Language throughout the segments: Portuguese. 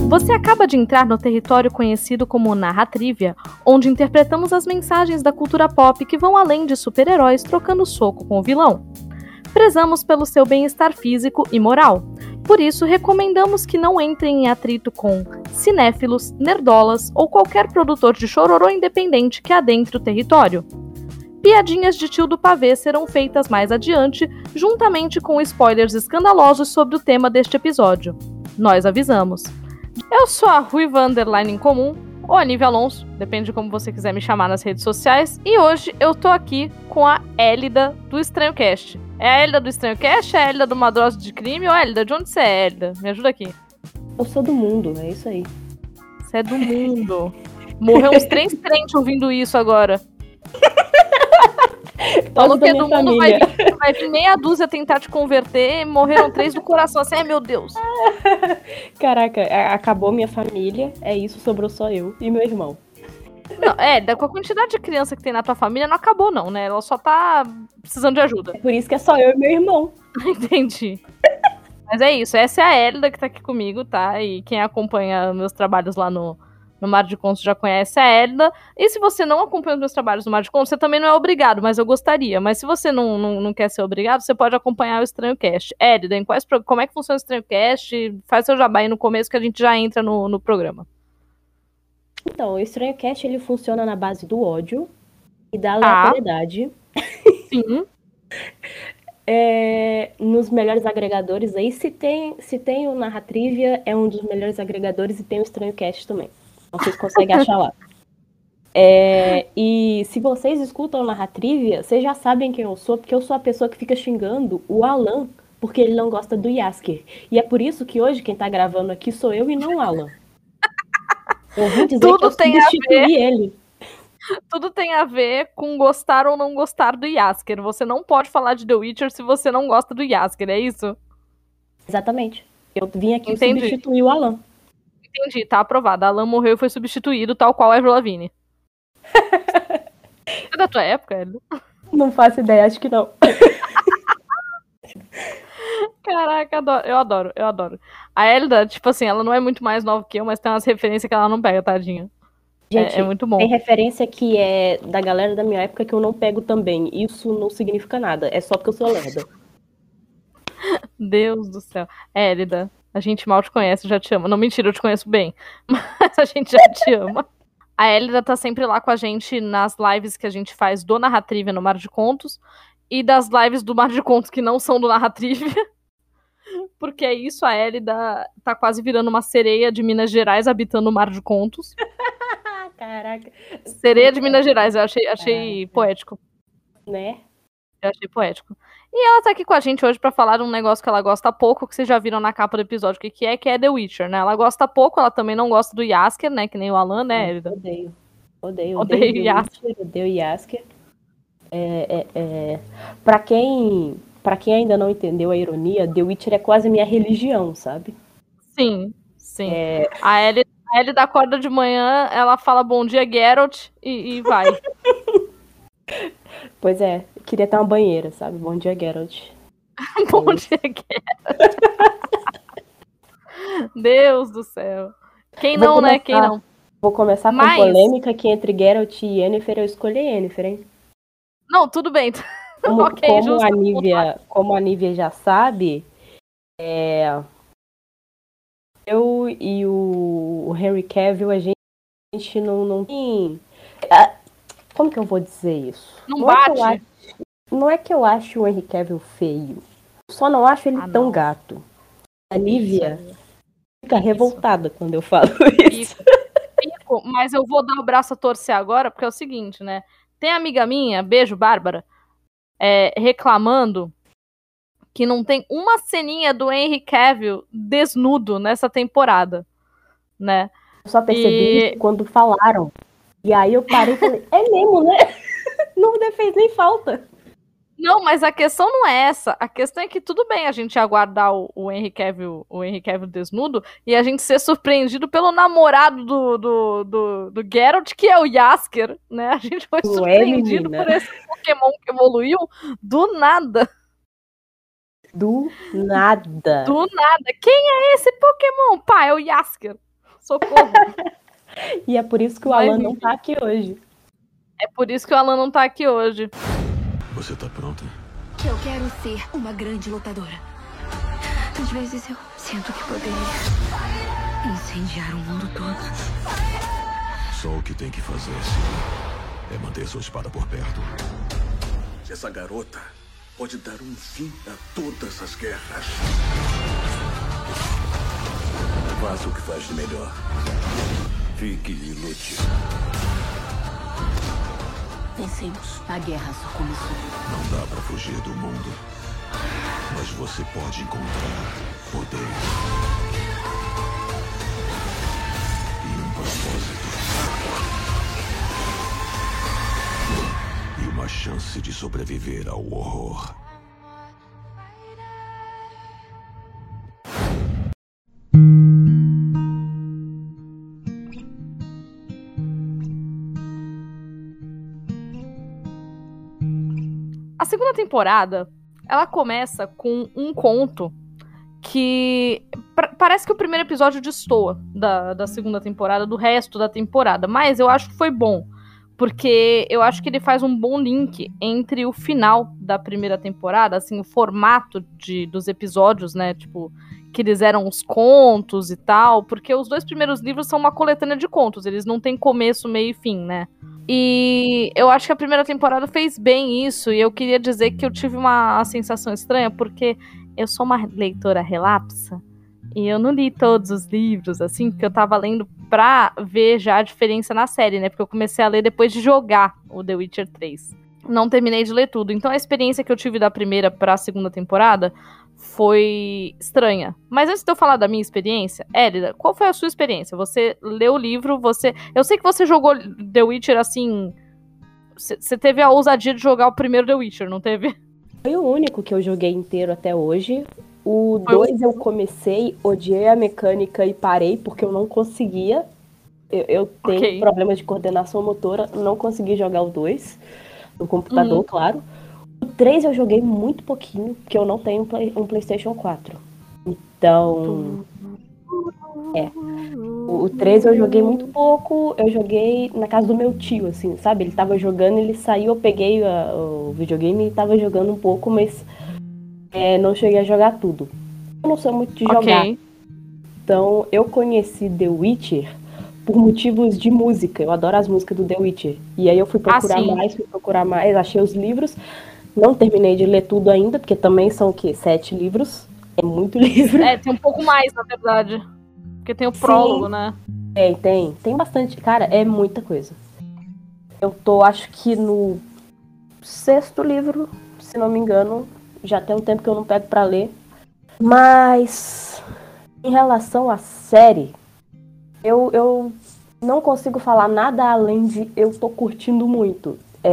Você acaba de entrar no território conhecido como Narratrivia, onde interpretamos as mensagens da cultura pop que vão além de super-heróis trocando soco com o vilão. Prezamos pelo seu bem-estar físico e moral. Por isso, recomendamos que não entrem em atrito com cinéfilos, nerdolas ou qualquer produtor de chororô independente que adentre o território. Piadinhas de tio do pavê serão feitas mais adiante, juntamente com spoilers escandalosos sobre o tema deste episódio. Nós avisamos. Eu sou a Ruiva Underline Incomum, ou a Nívia Alonso, depende de como você quiser me chamar nas redes sociais, e hoje eu tô aqui com a Élida do Estranho Cast. É a Élida do Estranho Cast, é a Élida do Madrose de Crime, ou Élida, de onde você é, Élida? Me ajuda aqui. Eu sou do mundo, é isso aí. Você é do mundo. Morreu uns 3 crentes ouvindo isso agora. Falou que é do mundo, vai vir meia dúzia tentar te converter, morreram 3 do coração, assim, ai meu Deus. Caraca, acabou minha família, é isso, sobrou só eu e meu irmão. Não, com a quantidade de criança que tem na tua família, não acabou não, né? Ela só tá precisando de ajuda. É por isso que é só eu e meu irmão. Entendi. Mas é isso, essa é a Élida que tá aqui comigo, tá? E quem acompanha meus trabalhos lá no Mar de Contos já conhece a Élida. E se você não acompanha os meus trabalhos no Mar de Contos, você também não é obrigado, mas eu gostaria. Mas se você não quer ser obrigado, você pode acompanhar o Estranho Cast. Élida, como é que funciona o Estranho Cast? Faz seu jabá aí no começo que a gente já entra no programa. Então, o Estranho Cast, ele funciona na base do ódio e da aleatoriedade. Sim. Nos melhores agregadores aí, se tem o Narratrivia, é um dos melhores agregadores, e tem o Estranho Cast também. Vocês conseguem achar lá. E se vocês escutam o Narratrivia, vocês já sabem quem eu sou, porque eu sou a pessoa que fica xingando o Alan, porque ele não gosta do Yasker. E é por isso que hoje quem tá gravando aqui sou eu e não o Alan. Eu vou dizer Tudo que eu tem substituí ele. Tudo tem a ver com gostar ou não gostar do Yasker. Você não pode falar de The Witcher se você não gosta do Yasker, é isso? Exatamente. Eu vim aqui Entendi. substituir o Alan. Entendi, tá aprovado. Alan morreu e foi substituído, tal qual Avril Lavigne. É da tua época, Hélio? Não faço ideia, acho que não. Caraca, eu adoro. A Elda, tipo assim, ela não é muito mais nova que eu, mas tem umas referências que ela não pega, tadinha. Gente, é muito bom. Tem referência que é da galera da minha época que eu não pego também. Isso não significa nada, é só porque eu sou lerda. Deus do céu. Élida, a gente mal te conhece, já te ama. Não, mentira, eu te conheço bem. Mas a gente já te ama. A Élida tá sempre lá com a gente nas lives que a gente faz do Narratrivia no Mar de Contos. E das lives do Mar de Contos que não são do Narratrivia. Porque é isso, a Élida tá quase virando uma sereia de Minas Gerais habitando o Mar de Contos. Caraca. Sereia de Minas Gerais, eu achei poético. Né? Eu achei poético. E ela tá aqui com a gente hoje pra falar de um negócio que ela gosta pouco, que vocês já viram na capa do episódio, que é The Witcher, né? Ela gosta pouco, ela também não gosta do Yasker, né? Que nem o Alan, né, Élida? Odeio Yasker. Odeio Yasker. Pra quem ainda não entendeu a ironia, The Witcher é quase minha religião, sabe? Sim. A Élida acorda de manhã, ela fala bom dia, Geralt, e vai. Pois é, queria ter uma banheira, sabe? Bom dia, Geralt. Bom dia, Geralt. Deus do céu. Quem não, né? Quem não? Vou começar com polêmica que entre Geralt e Yennefer, eu escolhi Yennefer, hein? Não, tudo bem. Como a Nívia já sabe, eu e o Henry Cavill, a gente não tem... Como que eu vou dizer isso? Não bate? Não é que eu acho o Henry Cavill feio. Só não acho ele tão gato. A Nívia fica revoltada quando eu falo isso. Fico, mas eu vou dar o braço a torcer agora, porque é o seguinte, né? Tem amiga minha, beijo, Bárbara, reclamando que não tem uma ceninha do Henry Cavill desnudo nessa temporada, né? Eu só percebi isso quando falaram. E aí eu parei e falei, é mesmo, né? Não fez nem falta. Não, mas a questão não é essa. A questão é que tudo bem a gente aguardar o Henry Cavill desnudo e a gente ser surpreendido pelo namorado do Geralt, que é o Yasker, né? A gente foi surpreendido por esse Pokémon que evoluiu do nada. Do nada. Quem é esse Pokémon? Pá, é o Yasker. Socorro. E é por isso que o Alan não tá aqui hoje. É por isso que o Alan não tá aqui hoje. Você tá pronta? Eu quero ser uma grande lutadora. Às vezes eu sinto que poderia incendiar o mundo todo. Só o que tem que fazer, sim, é manter sua espada por perto. Essa garota pode dar um fim a todas as guerras. Faça o que faz de melhor. Fique e lute. Vencemos. A guerra só começou. Não dá pra fugir do mundo, mas você pode encontrar poder e um propósito e uma chance de sobreviver ao horror. A segunda temporada, ela começa com um conto que parece que o primeiro episódio destoa da segunda temporada, do resto da temporada, mas eu acho que foi bom, porque eu acho que ele faz um bom link entre o final da primeira temporada, assim, o formato dos episódios, né, tipo, que eles eram os contos e tal, porque os 2 primeiros livros são uma coletânea de contos, eles não têm começo, meio e fim, né. E eu acho que a primeira temporada fez bem isso, e eu queria dizer que eu tive uma sensação estranha, porque eu sou uma leitora relapsa, e eu não li todos os livros, assim, porque eu tava lendo pra ver já a diferença na série, né, porque eu comecei a ler depois de jogar o The Witcher 3. Não terminei de ler tudo, então a experiência que eu tive da primeira pra segunda temporada foi estranha. Mas antes de eu falar da minha experiência, Elida, qual foi a sua experiência? Você leu o livro, eu sei que você jogou The Witcher, assim, você teve a ousadia de jogar o primeiro The Witcher, não teve? Foi o único que eu joguei inteiro até hoje. O 2 eu comecei, odiei a mecânica e parei porque eu não conseguia. Eu tenho problemas de coordenação motora, não consegui jogar o 2 no computador, claro. O 3 eu joguei muito pouquinho, porque eu não tenho um PlayStation 4. Então, o 3 eu joguei muito pouco, eu joguei na casa do meu tio, assim, sabe? Ele tava jogando, ele saiu, eu peguei o videogame e tava jogando um pouco, mas não cheguei a jogar tudo. Eu não sou muito de jogar. Então, eu conheci The Witcher por motivos de música. Eu adoro as músicas do The Witcher. E aí eu fui procurar mais, achei os livros. Não terminei de ler tudo ainda, porque também são o quê? 7 livros. É muito livro. Tem um pouco mais, na verdade. Porque tem o prólogo, né? Tem bastante. Cara, é muita coisa. Eu tô, acho que no 6º livro, se não me engano. Já tem um tempo que eu não pego pra ler. Mas, em relação à série, eu não consigo falar nada além de eu tô curtindo muito.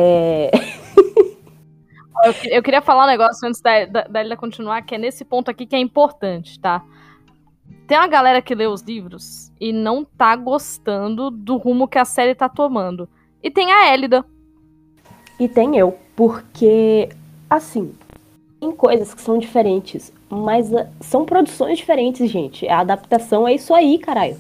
Eu queria falar um negócio antes da Elida continuar, que é nesse ponto aqui que é importante, tá? Tem uma galera que lê os livros e não tá gostando do rumo que a série tá tomando. E tem a Elida. E tem eu, porque, assim, tem coisas que são diferentes, mas são produções diferentes, gente. A adaptação é isso aí, caralho.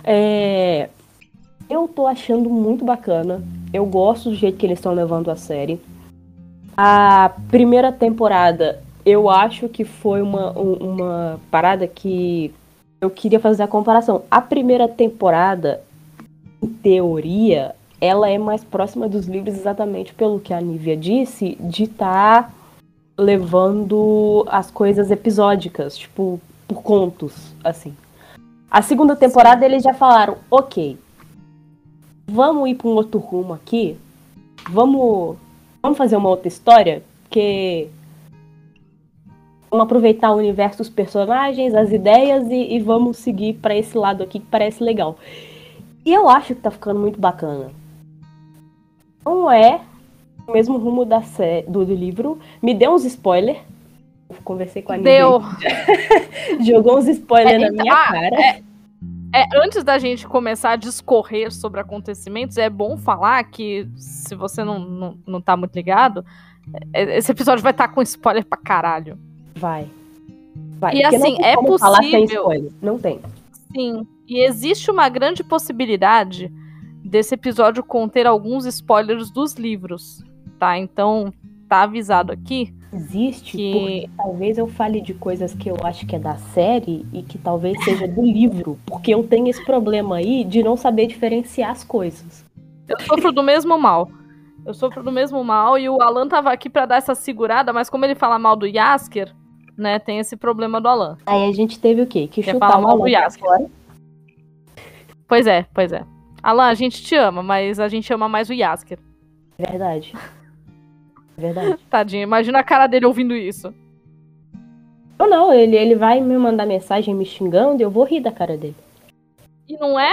Eu tô achando muito bacana. Eu gosto do jeito que eles estão levando a série. A primeira temporada, eu acho que foi uma parada que eu queria fazer a comparação. A primeira temporada, em teoria, ela é mais próxima dos livros exatamente pelo que a Nívia disse, de estar levando as coisas episódicas, tipo, por contos, assim. A segunda temporada eles já falaram, ok, vamos ir para um outro rumo aqui, vamos fazer uma outra história, porque vamos aproveitar o universo dos personagens, as ideias e vamos seguir para esse lado aqui que parece legal. E eu acho que tá ficando muito bacana. Não é o mesmo rumo do livro. Me deu uns spoilers. Conversei com a Nívia. Jogou uns spoilers na minha cara. Antes da gente começar a discorrer sobre acontecimentos, é bom falar que, se você não tá muito ligado, esse episódio vai estar com spoiler pra caralho. Vai. E assim, é possível. Falar sem spoiler. Não tem. Sim, e existe uma grande possibilidade desse episódio conter alguns spoilers dos livros, tá? Então, tá avisado aqui. Existe, que... porque talvez eu fale de coisas que eu acho que é da série e que talvez seja do livro, porque eu tenho esse problema aí de não saber diferenciar as coisas. Eu sofro do mesmo mal. E o Alan tava aqui pra dar essa segurada, mas como ele fala mal do Jaskier, né, tem esse problema do Alan. Aí a gente teve o quê? Que Quer chutar falar mal do Alan Jaskier. agora. Pois é. Alan, a gente te ama, mas a gente ama mais o Jaskier. Verdade. Tadinho, imagina a cara dele ouvindo isso. Ou não, ele vai me mandar mensagem me xingando e eu vou rir da cara dele. E não é?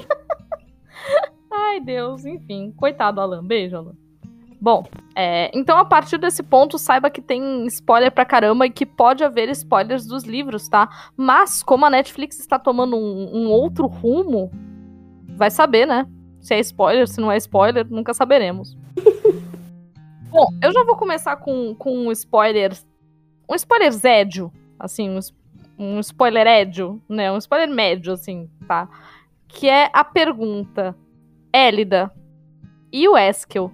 Ai, Deus, enfim. Coitado, Alan. Beijo, Alan. Bom, então a partir desse ponto, saiba que tem spoiler pra caramba e que pode haver spoilers dos livros, tá? Mas, como a Netflix está tomando um outro rumo, vai saber, né? Se é spoiler, se não é spoiler, nunca saberemos. Bom, eu já vou começar com um spoiler zédio, assim, um spoiler édio, né? Um spoiler médio, assim, tá? Que é a pergunta: Elida e o Eskel?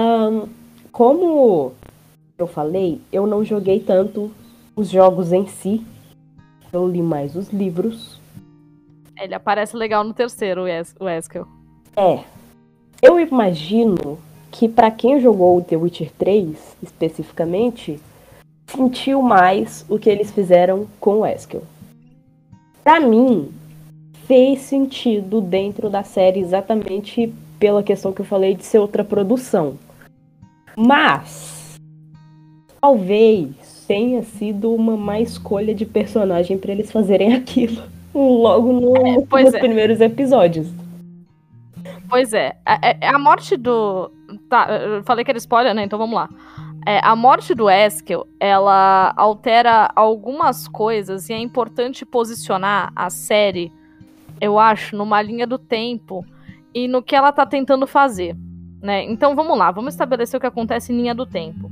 Como eu falei, eu não joguei tanto os jogos em si. Eu li mais os livros. Ele aparece legal no terceiro, o Eskel. Eu imagino que pra quem jogou o The Witcher 3, especificamente, sentiu mais o que eles fizeram com o Eskel. Pra mim, fez sentido dentro da série exatamente pela questão que eu falei de ser outra produção. Mas talvez tenha sido uma má escolha de personagem pra eles fazerem aquilo logo nos primeiros episódios. Pois é. A morte do... Tá, eu falei que era spoiler, né? Então vamos lá. A morte do Eskel, ela altera algumas coisas e é importante posicionar a série, eu acho, numa linha do tempo e no que ela tá tentando fazer, né? Então vamos lá, vamos estabelecer o que acontece em linha do tempo.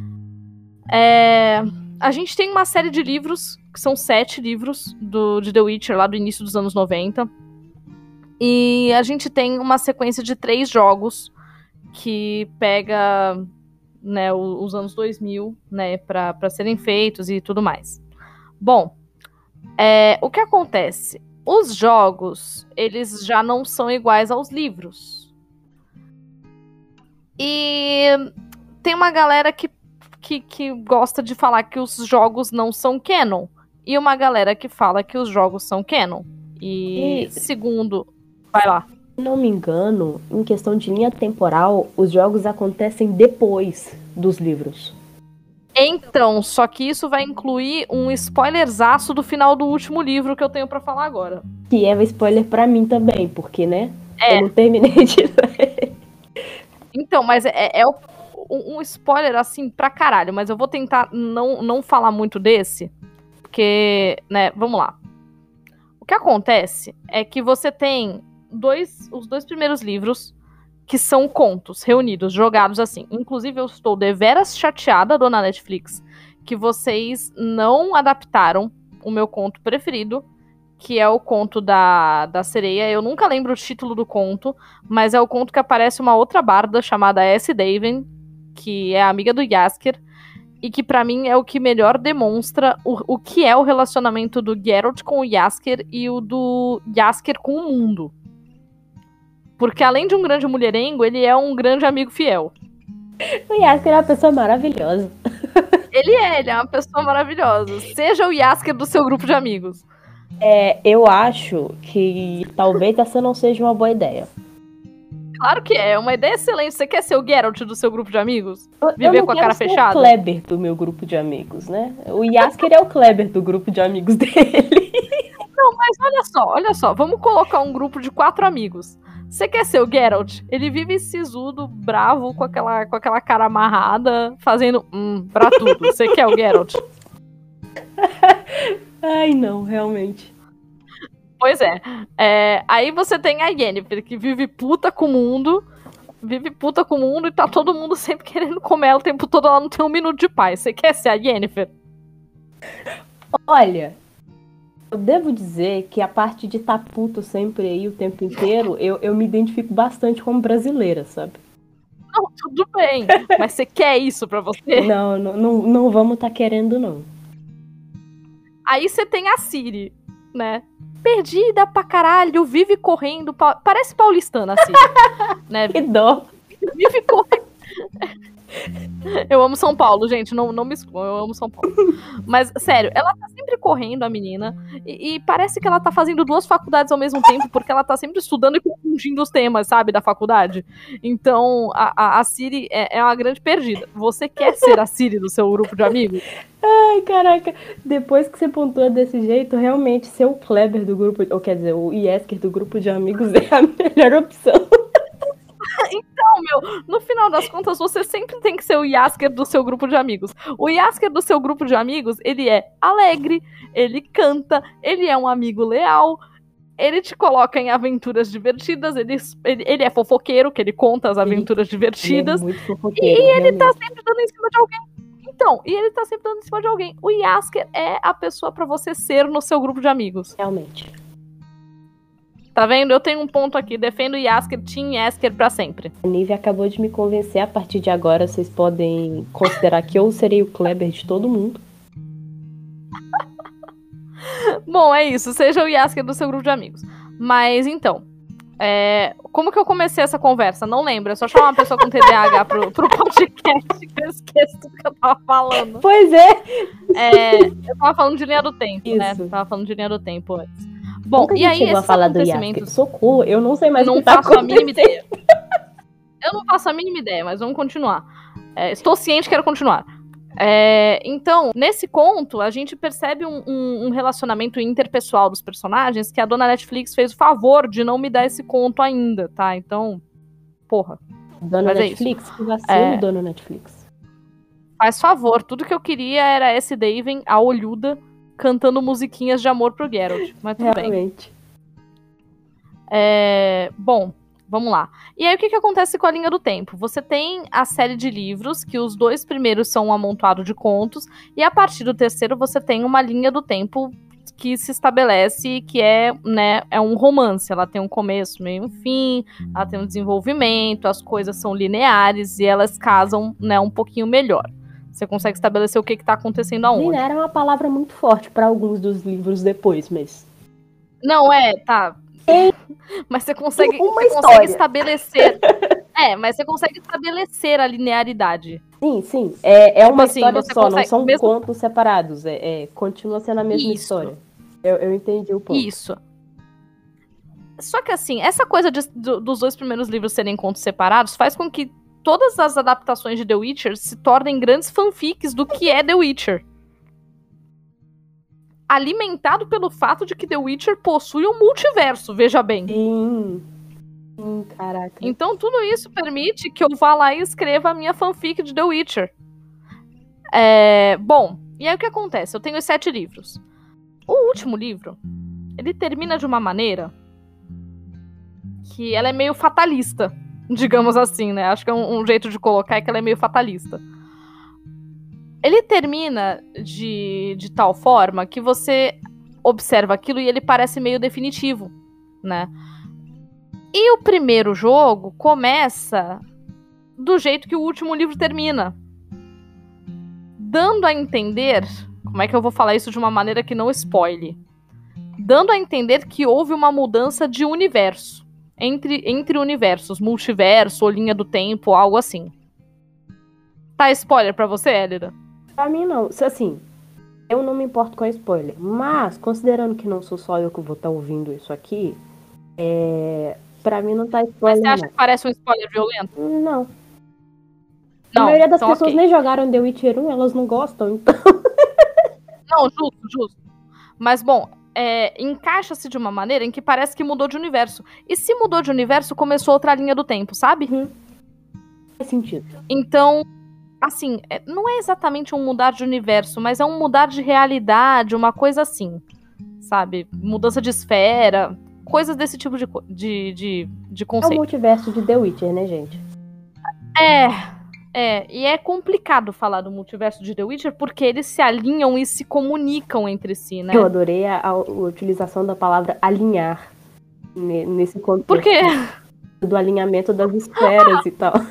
A gente tem uma série de livros, que são 7 livros de The Witcher, lá do início dos anos 90. E a gente tem uma sequência de 3 jogos que pega, né, os anos 2000, né, pra serem feitos e tudo mais. Bom, o que acontece? Os jogos, eles já não são iguais aos livros. E tem uma galera que gosta de falar que os jogos não são canon. E uma galera que fala que os jogos são canon. E segundo... Vai lá. Se não me engano, em questão de linha temporal, os jogos acontecem depois dos livros. Então, só que isso vai incluir um spoilerzaço do final do último livro que eu tenho pra falar agora. Que é spoiler pra mim também, porque, né? Eu não terminei de ler. Então, mas um spoiler assim pra caralho, mas eu vou tentar não falar muito desse, porque, né, vamos lá. O que acontece é que você tem os 2 primeiros livros que são contos reunidos, jogados assim. Inclusive, eu estou deveras chateada, dona Netflix, que vocês não adaptaram o meu conto preferido, que é o conto da sereia. Eu nunca lembro o título do conto, mas é o conto que aparece uma outra barda chamada S. Daven, que é amiga do Jaskier, e que pra mim é o que melhor demonstra o que é o relacionamento do Geralt com o Jaskier e o do Jaskier com o mundo. Porque além de um grande mulherengo, ele é um grande amigo fiel. O Jaskier é uma pessoa maravilhosa. Ele é uma pessoa maravilhosa. Seja o Jaskier do seu grupo de amigos. Eu acho que talvez essa não seja uma boa ideia. Claro que é uma ideia excelente. Você quer ser o Geralt do seu grupo de amigos? Viver com a cara fechada? Eu não quero ser o Kleber do meu grupo de amigos, né? O Jaskier é o Kleber do grupo de amigos dele. Não, mas olha só. Vamos colocar um grupo de 4 amigos. Você quer ser o Geralt? Ele vive sisudo, bravo, com aquela cara amarrada, fazendo pra tudo. Você quer o Geralt? Ai, não, realmente. Pois é. Aí você tem a Yennefer, que vive puta com o mundo e tá todo mundo sempre querendo comer ela o tempo todo, ela não tem um minuto de paz. Você quer ser a Yennefer? Olha, Eu devo dizer que a parte de tá puto sempre aí o tempo inteiro, eu me identifico bastante como brasileira, sabe? Não, tudo bem. Mas você quer isso pra você? Não vamos tá querendo, não. Aí você tem a Siri, né? Perdida pra caralho, vive correndo. Parece paulistana a Siri. Né? Que dó. Vive correndo. Eu amo São Paulo, gente, não me excluam, eu amo São Paulo. Mas, sério, ela tá sempre correndo, a menina, e parece que ela tá fazendo 2 faculdades ao mesmo tempo, porque ela tá sempre estudando e confundindo os temas, sabe, da faculdade. Então, a Siri é uma grande perdida. Você quer ser a Siri do seu grupo de amigos? Ai, caraca, depois que você pontua desse jeito, realmente ser o Kleber do grupo, ou quer dizer, o Yesker do grupo de amigos é a melhor opção. Então, no final das contas, você sempre tem que ser o Yasker do seu grupo de amigos. O Yasker do seu grupo de amigos, ele é alegre, ele canta, ele é um amigo leal, ele te coloca em aventuras divertidas, ele é fofoqueiro, que ele conta as aventuras divertidas. Ele é muito fofoqueiro, e ele realmente. tá sempre dando em cima de alguém. Então, e ele tá sempre dando em cima de alguém. O Yasker é a pessoa pra você ser no seu grupo de amigos. Realmente. Tá vendo? Eu tenho um ponto aqui. Defendo o Yasker, Team Yasker pra sempre. A Nívia acabou de me convencer. A partir de agora, vocês podem considerar que eu serei o Kleber de todo mundo. Bom, é isso. Seja o Yasker do seu grupo de amigos. Mas, então... como que eu comecei essa conversa? Não lembro. É só chamar uma pessoa com TDAH pro podcast que eu esqueço do que eu tava falando. Pois é! Eu tava falando de linha do tempo, né? Isso. Tava falando de linha do tempo antes. Bom, Nunca e aí chegou a esses falar do Yasker. acontecimentos... Socorro, eu não sei mais o não que tá faço a mínima acontecendo. ideia. Eu não faço a mínima ideia, mas vamos continuar. Estou ciente, quero continuar. Então, nesse conto, a gente percebe um relacionamento interpessoal dos personagens que a dona Netflix fez o favor de não me dar esse conto ainda, tá? Então, porra. Dona Mas é Netflix? Que vacilo, Dona Netflix. Faz favor, tudo que eu queria era esse Daven, a olhuda, cantando musiquinhas de amor pro Geralt. Mas tudo bem. Realmente. Bom, vamos lá. E aí, o que acontece com a linha do tempo? Você tem a série de livros, que os 2 primeiros são um amontoado de contos, e a partir do terceiro você tem uma linha do tempo que se estabelece, que é um romance. Ela tem um começo, meio e um fim, ela tem um desenvolvimento, as coisas são lineares e elas casam, um pouquinho melhor. Você consegue estabelecer o que tá acontecendo aonde. Linear é uma palavra muito forte para alguns dos livros depois, mas... Não, tá... Mas você consegue, história. estabelecer. Mas você consegue estabelecer a linearidade. Sim. É uma assim, história você só, consegue, não são mesmo... contos separados. Continua sendo a mesma Isso. história. Eu entendi o ponto. Isso. Só que assim, essa coisa dos 2 primeiros livros serem contos separados faz com que todas as adaptações de The Witcher se tornem grandes fanfics do que é The Witcher. Alimentado pelo fato de que The Witcher possui um multiverso, veja bem. Sim, caraca. Então tudo isso permite que eu vá lá e escreva a minha fanfic de The Witcher. Bom, e aí o que acontece? Eu tenho os 7 livros. O último livro, ele termina de uma maneira que ela é meio fatalista, digamos assim, né? Acho que é um jeito de colocar é que ela é meio fatalista. Ele termina de tal forma que você observa aquilo e ele parece meio definitivo, né? E o primeiro jogo começa do jeito que o último livro termina. Dando a entender... Como é que eu vou falar isso de uma maneira que não spoile? Dando a entender que houve uma mudança de universo. Entre universos, multiverso, ou linha do tempo, algo assim. Tá spoiler pra você, Elida? Pra mim, não. Assim, eu não me importo com spoiler. Mas, considerando que não sou só eu que vou estar ouvindo isso aqui, pra mim não tá spoiler. Mas você acha que parece um spoiler violento? Não. Não, A maioria das então, pessoas ok. nem jogaram The Witcher 1, elas não gostam, então... Não, justo. Mas, bom, encaixa-se de uma maneira em que parece que mudou de universo. E se mudou de universo, começou outra linha do tempo, sabe? Faz sentido. Então, assim, não é exatamente um mudar de universo, mas é um mudar de realidade, uma coisa assim, sabe? Mudança de esfera, coisas desse tipo de É o conceito. multiverso de The Witcher, né, gente? E é complicado falar do multiverso de The Witcher porque eles se alinham e se comunicam entre si, né? Eu adorei a utilização da palavra alinhar nesse contexto. Por quê? Do alinhamento das esferas e tal.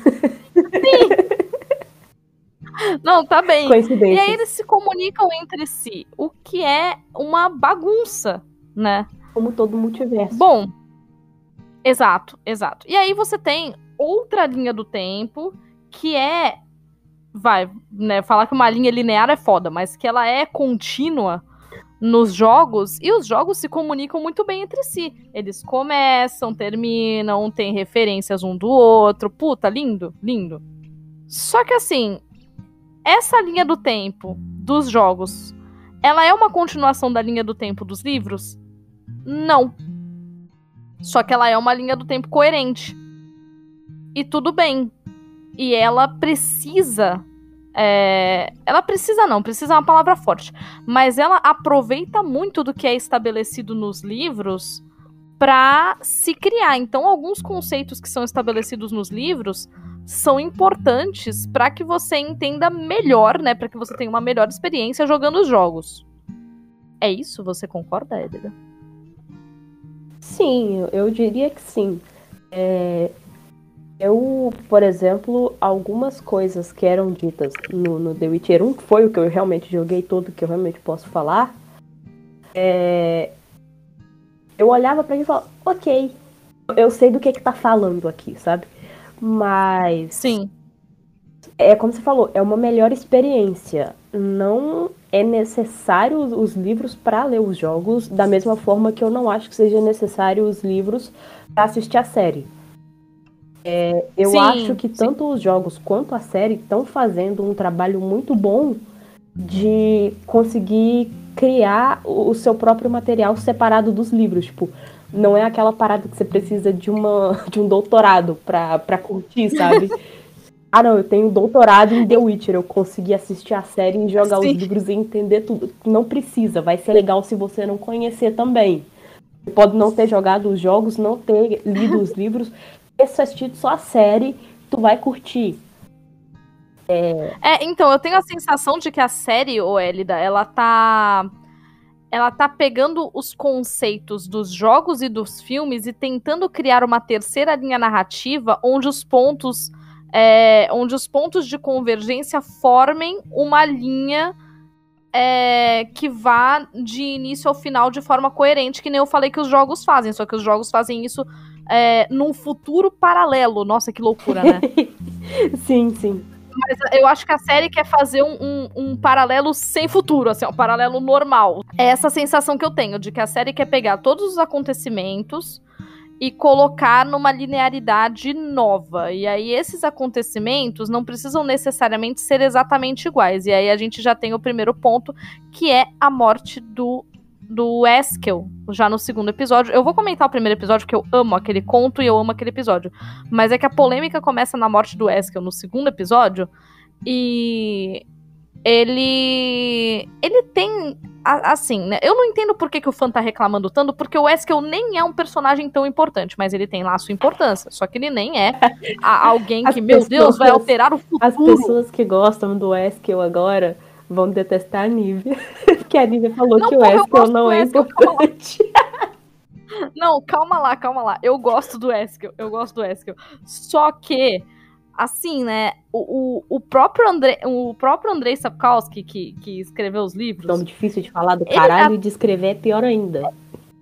Não, tá bem. Coincidência. E aí eles se comunicam entre si, o que é uma bagunça, né? Como todo multiverso. Bom, exato. E aí você tem outra linha do tempo que falar que uma linha linear é foda, mas que ela é contínua nos jogos, e os jogos se comunicam muito bem entre si. Eles começam, terminam, tem referências um do outro. Puta, lindo. Só que assim, essa linha do tempo dos jogos, ela é uma continuação da linha do tempo dos livros? Não. Só que ela é uma linha do tempo coerente. E tudo bem. E ela precisa... precisa é uma palavra forte. Mas ela aproveita muito do que é estabelecido nos livros para se criar. Então, alguns conceitos que são estabelecidos nos livros são importantes para que você entenda melhor, né? Para que você tenha uma melhor experiência jogando os jogos. É isso? Você concorda, Edgar? Sim, eu diria que sim. Eu, por exemplo, algumas coisas que eram ditas no The Witcher 1, que foi o que eu realmente joguei todo, que eu realmente posso falar, eu olhava pra ele e falava, ok, eu sei do que tá falando aqui, sabe? Mas... Sim. É como você falou, é uma melhor experiência. Não é necessário os livros para ler os jogos, da mesma forma que eu não acho que seja necessário os livros para assistir a série. Eu acho que tanto os jogos quanto a série estão fazendo um trabalho muito bom de conseguir criar o seu próprio material separado dos livros. Tipo, não é aquela parada que você precisa de um doutorado pra curtir, sabe? Não, eu tenho doutorado em The Witcher, eu consegui assistir a série e jogar os livros e entender tudo. Não precisa, vai ser legal se você não conhecer também. Você pode não ter jogado os jogos, não ter lido os livros, ter assistido só a série, tu vai curtir. Então, eu tenho a sensação de que a série, Elida, ela tá pegando os conceitos dos jogos e dos filmes e tentando criar uma terceira linha narrativa onde os pontos de convergência formem uma linha que vá de início ao final de forma coerente, que nem eu falei que os jogos fazem, só que os jogos fazem isso num futuro paralelo. Nossa, que loucura, né? Sim, sim. Mas eu acho que a série quer fazer um paralelo sem futuro, assim, um paralelo normal. É essa sensação que eu tenho, de que a série quer pegar todos os acontecimentos e colocar numa linearidade nova. E aí esses acontecimentos não precisam necessariamente ser exatamente iguais. E aí a gente já tem o primeiro ponto, que é a morte do Eskel, já no segundo episódio. Eu vou comentar o primeiro episódio, porque eu amo aquele conto e eu amo aquele episódio. Mas é que a polêmica começa na morte do Eskel no segundo episódio, e ele tem, assim, né? Eu não entendo por que o fã tá reclamando tanto, porque o Eskel nem é um personagem tão importante, mas ele tem lá a sua importância. Só que ele nem é alguém que, meu Deus, vai alterar o futuro. As pessoas que gostam do Eskel agora vão detestar a Nívia, porque a Nívia falou que o Eskel não é importante. Não, calma lá. Eu gosto do Eskel. Só que, assim, né, o próprio Andrei Sapkowski, que escreveu os livros... Nome difícil de falar do caralho, e de escrever é pior ainda.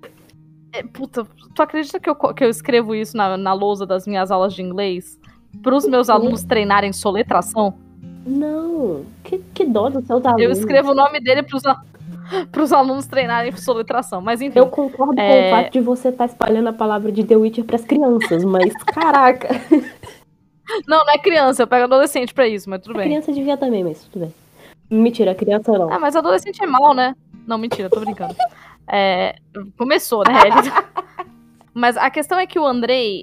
Puta, tu acredita que eu escrevo isso na lousa das minhas aulas de inglês? Pros meus alunos treinarem soletração? Não, que dó dos seus alunos. Eu escrevo o nome dele pros alunos treinarem soletração, mas enfim. Eu concordo com o fato de você estar espalhando a palavra de The Witcher pras crianças, mas caraca. Não é criança, eu pego adolescente pra isso, mas tudo bem. A criança devia também, mas tudo bem. Mentira, criança não. Mas adolescente é mal, né? Não, mentira, tô brincando. Começou, né? Mas a questão é que o Andrei,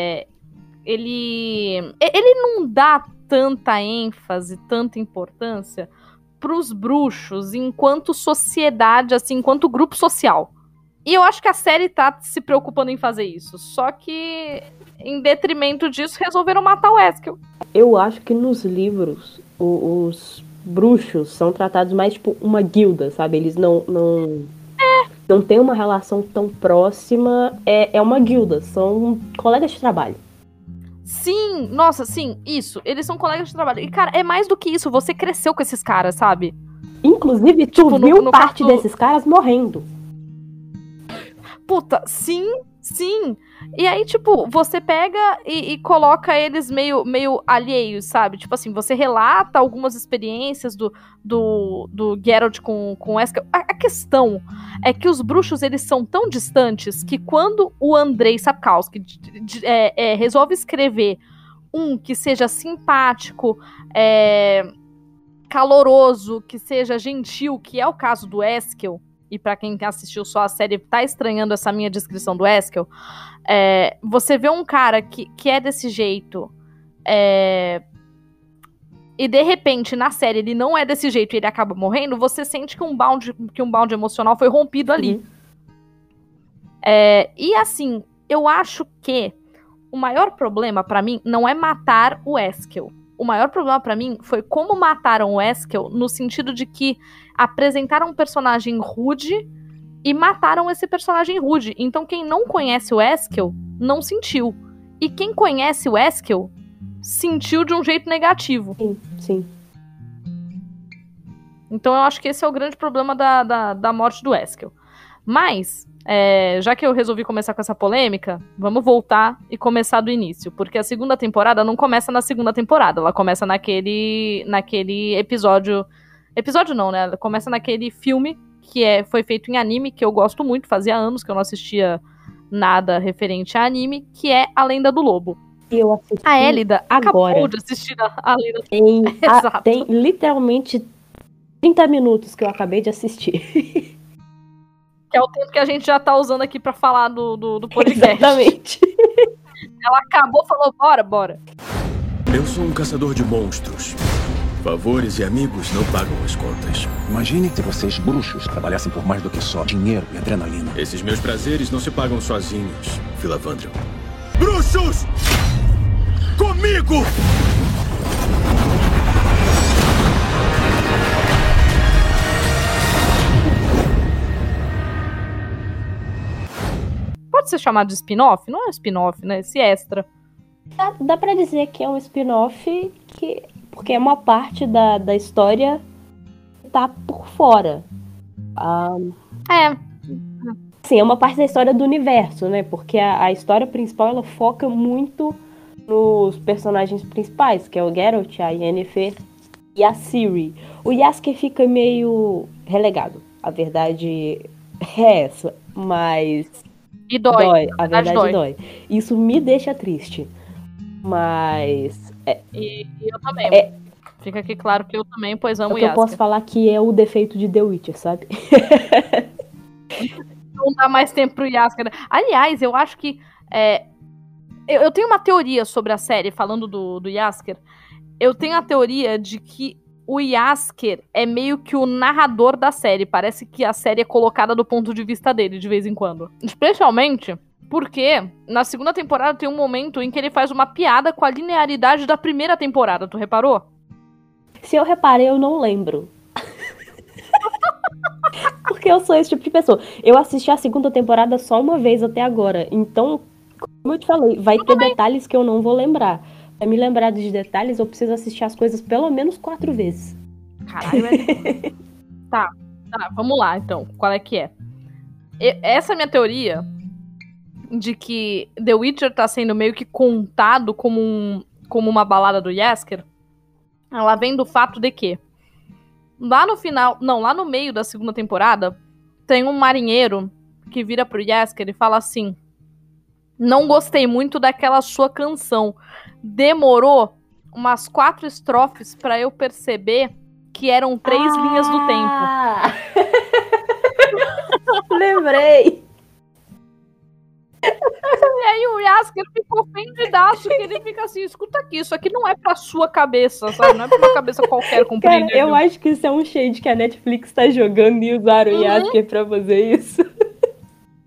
ele não dá tanta ênfase, tanta importância pros bruxos enquanto sociedade, assim, enquanto grupo social. E eu acho que a série tá se preocupando em fazer isso. Só que, em detrimento disso, resolveram matar o Haskell. Eu acho que nos livros, os bruxos são tratados mais tipo uma guilda, sabe? Eles não têm uma relação tão próxima. É uma guilda, são colegas de trabalho. Sim, nossa, sim, isso. Eles são colegas de trabalho. E, cara, é mais do que isso. Você cresceu com esses caras, sabe? Inclusive, tu viu parte desses caras morrendo. Puta, sim. E aí, tipo, você pega e coloca eles meio alheios, sabe? Tipo assim, você relata algumas experiências do Geralt com o Haskell. A questão é que os bruxos, eles são tão distantes que quando o Andrei Sapkowski resolve escrever um que seja simpático, caloroso, que seja gentil, que é o caso do Haskell, e pra quem assistiu só a série tá estranhando essa minha descrição do Haskell, você vê um cara que é desse jeito, e de repente na série ele não é desse jeito e ele acaba morrendo, você sente que um bound emocional foi rompido ali. Uhum. E assim, eu acho que o maior problema pra mim não é matar o Haskell. O maior problema pra mim foi como mataram o Haskell, no sentido de que apresentaram um personagem rude e mataram esse personagem rude. Então quem não conhece o Haskell não sentiu. E quem conhece o Haskell sentiu de um jeito negativo. Sim. Então eu acho que esse é o grande problema da morte do Haskell. Mas, já que eu resolvi começar com essa polêmica, vamos voltar e começar do início. Porque a segunda temporada não começa na segunda temporada. Ela começa naquele episódio... Episódio não, né? Ela começa naquele filme que foi feito em anime, que eu gosto muito. Fazia anos que eu não assistia nada referente a anime, que é A Lenda do Lobo. E eu assisti a Elida agora. Acabou de assistir a Lenda do Lobo. Tem literalmente 30 minutos que eu acabei de assistir. Que é o tempo que a gente já tá usando aqui pra falar do podcast. Exatamente. Ela acabou, falou, bora. Eu sou um caçador de monstros. Favores e amigos não pagam as contas. Imagine se vocês, bruxos, trabalhassem por mais do que só dinheiro e adrenalina. Esses meus prazeres não se pagam sozinhos, Filavandrel. Bruxos! Comigo! Pode ser chamado de spin-off? Não é um spin-off, né? Esse extra. Dá pra dizer que é um spin-off porque é uma parte da história que tá por fora. Sim, é uma parte da história do universo, né? Porque a história principal, ela foca muito nos personagens principais, que é o Geralt, a Yennefer e a Ciri. O Jaskier fica meio relegado. A verdade é essa, mas... E dói. A verdade dói. Isso me deixa triste. Mas... E eu também. Fica aqui claro que eu também, pois amo o Jaskier. Eu posso falar que é o defeito de The Witcher, sabe? Não dá mais tempo pro Jaskier. Aliás, eu acho que... eu tenho uma teoria sobre a série, falando do Jaskier. Eu tenho a teoria de que o Jaskier é meio que o narrador da série. Parece que a série é colocada do ponto de vista dele, de vez em quando. Especialmente porque na segunda temporada tem um momento em que ele faz uma piada com a linearidade da primeira temporada. Tu reparou? Se eu reparei, eu não lembro. Porque eu sou esse tipo de pessoa. Eu assisti a segunda temporada só uma vez até agora. Então, como eu te falei, vai ter detalhes que eu não vou lembrar. Pra me lembrar dos detalhes, eu preciso assistir as coisas pelo menos 4 vezes. Caralho, Tá, vamos lá, então. Qual é que é? Essa é a minha teoria de que The Witcher tá sendo meio que contado como uma balada do Jaskier. Ela vem do fato de que lá no meio da segunda temporada, tem um marinheiro que vira pro Jaskier e fala assim: não gostei muito daquela sua canção. Demorou umas 4 estrofes pra eu perceber que eram 3 linhas do tempo. Lembrei. E aí o Jaskier ficou ofendidaço, que ele fica assim, escuta aqui, isso aqui não é pra sua cabeça, sabe? Não é pra uma cabeça qualquer compreender. Cara, eu acho que isso é um shade que a Netflix tá jogando e usaram o Jaskier pra fazer isso.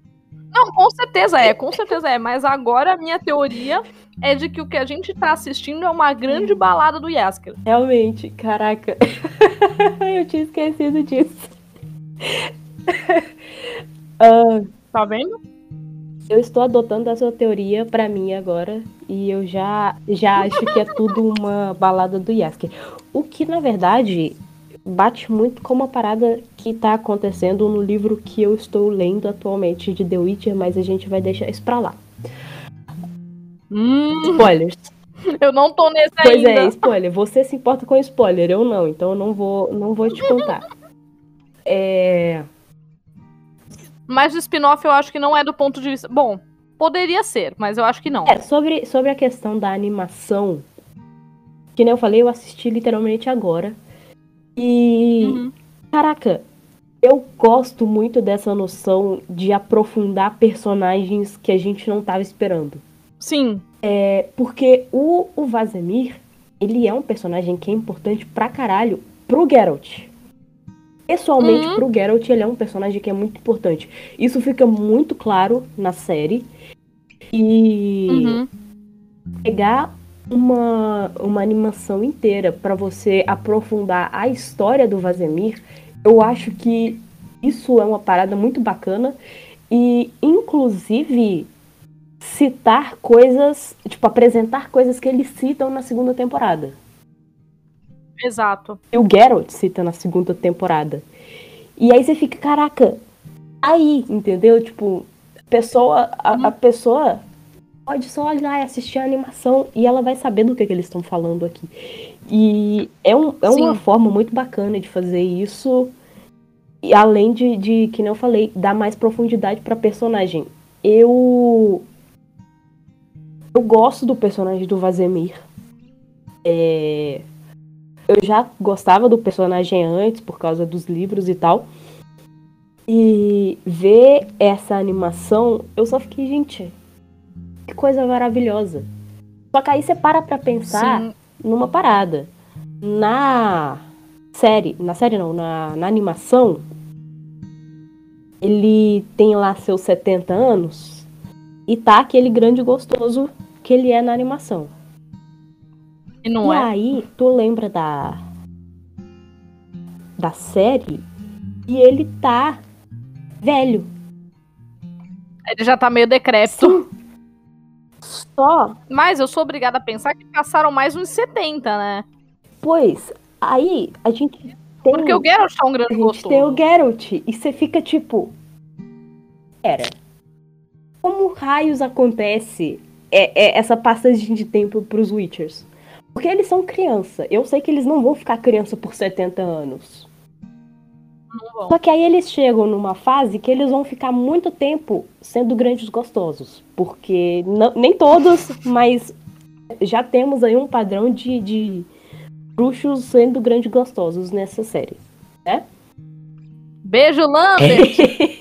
com certeza é. Mas agora a minha teoria é de que o que a gente tá assistindo é uma grande balada do Jaskier. Realmente, caraca. Eu tinha esquecido disso. Tá vendo? Eu estou adotando a sua teoria pra mim agora. E eu já acho que é tudo uma balada do Jaskier. O que, na verdade, bate muito com uma parada que tá acontecendo no livro que eu estou lendo atualmente de The Witcher, mas a gente vai deixar isso pra lá. Spoilers. Eu não tô nesse Pois ainda. é, spoiler. Você se importa com spoiler, eu não. Então eu não vou te contar. Mas o spin-off eu acho que não é do ponto de vista... Bom, poderia ser, mas eu acho que não. Sobre a questão da animação, que nem eu falei, eu assisti literalmente agora. E, caraca, eu gosto muito dessa noção de aprofundar personagens que a gente não tava esperando. Sim. Porque o Vazemir, ele é um personagem que é importante pra caralho pro Geralt. Pessoalmente, pro Geralt, ele é um personagem que é muito importante. Isso fica muito claro na série. E pegar uma animação inteira pra você aprofundar a história do Vazemir, eu acho que isso é uma parada muito bacana. E, inclusive, citar coisas, tipo, apresentar coisas que eles citam na segunda temporada. Exato. E o Geralt cita na segunda temporada. E aí você fica, caraca, aí, entendeu? Tipo, a pessoa pode só olhar e assistir a animação e ela vai saber do que eles estão falando aqui. E é uma forma muito bacana de fazer isso. E além de, que nem eu falei, dar mais profundidade pra personagem. Eu gosto do personagem do Vazemir. Eu já gostava do personagem antes, por causa dos livros e tal. E ver essa animação, eu só fiquei, gente, que coisa maravilhosa. Só que aí você para pra pensar numa parada. Na animação, ele tem lá seus 70 anos e tá aquele grande gostoso que ele é na animação. E não é. Aí, tu lembra da série e ele tá velho. Ele já tá meio decrépito. Só. Mas eu sou obrigada a pensar que passaram mais uns 70, né? Pois, aí a gente tem... Porque o Geralt tá um grande A gente gostoso. tem o Geralt e você fica tipo... Como raios acontece essa passagem de tempo pros Witchers? Porque eles são criança. Eu sei que eles não vão ficar criança por 70 anos. Não vão. Só que aí eles chegam numa fase que eles vão ficar muito tempo sendo grandes gostosos. Porque nem todos, mas já temos aí um padrão de bruxos sendo grandes gostosos nessa série, né? Beijo, Lambert!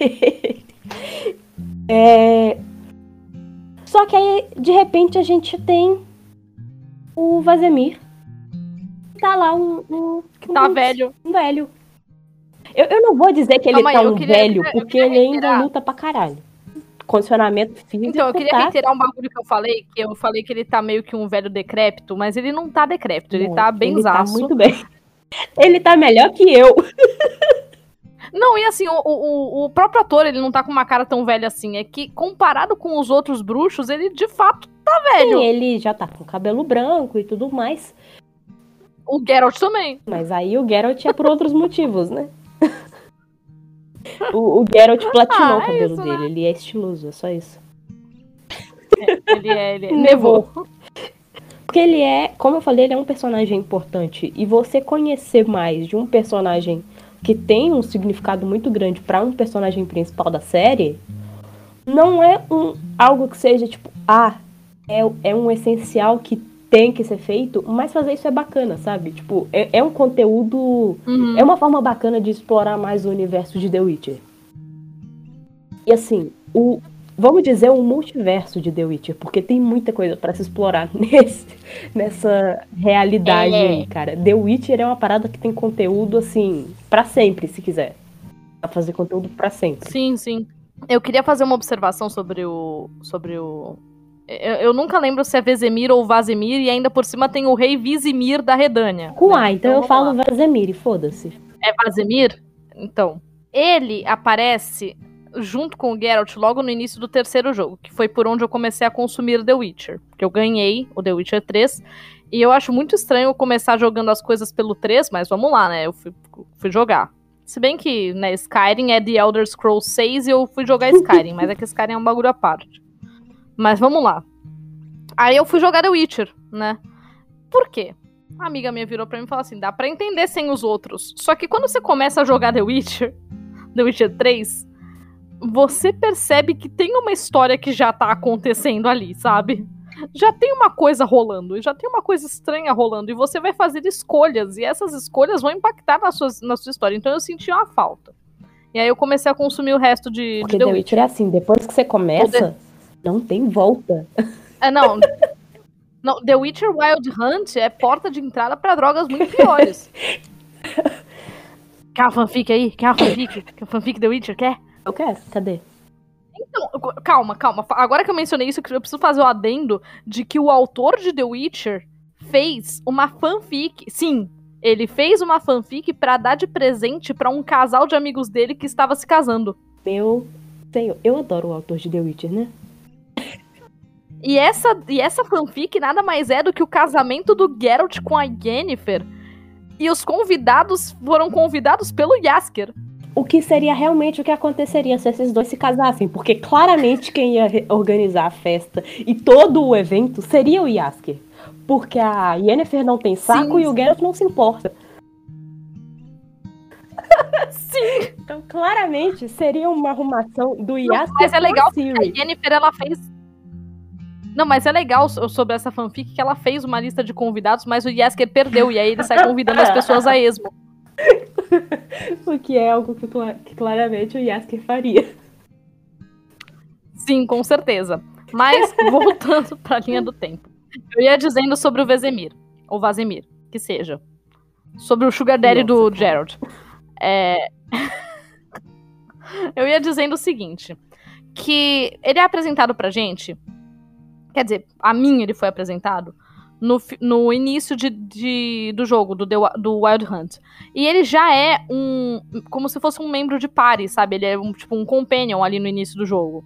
Só que aí, de repente, a gente tem o Vazemir. Tá lá Tá velho. Um velho. Eu não vou dizer que ele Calma tá aí, eu um queria- velho, eu queria porque ele ainda reiterar. luta pra caralho. Condicionamento físico. Então, eu queria tá? reiterar um bagulho que eu falei que ele tá meio que um velho decrépito, mas ele não tá decrépito, ele Não, tá Ele tá benzaço. muito bem. Ele tá melhor que eu. Não, e assim, o próprio ator, ele não tá com uma cara tão velha assim. É que, comparado com os outros bruxos, ele de fato tá velho. Sim, ele já tá com cabelo branco e tudo mais. O Geralt também. Mas aí o Geralt é por outros motivos, né? O Geralt platinou o cabelo isso, dele. né? Ele é estiloso, é só isso. Ele é. Nevou. Porque ele é, como eu falei, ele é um personagem importante. E você conhecer mais de um personagem que tem um significado muito grande pra um personagem principal da série, não é algo que seja tipo, é um essencial que tem que ser feito, mas fazer isso é bacana, sabe? Tipo, é um conteúdo, é uma forma bacana de explorar mais o universo de The Witcher. E assim, vamos dizer, um multiverso de The Witcher, porque tem muita coisa pra se explorar nessa realidade aí, cara. The Witcher é uma parada que tem conteúdo, assim, pra sempre, se quiser. Pra fazer conteúdo pra sempre. Sim, sim. Eu queria fazer uma observação sobre o... Eu nunca lembro se é Vesemir ou Vazimir, e ainda por cima tem o rei Vizimir da Redânia. Com A, então eu falo Vazimir, foda-se. É Vazimir? Então, ele aparece junto com o Geralt logo no início do terceiro jogo, que foi por onde eu comecei a consumir The Witcher. Porque eu ganhei o The Witcher 3, e eu acho muito estranho eu começar jogando as coisas pelo 3, mas vamos lá, né? Eu fui jogar. Se bem que, né, Skyrim é The Elder Scrolls 6 e eu fui jogar Skyrim, mas é que Skyrim é um bagulho à parte. Mas vamos lá. Aí eu fui jogar The Witcher, né? Por quê? A amiga minha virou pra mim e falou assim, dá pra entender sem os outros. Só que quando você começa a jogar The Witcher 3, você percebe que tem uma história que já tá acontecendo ali, sabe? Já tem uma coisa rolando, já tem uma coisa estranha rolando, e você vai fazer escolhas, e essas escolhas vão impactar na sua história. Então eu senti uma falta. E aí eu comecei a consumir o resto de Porque The Witcher é assim, depois que você começa, não tem volta. Não, The Witcher Wild Hunt é porta de entrada pra drogas muito piores. Quer uma fanfic aí? Quer uma fanfic? Quer fanfic The Witcher? Quer? Eu quero, cadê? Então, calma. Agora que eu mencionei isso, eu preciso fazer o adendo de que o autor de The Witcher fez uma fanfic. Sim, ele fez uma fanfic pra dar de presente pra um casal de amigos dele que estava se casando. Meu Senhor, eu adoro o autor de The Witcher, né? E essa fanfic nada mais é do que o casamento do Geralt com a Yennefer. E os convidados foram convidados pelo Jaskier. O que seria realmente o que aconteceria se esses dois se casassem, porque claramente quem ia organizar a festa e todo o evento seria o Jaskier, porque a Yennefer não tem saco. Sim. E o Geralt não se importa. Sim! Então claramente seria uma arrumação do Jaskier. Mas é legal que a Yennefer, ela fez... Não, mas é legal sobre essa fanfic que ela fez uma lista de convidados, mas o Jaskier perdeu, e aí ele sai convidando as pessoas a esmo. O que é algo que claramente o Jaskier faria. Sim, com certeza. Mas, voltando pra linha do tempo. Eu ia dizendo sobre o Vesemir, ou Vazimir, que seja. Sobre o Sugar Daddy do Geralt. Eu ia dizendo o seguinte, que ele é apresentado pra gente, quer dizer, a mim ele foi apresentado no início do jogo, do Wild Hunt. E ele já é como se fosse um membro de party, sabe? Ele é tipo um companion ali no início do jogo.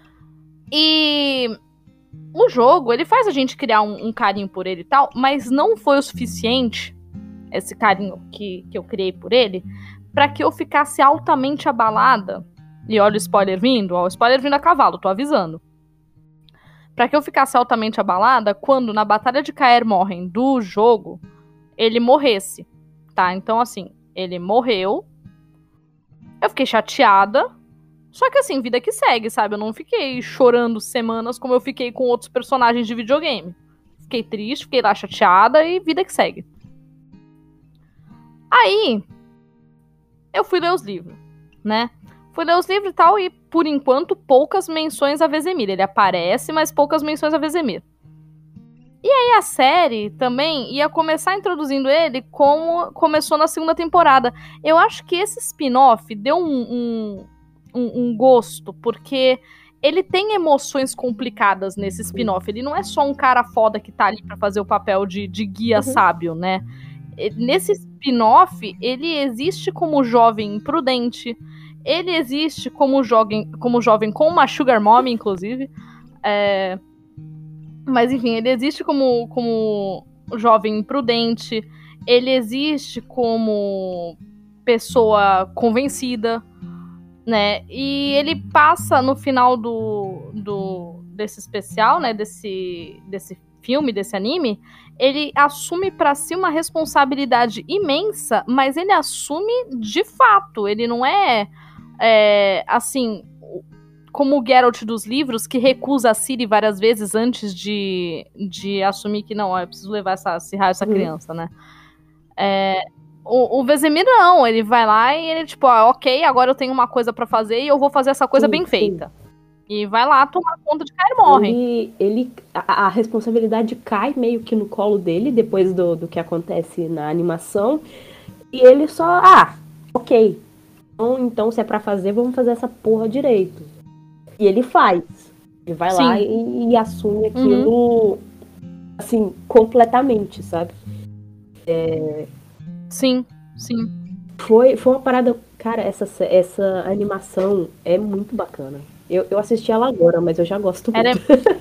E o jogo, ele faz a gente criar um carinho por ele e tal, mas não foi o suficiente, esse carinho que eu criei por ele, pra que eu ficasse altamente abalada. E olha o spoiler vindo, ó, o spoiler vindo a cavalo, tô avisando. Pra que eu ficasse altamente abalada quando na Batalha de Caer Morhen do jogo, ele morresse, tá? Então, assim, ele morreu, eu fiquei chateada, só que assim, vida que segue, sabe? Eu não fiquei chorando semanas como eu fiquei com outros personagens de videogame. Fiquei triste, fiquei lá chateada e vida que segue. Aí, eu fui ler os livros, né? Fui ler os livros e tal, e por enquanto poucas menções a Vesemir. Ele aparece, mas poucas menções a Vesemir. E aí a série também ia começar introduzindo ele como começou na segunda temporada. Eu acho que esse spin-off deu um gosto, porque ele tem emoções complicadas nesse spin-off. Ele não é só um cara foda que tá ali pra fazer o papel de guia sábio, né? Nesse spin-off, ele existe como jovem imprudente. Ele existe como jovem com uma sugar mommy, inclusive. Mas, enfim, ele existe como jovem imprudente. Ele existe como pessoa convencida, né? E ele passa no final desse especial, né? Desse filme, desse anime, ele assume pra si uma responsabilidade imensa, mas ele assume de fato. Ele não é assim, como o Geralt dos livros, que recusa a Ciri várias vezes antes de assumir que não, eu preciso levar essa criança, né? O Vesemir não, ele vai lá e ele tipo, ok, agora eu tenho uma coisa pra fazer e eu vou fazer essa coisa bem feita. E vai lá tomar conta de Caer Morhen. A responsabilidade cai meio que no colo dele, depois do que acontece na animação, e ele só, ok, então se é pra fazer, vamos fazer essa porra direito. E ele faz. Ele vai Sim. lá e assume aquilo, assim, completamente, sabe? Sim. Foi uma parada... Cara, essa animação é muito bacana. Eu assisti ela agora, mas eu já gosto muito.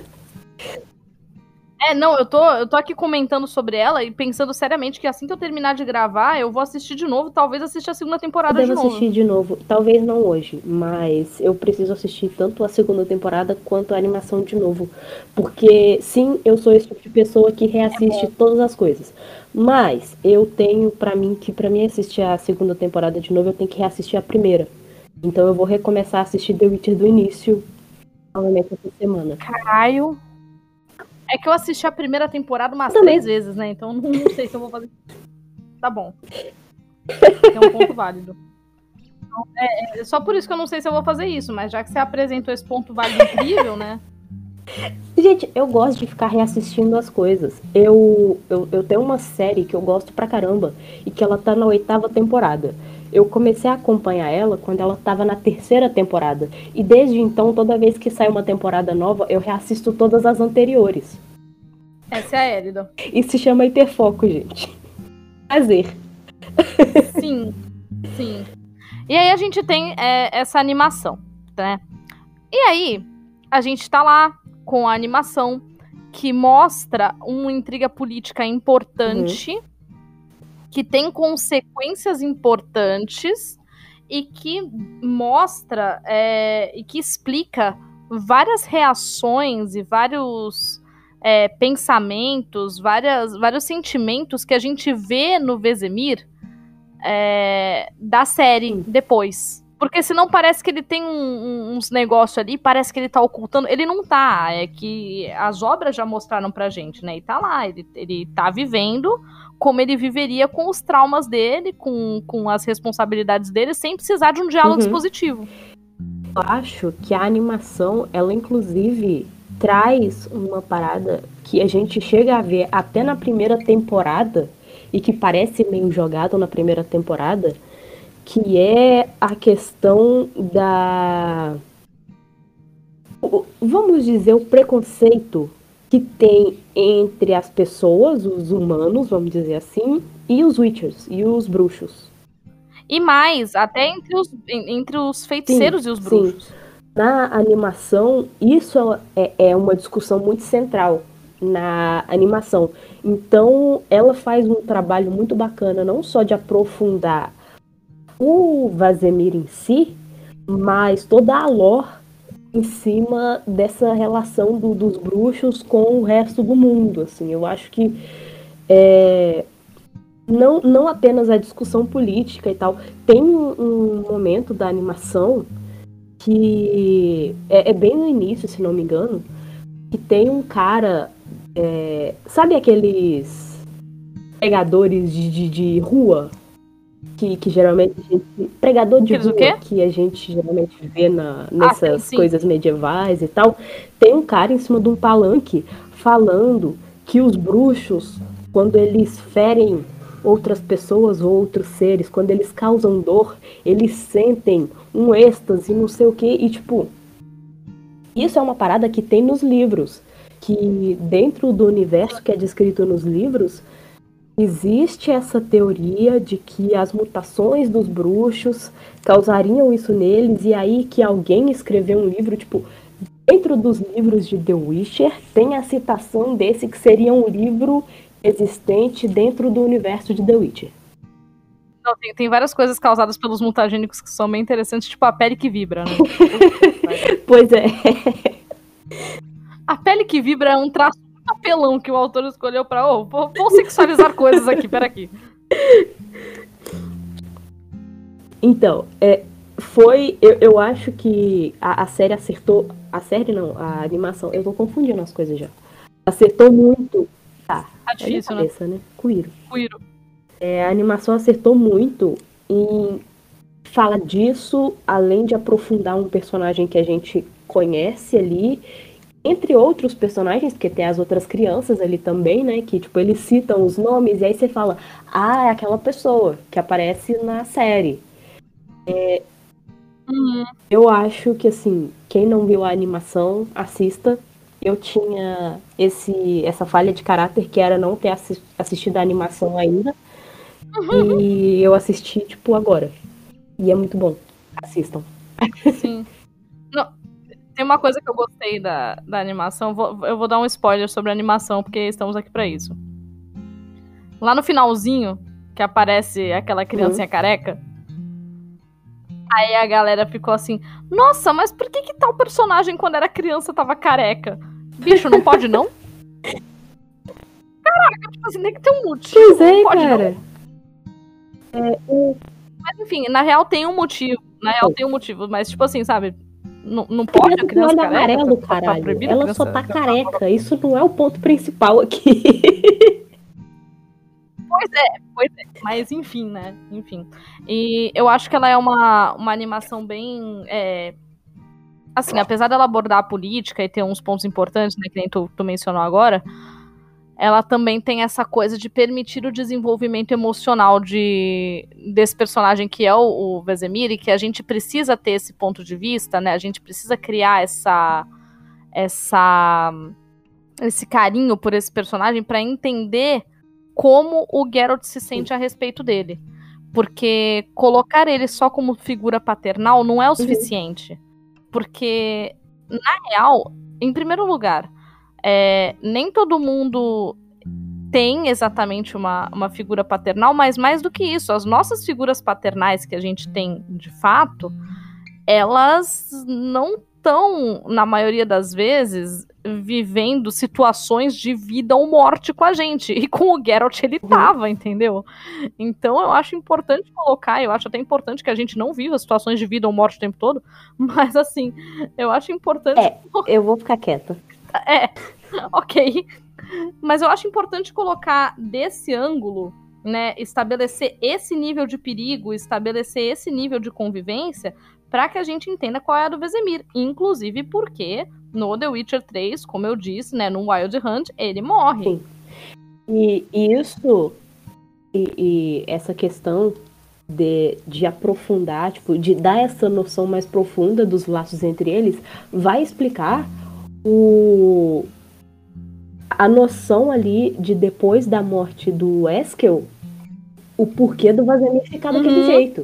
Não, eu tô aqui comentando sobre ela e pensando seriamente que assim que eu terminar de gravar, eu vou assistir de novo, talvez assistir a segunda temporada Eu de devo novo. assistir de novo, talvez não hoje, mas eu preciso assistir tanto a segunda temporada quanto a animação de novo. Porque, sim, eu sou esse tipo de pessoa que reassiste todas as coisas. Mas eu tenho pra mim que pra mim assistir a segunda temporada de novo, eu tenho que reassistir a primeira. Então eu vou recomeçar a assistir The Witcher do início, novamente essa semana. Caralho. É que eu assisti a primeira temporada umas Também. 3 vezes, né? Então não sei se eu vou fazer. Tá bom. É um ponto válido. Então, é só por isso que eu não sei se eu vou fazer isso, mas já que você apresentou esse ponto válido incrível, né? Gente, eu gosto de ficar reassistindo as coisas. Eu tenho uma série que eu gosto pra caramba e que ela tá na 8ª temporada. Eu comecei a acompanhar ela quando ela tava na 3ª temporada. E desde então, toda vez que sai uma temporada nova, eu reassisto todas as anteriores. Essa é a Elida. Isso se chama hiperfoco, gente. Prazer. Sim. E aí a gente tem essa animação, né? E aí, a gente tá lá com a animação que mostra uma intriga política importante, que tem consequências importantes e que mostra e que explica várias reações e vários pensamentos, vários sentimentos que a gente vê no Vesemir da série depois. Porque senão parece que ele tem uns negócios ali, parece que ele tá ocultando. Ele não tá, é que as obras já mostraram pra gente, né? E tá lá, ele tá vivendo como ele viveria com os traumas dele, com as responsabilidades dele, sem precisar de um diálogo expositivo. Eu acho que a animação, ela inclusive traz uma parada que a gente chega a ver até na primeira temporada, e que parece meio jogado na primeira temporada, que é a questão da... Vamos dizer, o preconceito que tem entre as pessoas, os humanos, vamos dizer assim, e os Witchers, e os bruxos. E mais, até entre os feiticeiros e os bruxos. Sim. Na animação, isso é uma discussão muito central na animação. Então, ela faz um trabalho muito bacana, não só de aprofundar o Vesemir em si, mas toda a lore em cima dessa relação dos bruxos com o resto do mundo. Assim, eu acho que não apenas a discussão política e tal, tem um momento da animação que é bem no início, se não me engano, que tem um cara, sabe aqueles pregadores de rua? Que geralmente a gente... Pregador de rua, que a gente geralmente vê nessas coisas medievais e tal. Tem um cara em cima de um palanque falando que os bruxos, quando eles ferem outras pessoas ou outros seres, quando eles causam dor, eles sentem um êxtase, não sei o quê. E, tipo, isso é uma parada que tem nos livros. Que dentro do universo que é descrito nos livros, existe essa teoria de que as mutações dos bruxos causariam isso neles, e aí que alguém escreveu um livro, tipo, dentro dos livros de The Witcher, tem a citação desse que seria um livro existente dentro do universo de The Witcher. Não, tem várias coisas causadas pelos mutagênicos que são bem interessantes, tipo a pele que vibra, né? Pois é. A pele que vibra é um traço apelão que o autor escolheu pra... vou sexualizar coisas aqui, peraí. Então, eu acho que a série acertou... A série não, a animação. Eu tô confundindo as coisas já. Acertou muito... Tá difícil, cabeça, né? Cuiro. A animação acertou muito em falar disso, além de aprofundar um personagem que a gente conhece ali... Entre outros personagens, porque tem as outras crianças ali também, né? Que, tipo, eles citam os nomes e aí você fala, é aquela pessoa que aparece na série. Eu acho que, assim, quem não viu a animação, assista. Eu tinha essa falha de caráter que era não ter assistido a animação ainda. E eu assisti, tipo, agora. E é muito bom. Assistam. Sim. Não, tem uma coisa que eu gostei da animação. Eu vou dar um spoiler sobre a animação, porque estamos aqui pra isso. Lá no finalzinho, que aparece aquela criancinha careca, aí a galera ficou assim, nossa, mas por que tal personagem quando era criança tava careca? Bicho, não pode não? Caraca, tipo assim, tem que ter um motivo. Pois é, não pode cara. não. Mas enfim, na real tem um motivo. Mas tipo assim, sabe? Não pode a criança olha careca? amarelo, Tá caralho. proibido a Ela criança- só tá careca. Isso não é o ponto principal aqui. Pois é. Mas enfim, né? Enfim. E eu acho que ela é uma animação bem... assim, apesar dela abordar a política e ter uns pontos importantes, né? Que nem tu mencionou agora, ela também tem essa coisa de permitir o desenvolvimento emocional desse personagem que é o Vesemir, e que a gente precisa ter esse ponto de vista, né? A gente precisa criar esse carinho por esse personagem para entender como o Geralt se sente a respeito dele. Porque colocar ele só como figura paternal não é o suficiente. Porque, na real, em primeiro lugar, nem todo mundo tem exatamente uma figura paternal, mas mais do que isso, as nossas figuras paternais que a gente tem de fato, elas não estão, na maioria das vezes, vivendo situações de vida ou morte com a gente. E com o Geralt ele tava, entendeu? Então eu acho importante colocar, eu acho até importante que a gente não viva situações de vida ou morte o tempo todo, mas assim, eu acho importante... Eu vou ficar quieta. Ok. Mas eu acho importante colocar desse ângulo, né, estabelecer esse nível de perigo, estabelecer esse nível de convivência, para que a gente entenda qual é a do Vesemir. Inclusive porque no The Witcher 3, como eu disse, né, no Wild Hunt, ele morre. Sim. E isso, e essa questão de aprofundar, tipo, de dar essa noção mais profunda dos laços entre eles, vai explicar a noção ali de depois da morte do Eskel, o porquê do Vesemir ficar daquele jeito.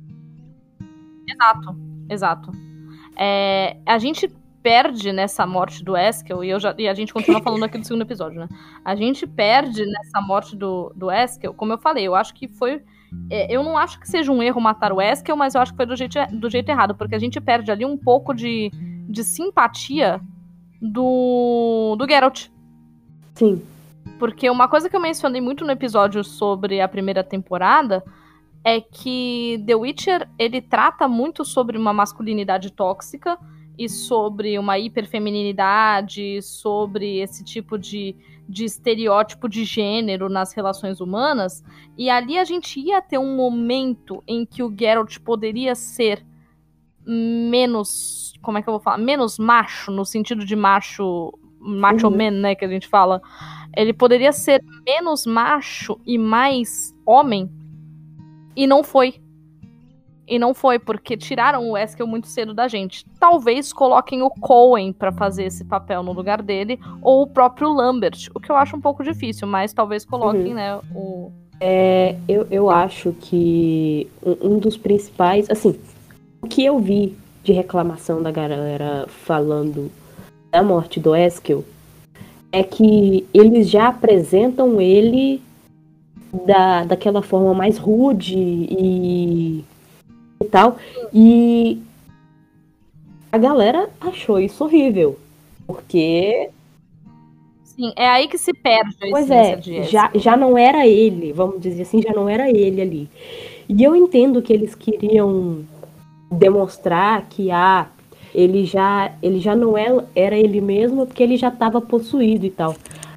Exato. A gente perde nessa morte do Eskel, e a gente continua falando aqui do segundo episódio, né? A gente perde nessa morte do Eskel, como eu falei, eu acho que foi... eu não acho que seja um erro matar o Eskel, mas eu acho que foi do jeito errado, porque a gente perde ali um pouco de simpatia do Geralt. Sim. Porque uma coisa que eu mencionei muito no episódio sobre a primeira temporada é que The Witcher, ele trata muito sobre uma masculinidade tóxica e sobre uma hiperfeminilidade, sobre esse tipo de estereótipo de gênero nas relações humanas, e ali a gente ia ter um momento em que o Geralt poderia ser menos, como é que eu vou falar? Menos macho, no sentido de macho man, né, que a gente fala. Ele poderia ser menos macho e mais homem, e não foi. E não foi, porque tiraram o Eskel muito cedo da gente. Talvez coloquem o Cohen pra fazer esse papel no lugar dele, ou o próprio Lambert, o que eu acho um pouco difícil, mas talvez coloquem, né, o... Eu acho que um dos principais, assim, o que eu vi de reclamação da galera falando da morte do Eskel é que eles já apresentam ele daquela forma mais rude e tal, e a galera achou isso horrível, porque... Sim, é aí que se perde a essência de Eskel. Já não era ele, vamos dizer assim, já não era ele ali. E eu entendo que eles queriam demonstrar que ele já não era ele mesmo, porque ele já estava possuído e tal.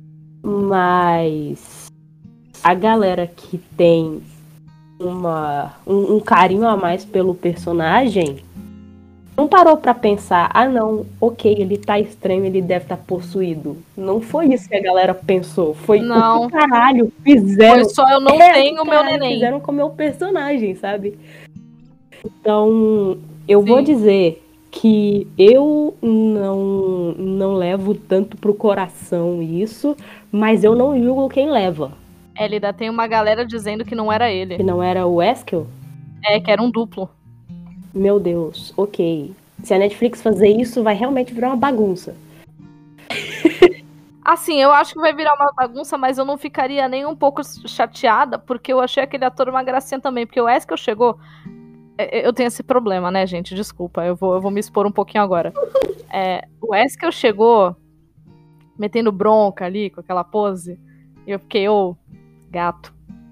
Mas a galera que tem um carinho a mais pelo personagem não parou pra pensar, não, ok, ele tá estranho, ele deve estar possuído. Não foi isso que a galera pensou. Foi não. O que caralho fizeram. Foi só eu não tenho o meu neném. Fizeram com o meu personagem, sabe? Então, Eu Sim. vou dizer que eu não levo tanto pro coração isso, mas eu não julgo quem leva. Ainda tem uma galera dizendo que não era ele. Que não era o Eskel? Que era um duplo. Meu Deus, ok. Se a Netflix fazer isso, vai realmente virar uma bagunça. Assim, eu acho que vai virar uma bagunça, mas eu não ficaria nem um pouco chateada, porque eu achei aquele ator uma gracinha também, porque o Eskel chegou... Eu tenho esse problema, né, gente? Desculpa, eu vou me expor um pouquinho agora. O Eskel chegou metendo bronca ali, com aquela pose, e eu fiquei, gato.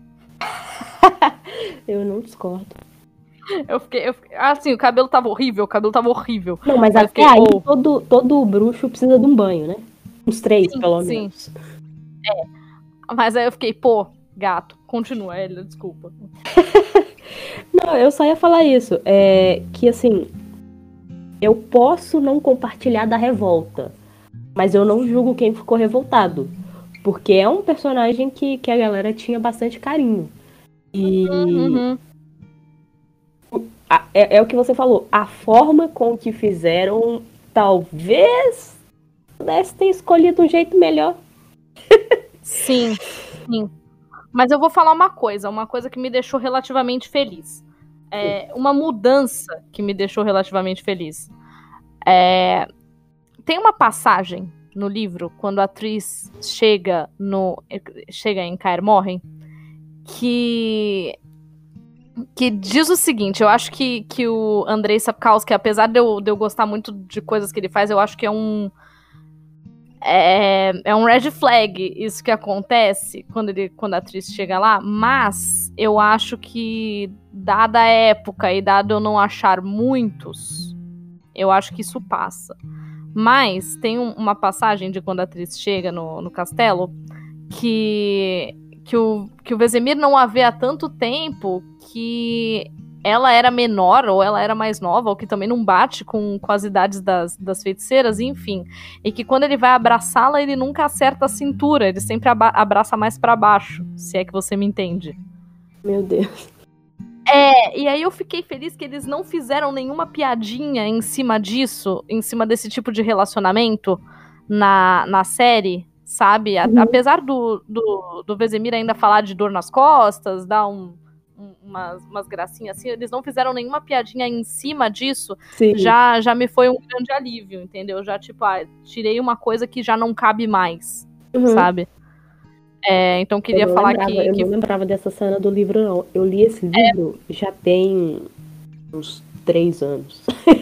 Eu não discordo. Eu fiquei, assim, o cabelo tava horrível. Não, mas até fiquei, aí, todo bruxo precisa de um banho, né? Uns 3, sim, pelo sim. menos. Mas aí eu fiquei, gato, continua, Elia, desculpa. Não, eu só ia falar isso. Que assim, eu posso não compartilhar da revolta, mas eu não julgo quem ficou revoltado. Porque é um personagem que a galera tinha bastante carinho. E é o que você falou. A forma com que fizeram, talvez pudesse ter escolhido um jeito melhor. Sim. Mas eu vou falar uma coisa que me deixou relativamente feliz. Uma mudança que me deixou relativamente feliz. Tem uma passagem no livro, quando a atriz chega em Kaer Morhen, que diz o seguinte, eu acho que o Andrei Sapkowski, apesar de eu gostar muito de coisas que ele faz, eu acho que é um red flag isso que acontece quando a atriz chega lá, mas eu acho que, dada a época e dado eu não achar muitos, eu acho que isso passa. Mas tem uma passagem de quando a atriz chega no castelo que o Vesemir não a vê há tanto tempo, que ela era menor ou ela era mais nova, ou que também não bate com as idades das feiticeiras, enfim. E que quando ele vai abraçá-la, ele nunca acerta a cintura, ele sempre abraça mais pra baixo, se é que você me entende. Meu Deus. E aí eu fiquei feliz que eles não fizeram nenhuma piadinha em cima disso, em cima desse tipo de relacionamento na série, sabe? Apesar do Vesemir ainda falar de dor nas costas, dar umas gracinhas assim, eles não fizeram nenhuma piadinha em cima disso. Sim. Já me foi um grande alívio, entendeu? Já, tipo, tirei uma coisa que já não cabe mais, sabe? Então queria falar que... Eu não lembrava dessa cena do livro, não. Eu li esse livro já tem uns 3 anos.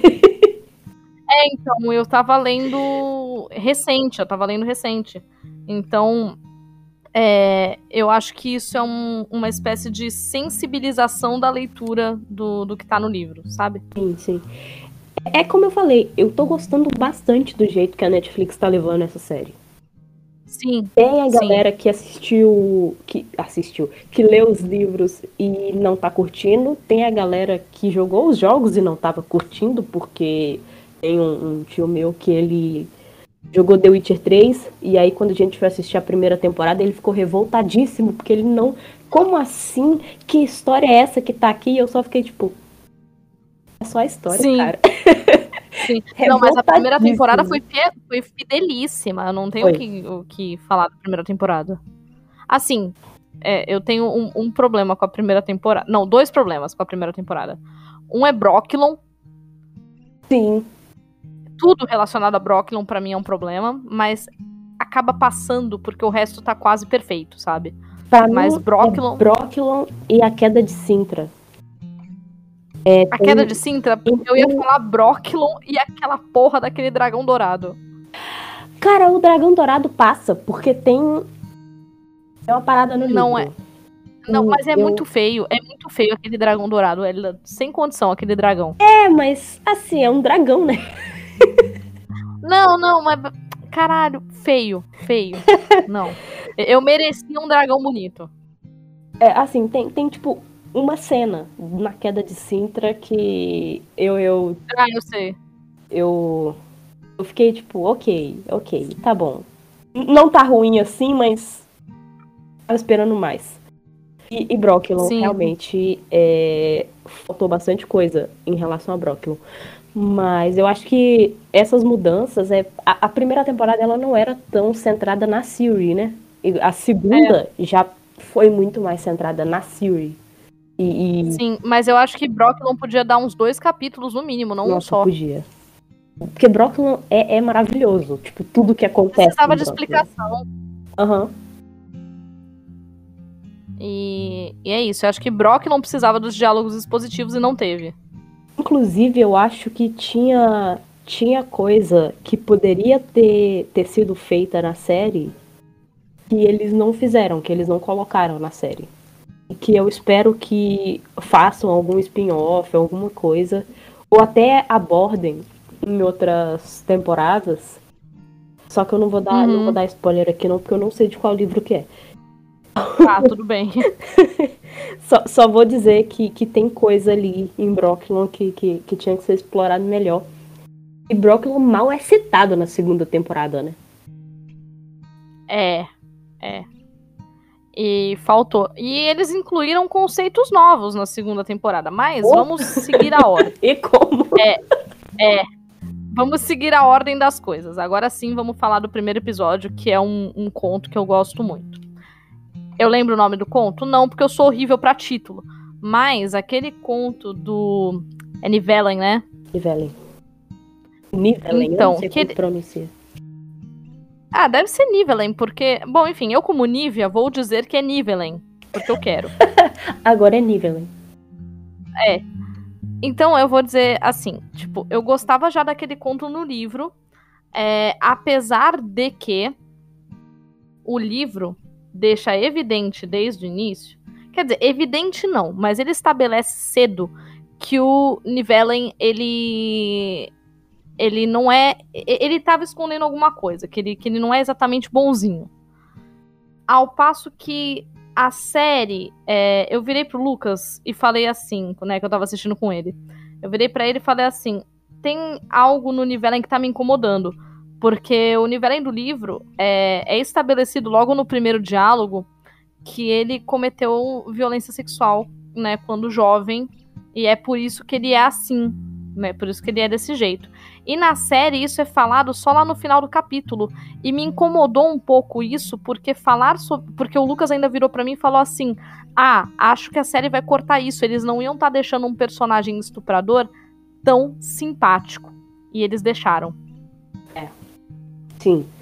Então, eu tava lendo recente. Então, eu acho que isso é uma espécie de sensibilização da leitura do que tá no livro, sabe? Sim. É como eu falei, eu tô gostando bastante do jeito que a Netflix tá levando essa série. Sim. Tem a galera que que leu os livros e não tá curtindo. Tem a galera que jogou os jogos e não tava curtindo, porque tem um tio meu que ele jogou The Witcher 3, e aí quando a gente foi assistir a primeira temporada, ele ficou revoltadíssimo, porque ele não... Como assim? Que história é essa que tá aqui? E eu só fiquei tipo... É só a história, sim. cara. Sim. Não, mas a primeira temporada foi fidelíssima. Eu não tenho o que falar da primeira temporada. Assim, eu tenho um problema com a primeira temporada. Não, 2 problemas com a primeira temporada. Um é Brocklon. Sim. Tudo relacionado a Brocklon pra mim é um problema, mas acaba passando porque o resto tá quase perfeito, sabe? Pra mas mim, Brocklon e a queda de Sintra. A queda de Sintra, eu ia falar Brocklon e aquela porra daquele dragão dourado. Cara, o dragão dourado passa, porque tem uma parada no livro. Não é. Não, mas muito feio. É muito feio aquele dragão dourado. Sem condição, aquele dragão. Mas assim, é um dragão, né? Não, mas... Caralho, feio. Não. Eu merecia um dragão bonito. Assim, tem tipo... uma cena na queda de Sintra que eu sei. Eu fiquei tipo, ok, tá bom. Não tá ruim assim, mas tava esperando mais. E Brooklyn, Sim. realmente, faltou bastante coisa em relação a Brooklyn. Mas eu acho que essas mudanças, a primeira temporada ela não era tão centrada na Siri, né? E a segunda já foi muito mais centrada na Siri. Sim, mas eu acho que Brooklyn podia dar uns 2 capítulos no mínimo, não um Nossa, só. podia. Porque Brooklyn é maravilhoso. Tipo, tudo que acontece. Precisava em de Brooklyn. explicação. Aham. E é isso. Eu acho que Brooklyn precisava dos diálogos expositivos e não teve. Inclusive, eu acho que tinha coisa que poderia ter sido feita na série que eles não fizeram, que eles não colocaram na série. E que eu espero que façam algum spin-off, alguma coisa, ou até abordem em outras temporadas. Só que eu não vou dar spoiler aqui não, porque eu não sei de qual livro que é. Tá, tudo bem. Só vou dizer que tem coisa ali em Brooklyn que tinha que ser explorado melhor. E Brooklyn mal é citado na segunda temporada, né? É. E faltou. E eles incluíram conceitos novos na segunda temporada, mas vamos seguir a ordem. E como? Vamos seguir a ordem das coisas. Agora sim, vamos falar do primeiro episódio, que é um conto que eu gosto muito. Eu lembro o nome do conto? Não, porque eu sou horrível pra título. Mas aquele conto do... É Nivellen, né? Nivellen, Então, eu não sei como pronuncia. Ah, deve ser Nivellen, porque... Bom, enfim, eu como Nívia vou dizer que é Nivellen, porque eu quero. Agora é Nivellen. Então eu vou dizer assim, tipo, eu gostava já daquele conto no livro, apesar de que o livro deixa evidente desde o início, quer dizer, evidente não, mas ele estabelece cedo que o Nivellen, ele não é, ele tava escondendo alguma coisa, que ele não é exatamente bonzinho. Ao passo que a série, eu virei pro Lucas e falei assim, né, que eu tava assistindo com ele. Eu virei pra ele e falei assim, tem algo no Nivellen que tá me incomodando. Porque o Nivellen do livro é estabelecido logo no primeiro diálogo que ele cometeu violência sexual, né, quando jovem. E é por isso que ele é assim, né, por isso que ele é desse jeito. E na série isso é falado só lá no final do capítulo. E me incomodou um pouco isso, porque porque o Lucas ainda virou pra mim e falou assim, acho que a série vai cortar isso, eles não iam estar deixando um personagem estuprador tão simpático. E eles deixaram. Sim.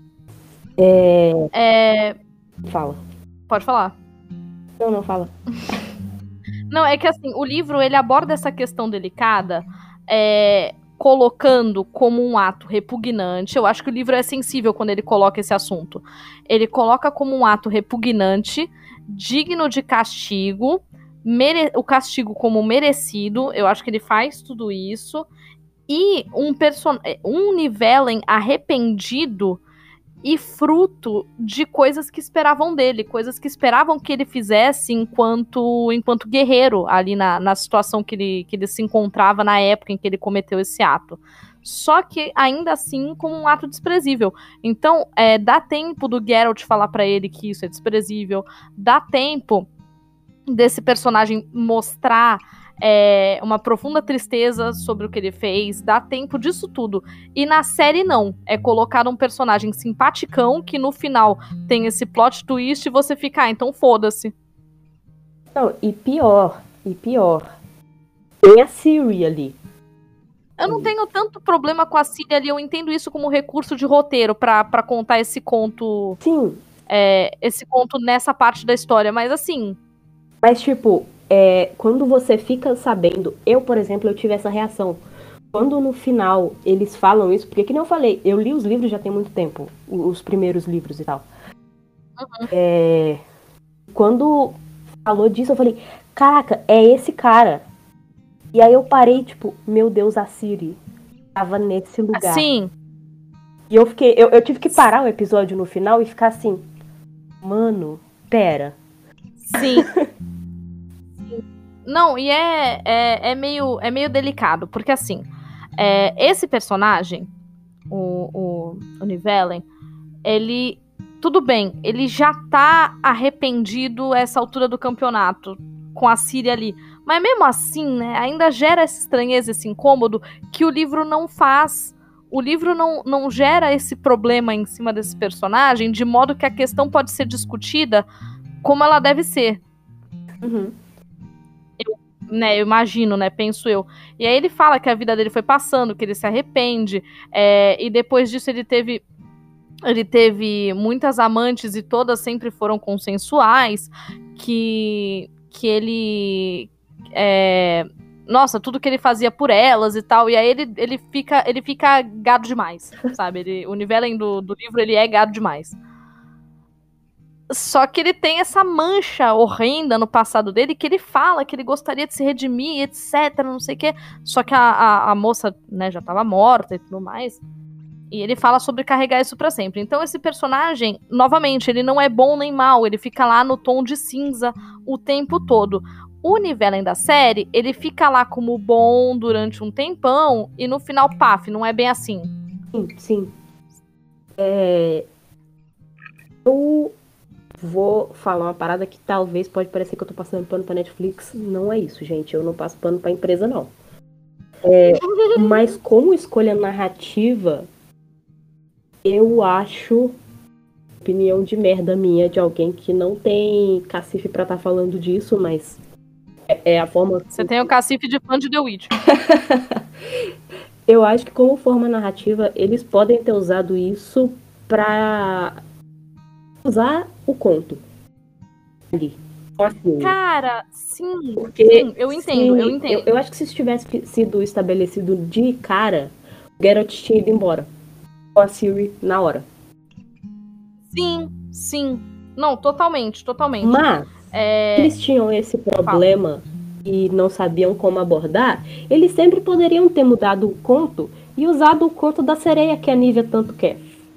Fala. Pode falar. Não, fala. Não, é que assim, o livro ele aborda essa questão delicada, colocando como um ato repugnante. Eu acho que o livro é sensível quando ele coloca esse assunto. Ele coloca como um ato repugnante, digno de castigo, o castigo como merecido. Eu acho que ele faz tudo isso. E um Nivellen arrependido e fruto de coisas que esperavam dele, coisas que esperavam que ele fizesse enquanto guerreiro ali na situação que ele se encontrava na época em que ele cometeu esse ato. Só que ainda assim como um ato desprezível. Então dá tempo do Geralt falar pra ele que isso é desprezível, dá tempo desse personagem mostrar uma profunda tristeza sobre o que ele fez, dá tempo disso tudo. E na série não, é colocado um personagem simpaticão que no final tem esse plot twist e você fica, então foda-se. Não, e pior, tem a Siri ali. Eu não tenho tanto problema com a Siri ali, eu entendo isso como recurso de roteiro pra contar esse conto. Sim. Esse conto nessa parte da história, mas assim... Mas tipo... quando você fica sabendo, eu, por exemplo, eu tive essa reação. Quando no final eles falam isso, porque que nem eu falei, eu li os livros já tem muito tempo, os primeiros livros e tal. Uhum. Quando falou disso, eu falei, caraca, é esse cara. E aí eu parei, tipo, meu Deus, a Siri tava nesse lugar. Sim. E eu tive que parar o episódio no final e ficar assim, mano, pera. Sim. Não, e é meio delicado, porque assim, esse personagem, o Nivellen, ele tudo bem, ele já tá arrependido a essa altura do campeonato, com a Ciri ali. Mas mesmo assim, né, ainda gera essa estranheza, esse incômodo, que o livro não faz. O livro não gera esse problema em cima desse personagem, de modo que a questão pode ser discutida como ela deve ser. Uhum. Eu imagino, né, penso eu. E aí ele fala que a vida dele foi passando, que ele se arrepende, e depois disso ele teve muitas amantes e todas sempre foram consensuais, que ele... nossa, tudo que ele fazia por elas e tal, e aí ele fica gado demais, sabe? O Nivellen do livro, ele é gado demais. Só que ele tem essa mancha horrenda no passado dele, que ele fala que ele gostaria de se redimir, etc, não sei o quê. Só que a moça, né, já tava morta e tudo mais. E ele fala sobre carregar isso pra sempre. Então esse personagem, novamente, ele não é bom nem mal, ele fica lá no tom de cinza o tempo todo. O Nivellen da série, ele fica lá como bom durante um tempão e no final, paf, não é bem assim. Sim. Eu vou falar uma parada que talvez pode parecer que eu tô passando pano pra Netflix. Não é isso, gente. Eu não passo pano pra empresa, não. Mas como escolha narrativa, eu acho... Opinião de merda minha, de alguém que não tem cacife pra estar falando disso, mas... É a forma... Você tem o cacife de fã de The Witch. Eu acho que como forma narrativa, eles podem ter usado isso pra usar o conto. Ali. Assim. Cara, sim. Porque, sim, eu entendo. Eu acho que se isso tivesse sido estabelecido de cara, o Geralt tinha ido embora. Com a Ciri na hora. Sim. Não, totalmente. Mas... eles tinham esse problema e não sabiam como abordar, eles sempre poderiam ter mudado o conto e usado o conto da sereia que a Nívia tanto quer.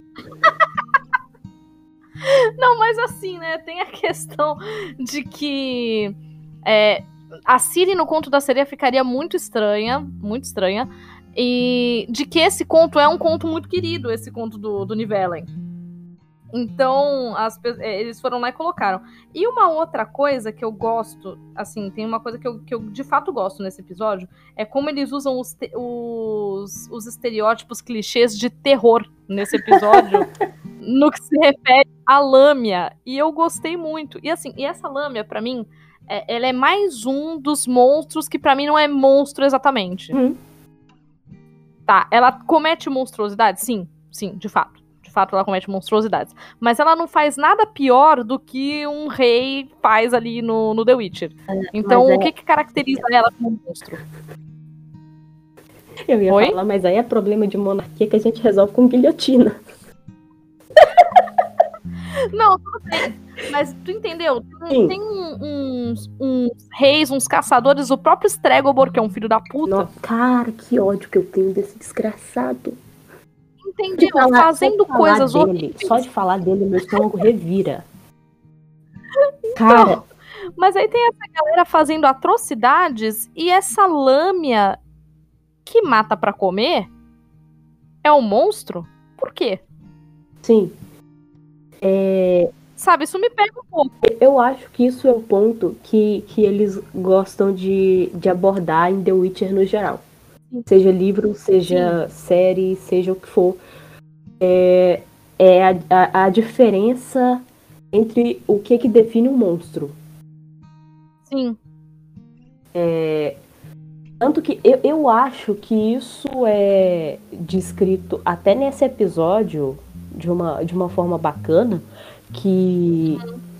Não, mas assim, né, tem a questão de que a Ciri no conto da sereia ficaria muito estranha, e de que esse conto é um conto muito querido, esse conto do Nivellen. Então, eles foram lá e colocaram. E uma outra coisa que eu gosto, assim, tem uma coisa que eu de fato gosto nesse episódio, é como eles usam os estereótipos clichês de terror nesse episódio, no que se refere à Lâmia. E eu gostei muito. E assim, essa Lâmia, pra mim, ela é mais um dos monstros que pra mim não é monstro exatamente. Tá, ela comete monstruosidade? Sim, de fato. De fato, ela comete monstruosidades. Mas ela não faz nada pior do que um rei faz ali no The Witcher. Então, o que caracteriza ela como monstro? Eu ia falar, mas aí é problema de monarquia que a gente resolve com guilhotina. Não, tudo bem. Mas tu entendeu? Tem uns reis, uns caçadores, o próprio Stregobor, que é um filho da puta. Nossa, cara, que ódio que eu tenho desse desgraçado. Entendeu? Fazendo coisas horríveis. Só de falar dele, meu estômago revira. Cara. Mas aí tem essa galera fazendo atrocidades e essa Lâmia que mata pra comer é um monstro? Por quê? Sim. Sabe, isso me pega um pouco. Eu acho que isso é o ponto que eles gostam de abordar em The Witcher no geral. Seja livro, seja série, seja o que for. A diferença entre o que define um monstro. Sim. Tanto que eu acho que isso é descrito até nesse episódio de uma forma bacana, que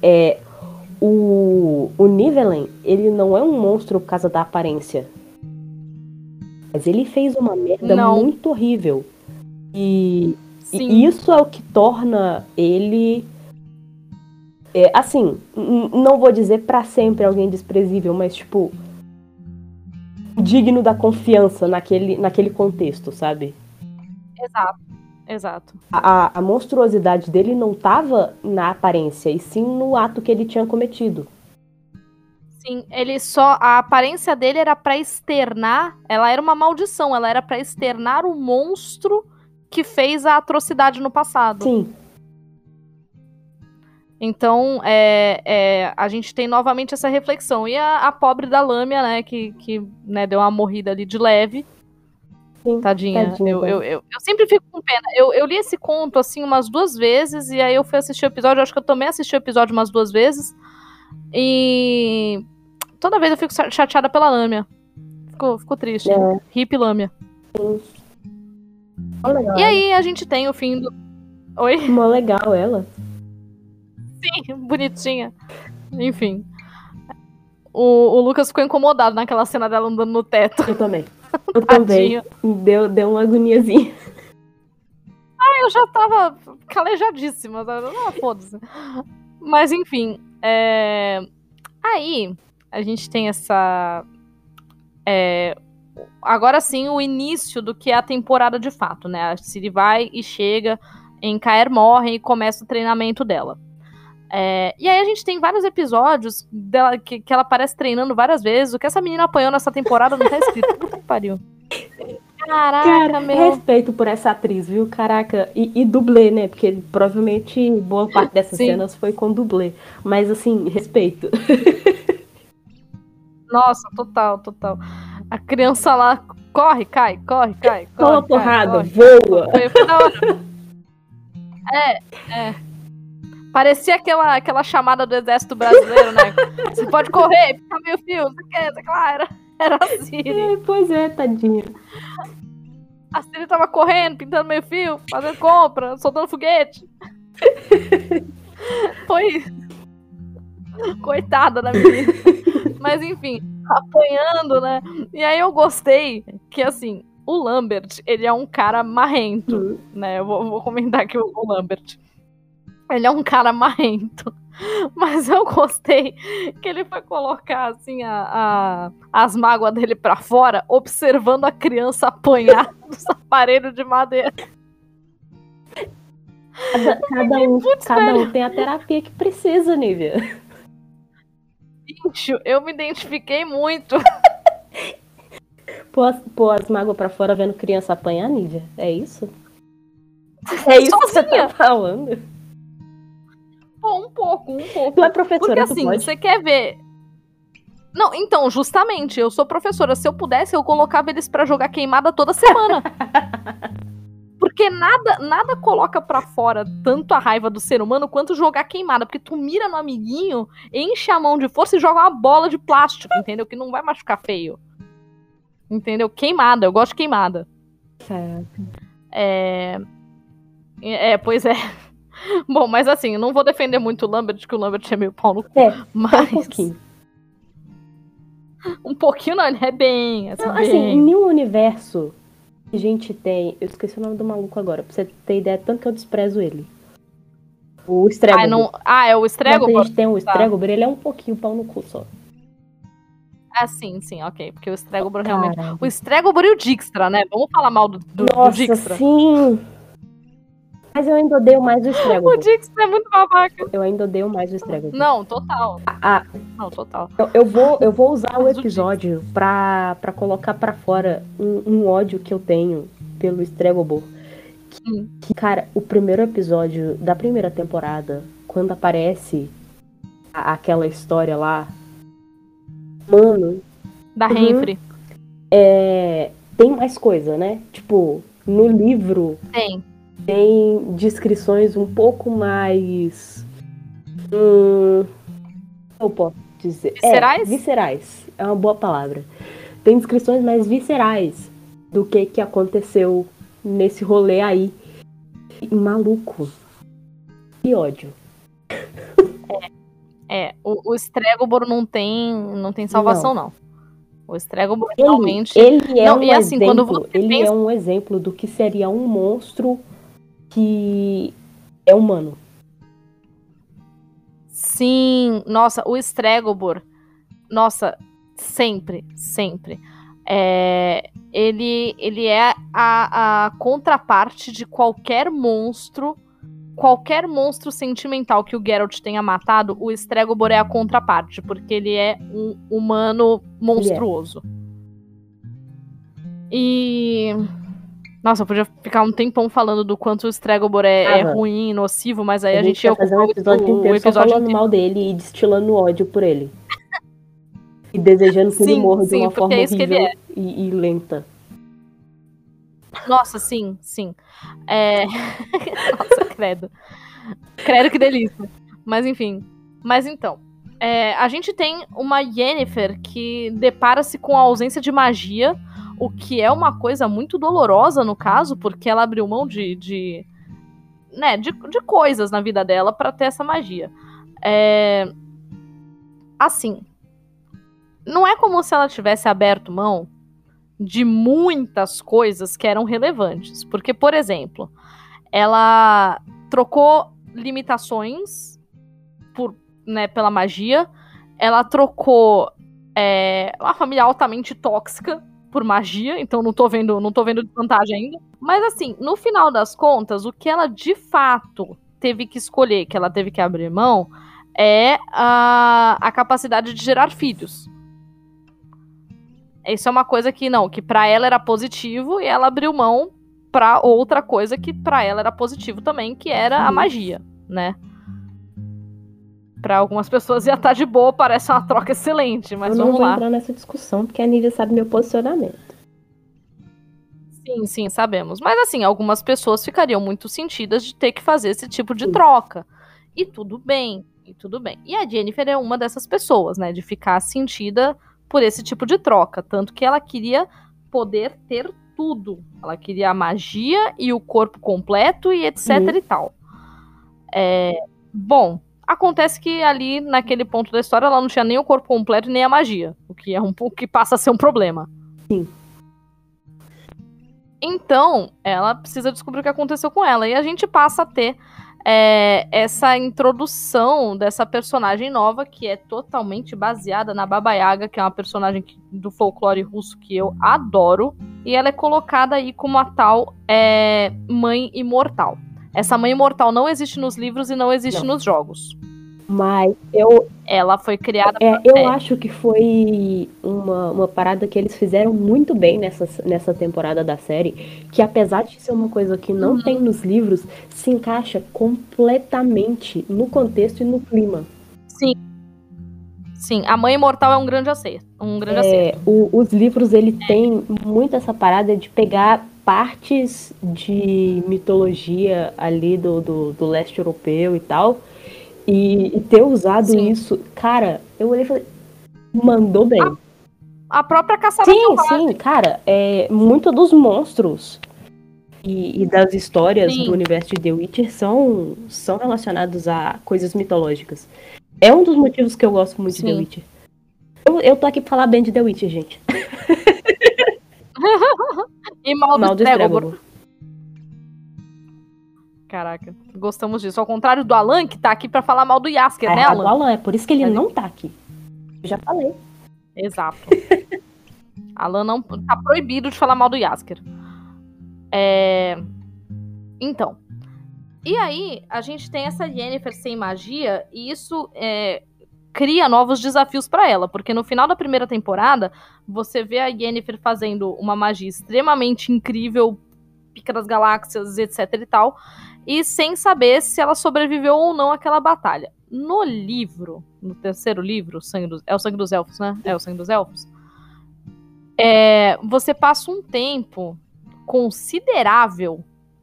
o Nivellen, ele não é um monstro por causa da aparência. Mas ele fez uma merda muito horrível. E isso é o que torna ele... assim, não vou dizer pra sempre alguém desprezível, mas tipo... digno da confiança naquele contexto, sabe? Exato. A monstruosidade dele não tava na aparência, e sim no ato que ele tinha cometido. Sim, a aparência dele era pra externar, ela era uma maldição, ela era pra externar o monstro que fez a atrocidade no passado. Sim. Então, a gente tem novamente essa reflexão. E a pobre da Lâmia, né, que né, deu uma morrida ali de leve. Sim, Tadinha. Eu sempre fico com pena. Eu li esse conto, assim, umas 2 vezes, e aí eu fui assistir o episódio. Eu acho que eu também assisti o episódio umas 2 vezes. E toda vez eu fico chateada pela Lâmia. Ficou triste. Hip Lâmia. E aí a gente tem o fim do... Oi? Mó legal ela. Sim, bonitinha. Enfim. O Lucas ficou incomodado naquela cena dela andando no teto. Eu também. Deu uma agoniazinha. Eu já tava calejadíssima. Foda-se. Mas enfim. Aí a gente tem essa... agora sim, o início do que é a temporada de fato, né? A Ciri vai e chega em Kaer Morhen e começa o treinamento dela. E aí a gente tem vários episódios dela que ela aparece treinando várias vezes. O que essa menina apanhou nessa temporada não tá escrito. Puta que pariu. Caraca, meu. Respeito por essa atriz, viu? Caraca. E dublê, né? Porque provavelmente boa parte dessas cenas foi com dublê. Mas assim, respeito. Nossa, total. A criança lá corre, cai. Toma porrada, corre. voa. Foi da hora. Parecia aquela chamada do exército brasileiro, né? Você pode correr, fica meio fio, sei lá, era a Ciri. Pois é, tadinha. A Ciri tava correndo, pintando meio fio, fazendo compra, soltando foguete. Foi... Coitada da menina. Mas enfim, apanhando, né? E aí eu gostei que, assim, o Lambert, ele é um cara marrento, né? Eu vou comentar aqui o Lambert. Ele é um cara marrento. Mas eu gostei que ele foi colocar, assim, as mágoas dele pra fora, observando a criança apanhar dos aparelhos de madeira. Cada um tem a terapia que precisa, Nívia. Bicho, eu me identifiquei muito. Pô as mágoas pra fora vendo criança apanhar, Nívia? É isso? É isso que você tá falando? Pô, um pouco. Tu é professora, porque assim, você quer ver... Não, então, justamente, eu sou professora. Se eu pudesse, eu colocava eles pra jogar queimada toda semana. Porque nada coloca pra fora tanto a raiva do ser humano quanto jogar queimada. Porque tu mira no amiguinho, enche a mão de força e joga uma bola de plástico, entendeu? Que não vai machucar feio. Entendeu? Queimada, eu gosto de queimada. Certo. Pois é. Bom, mas assim, eu não vou defender muito o Lambert, que o Lambert é meio pau no cu. Mas... um pouquinho. Um pouquinho não, ele é bem, assim, não, bem. Assim, em nenhum universo que a gente tem... Eu esqueci o nome do maluco agora, pra você ter ideia, tanto que eu desprezo ele. O Stregobor. É o Stregobor? A gente tem o Stregobor, ele é um pouquinho pau no cu só. Sim, ok. Porque o Stregobor realmente... O Stregobor e o Dijkstra, né? Vamos falar mal do Dijkstra. Sim! Mas eu ainda odeio mais o Stregobor. O Dijkstra é muito babaca. Eu ainda odeio mais o Stregobor. Não, total. Não, total. Eu vou usar o episódio pra colocar pra fora um ódio que eu tenho pelo Stregobor. Que, cara, o primeiro episódio da primeira temporada, quando aparece aquela história lá, mano... Da Renfrey. Tem mais coisa, né? Tipo, no livro... Tem descrições um pouco mais... eu posso dizer... Viscerais? Viscerais. É uma boa palavra. Tem descrições mais viscerais do que aconteceu nesse rolê aí. Maluco. Que ódio. O Stregobor não tem salvação, não. O Stregobor realmente... Ele é é um exemplo do que seria um monstro que é humano. Sim, nossa, o Stregobor, nossa, sempre. Ele é a contraparte de qualquer monstro sentimental que o Geralt tenha matado. O Stregobor é a contraparte, porque ele é um humano monstruoso. E Nossa, eu podia ficar um tempão falando do quanto o Stregobor é ruim e nocivo, mas aí a gente ia fazer um episódio inteiro só falando mal dele e destilando ódio por ele. E desejando que ele morra de uma forma horrível e lenta. Nossa, sim. Nossa, credo. Credo, que delícia. Mas enfim. Mas então, a gente tem uma Yennefer que depara-se com a ausência de magia, o que é uma coisa muito dolorosa no caso, porque ela abriu mão de coisas na vida dela pra ter essa magia. Assim, não é como se ela tivesse aberto mão de muitas coisas que eram relevantes. Porque, por exemplo, ela trocou limitações pela magia. Ela trocou uma família altamente tóxica por magia. Então não tô vendo desvantagem ainda. Mas assim, no final das contas, o que ela de fato teve que escolher, que ela teve que abrir mão, é a capacidade de gerar filhos. Isso é uma coisa que pra ela era positivo, e ela abriu mão pra outra coisa que pra ela era positivo também, que era a magia, né? Pra algumas pessoas ia estar de boa, parece uma troca excelente, mas vamos lá. Eu não vou entrar nessa discussão, porque a Nívia sabe meu posicionamento. Sim, sabemos. Mas assim, algumas pessoas ficariam muito sentidas de ter que fazer esse tipo de troca. E tudo bem. E a Yennefer é uma dessas pessoas, né? De ficar sentida por esse tipo de troca. Tanto que ela queria poder ter tudo. Ela queria a magia e o corpo completo e etc e tal. Bom, acontece que ali, naquele ponto da história, ela não tinha nem o corpo completo nem a magia. O que é que passa a ser um problema. Sim. Então, ela precisa descobrir o que aconteceu com ela. E a gente passa a ter essa introdução dessa personagem nova, que é totalmente baseada na Baba Yaga, que é uma personagem do folclore russo que eu adoro. E ela é colocada aí como a tal mãe imortal. Essa mãe imortal não existe nos livros e não existe nos jogos. Mas ela foi criada... eu acho que foi uma parada que eles fizeram muito bem nessa temporada da série, que apesar de ser uma coisa que não tem nos livros, se encaixa completamente no contexto e no clima. Sim, a Mãe Imortal é um grande acerto. Os livros, ele tem muito essa parada de pegar partes de mitologia ali do leste europeu e tal, e ter usado isso, cara, eu olhei e falei, mandou bem. A própria caçada selvagem. Sim, cara, muito dos monstros e das histórias do universo de The Witcher são relacionados a coisas mitológicas. É um dos motivos que eu gosto muito de The Witcher. Eu tô aqui pra falar bem de The Witcher, gente. E mal do Stregobor. Caraca, gostamos disso. Ao contrário do Alan, que tá aqui pra falar mal do Jaskier, né, Alan? Do Alan, é por isso que ele não tá aqui. Eu já falei. Exato. Alan não tá proibido de falar mal do Jaskier. Então. E aí, a gente tem essa Yennefer sem magia, e isso cria novos desafios pra ela, porque no final da primeira temporada, você vê a Yennefer fazendo uma magia extremamente incrível, pica das galáxias, etc e tal, e sem saber se ela sobreviveu ou não àquela batalha. No livro, no terceiro livro, é o Sangue dos Elfos, né? É o Sangue dos Elfos. Você passa um tempo considerável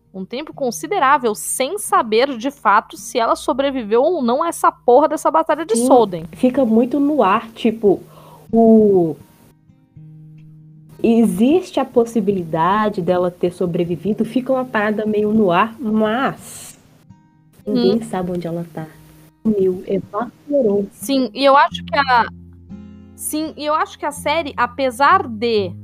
sem saber de fato se ela sobreviveu ou não a essa porra dessa batalha de Sodden. Fica muito no ar, tipo, existe a possibilidade dela ter sobrevivido, fica uma parada meio no ar, mas ninguém sabe onde ela tá. Evaporou. Sim, e eu acho que a série, apesar de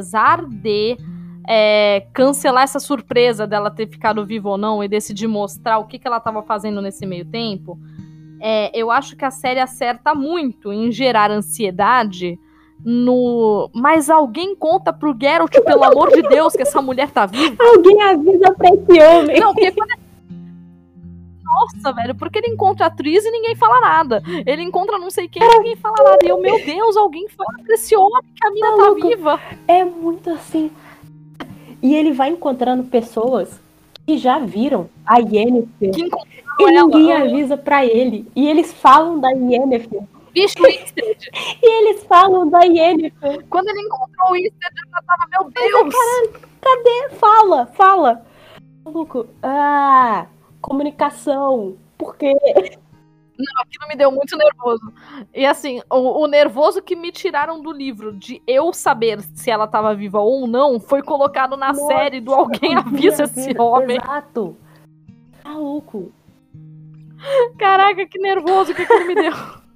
cancelar essa surpresa dela ter ficado viva ou não e decidir mostrar o que ela estava fazendo nesse meio tempo, eu acho que a série acerta muito em gerar ansiedade mas alguém conta pro Geralt, pelo amor de Deus, que essa mulher tá viva? Alguém avisa pra esse homem. Não, porque Nossa, velho, porque ele encontra a atriz e ninguém fala nada. Ele encontra não sei quem e ninguém fala nada. E eu, meu Deus, alguém fala pra esse homem que a mina tá viva. É muito assim. E ele vai encontrando pessoas que já viram a Yennefer. E ninguém avisa pra ele. E eles falam da Yennefer. Bicho, Eastred. E eles falam da Yennefer. Quando ele encontrou o Eastred, eu já tava, meu Deus! Caralho, cadê? Fala. Maluco, comunicação. Por quê? Não, aquilo me deu muito nervoso. E assim, o nervoso que me tiraram do livro, de eu saber se ela tava viva ou não, foi colocado na série do Alguém Avisa Esse Homem. Exato. Maluco. Caraca, que nervoso que aquilo me deu.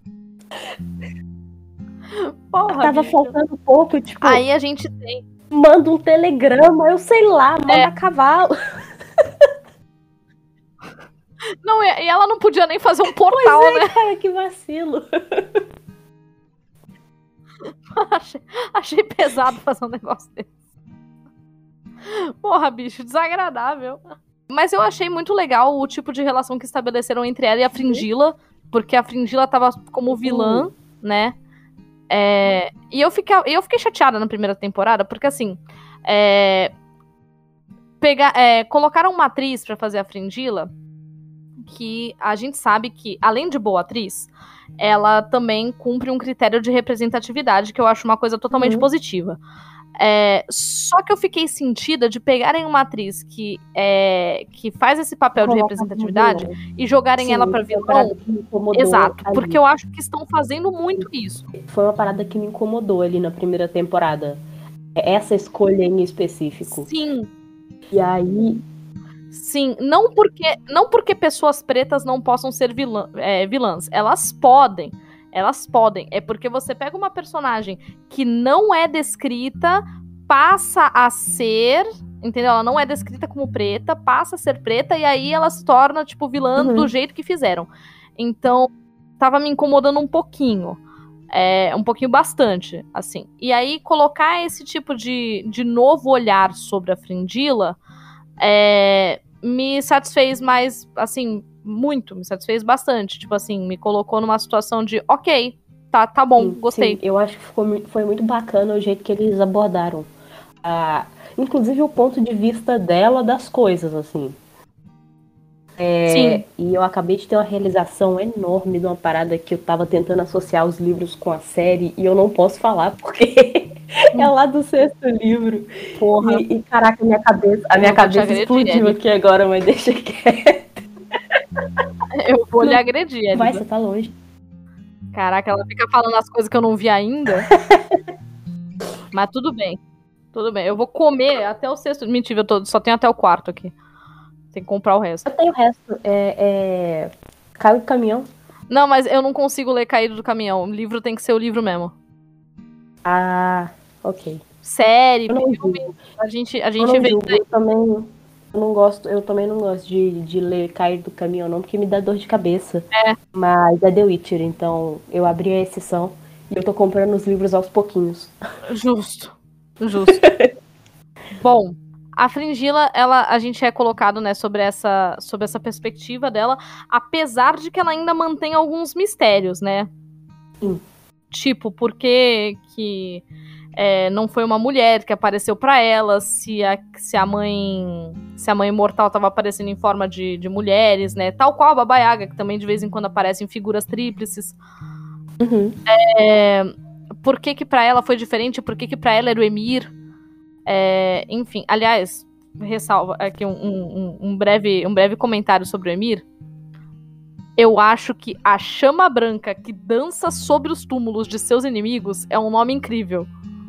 Porra, tava bicho. faltando pouco, tipo... Aí a gente tem... Manda um telegrama, eu sei lá, manda cavalo. Não, e ela não podia nem fazer um portal, né? Cara, que vacilo. Achei pesado fazer um negócio desse. Porra, bicho, desagradável. Mas eu achei muito legal o tipo de relação que estabeleceram entre ela e a Fringilla, porque a Fringilla tava como vilã, né? E eu fiquei chateada na primeira temporada, porque assim, colocaram uma atriz pra fazer a Fringilla, que a gente sabe que, além de boa atriz, ela também cumpre um critério de representatividade, que eu acho uma coisa totalmente positiva. Só que eu fiquei sentida de pegarem uma atriz que faz esse papel de representatividade e jogarem ela pra vilão. Exato, ali. Porque eu acho que estão fazendo muito isso. Foi uma parada que me incomodou ali na primeira temporada. Essa escolha em específico. Sim. E aí... Sim, não porque pessoas pretas não possam ser vilãs. Elas podem. É porque você pega uma personagem que não é descrita, passa a ser, entendeu? Ela não é descrita como preta, passa a ser preta, e aí ela se torna, tipo, vilã do jeito que fizeram. Então, tava me incomodando um pouquinho. Um pouquinho bastante, assim. E aí, colocar esse tipo de novo olhar sobre a Fringilla... me satisfez mais, assim, muito, me satisfez bastante, tipo assim, me colocou numa situação de, ok, tá bom, gostei. Sim, eu acho que foi muito bacana o jeito que eles abordaram, inclusive o ponto de vista dela das coisas, assim. Sim. E eu acabei de ter uma realização enorme de uma parada que eu tava tentando associar os livros com a série, e eu não posso falar, porque... É lá do 6º livro. Porra. E caraca, a minha cabeça explodiu aqui agora, mas deixa quieto. Eu vou lhe agredir, Elida. Vai, você tá longe. Caraca, ela fica falando as coisas que eu não vi ainda. Mas tudo bem. Eu vou comer até o 6º. Mentira, só tenho até o 4º aqui. Tem que comprar o resto. Eu tenho o resto. Caiu do caminhão. Não, mas eu não consigo ler Caído do Caminhão. O livro tem que ser o livro mesmo. Ok. Série, filme, a gente vê isso aí. Eu também não gosto de ler Cair do Caminhão, não, porque me dá dor de cabeça. Mas é The Witcher, então eu abri a exceção e eu tô comprando os livros aos pouquinhos. Justo. Bom, a Fringilla, a gente é colocado, né, sobre essa perspectiva dela, apesar de que ela ainda mantém alguns mistérios, né? Sim. Tipo, por que não foi uma mulher que apareceu pra ela, se a mãe imortal tava aparecendo em forma de mulheres, né? Tal qual a Baba Yaga, que também de vez em quando aparece em figuras tríplices. Por que pra ela foi diferente? Por que pra ela era o Emhyr? Enfim, aliás, ressalva aqui um breve comentário sobre o Emhyr. Eu acho que a chama branca que dança sobre os túmulos de seus inimigos é um nome incrível.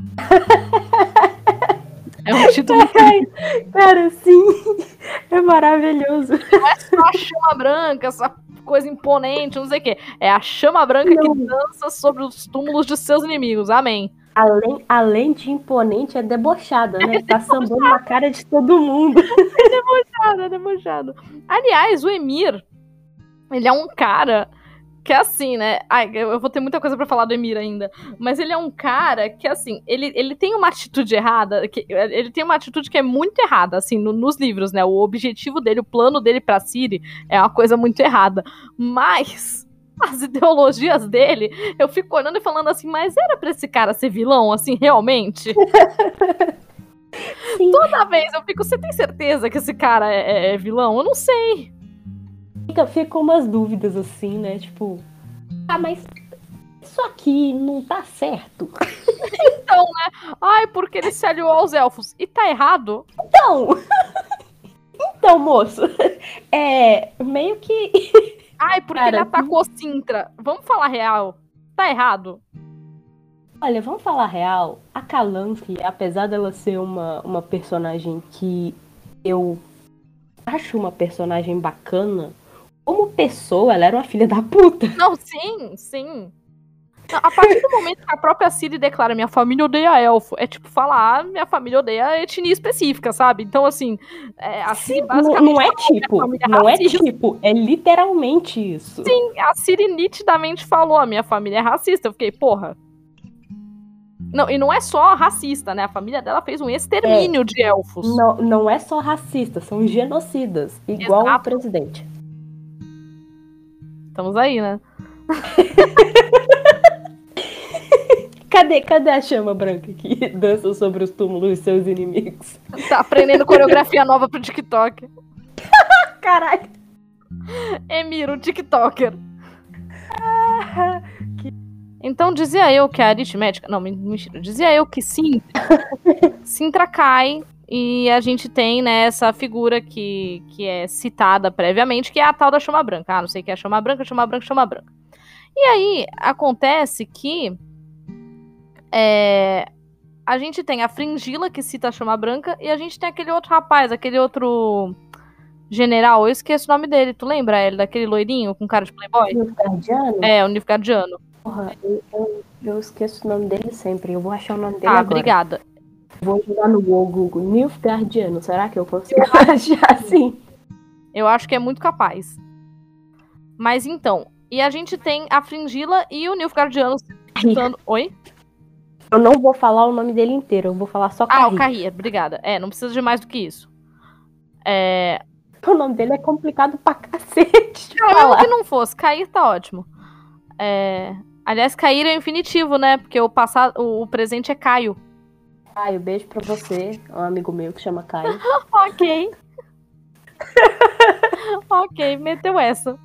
É um título incrível. Cara, sim. É maravilhoso. Não é só a chama branca, essa coisa imponente, não sei o quê. É a chama branca que dança sobre os túmulos de seus inimigos. Amém. Além de imponente, é debochada, né? Tá sambando na cara de todo mundo. É debochado. Aliás, o Emhyr, ele é um cara que, assim, né? Eu vou ter muita coisa pra falar do Emhyr ainda. Mas ele é um cara que, assim, ele tem uma atitude errada. Ele tem uma atitude que é muito errada, assim, nos livros, né? O objetivo dele, o plano dele pra Ciri é uma coisa muito errada. Mas as ideologias dele, eu fico olhando e falando assim, mas era pra esse cara ser vilão, assim, realmente? Sim. Toda vez eu fico, você tem certeza que esse cara é vilão? Eu não sei. Fica umas dúvidas assim, né? Tipo, mas isso aqui não tá certo. Então, né? Ai, porque ele se aliou aos elfos. E tá errado? Então, moço, meio que... Ai, porque Cara, ele atacou Sintra. Vamos falar real. Tá errado? Olha, vamos falar real. A Calanthe, apesar dela ser uma personagem que eu acho uma personagem bacana, como pessoa, ela era uma filha da puta. Não, sim. Não, a partir do momento que a própria Ciri declara minha família odeia elfo, é tipo falar minha família odeia etnia específica, sabe? Então, assim, a Ciri basicamente... Não é tipo, é literalmente isso. Sim, a Ciri nitidamente falou, a minha família é racista. Eu fiquei, porra... Não, e não é só racista, né? A família dela fez um extermínio de elfos. Não é só racista, são genocidas. Igual o presidente. Estamos aí, né? Cadê a chama branca que dança sobre os túmulos dos seus inimigos? Tá aprendendo coreografia nova pro TikTok. Caralho. Emir, o TikToker. Então dizia eu que a aritmética... Não, mentira. Dizia eu que Sintra cai e a gente tem, né, essa figura que é citada previamente, que é a tal da chama branca. Ah, não sei o que é chama branca. E aí acontece que a gente tem a Fringilla, que cita a chama branca, e a gente tem aquele outro rapaz, aquele outro general, eu esqueço o nome dele, tu lembra, ele, daquele loirinho com cara de playboy? O Nilfgaardiano? É, o Nilfgaardiano. Porra, eu esqueço o nome dele sempre. Eu vou achar o nome dele agora. Obrigada. Vou jogar no Google Nilfgaardiano. Será que eu consigo achar assim? Eu acho que é muito capaz. Mas então, e a gente tem a Fringilla e o Nilfgaardiano citando... Oi? Eu não vou falar o nome dele inteiro, eu vou falar só Carrier. Ah, o Carrier, obrigada. Não precisa de mais do que isso. O nome dele é complicado pra cacete. Mesmo que não fosse, Cair tá ótimo. Aliás, Cair é infinitivo, né? Porque o presente é Caio. Caio, beijo pra você, um amigo meu que chama Caio. Ok. Ok, meteu essa.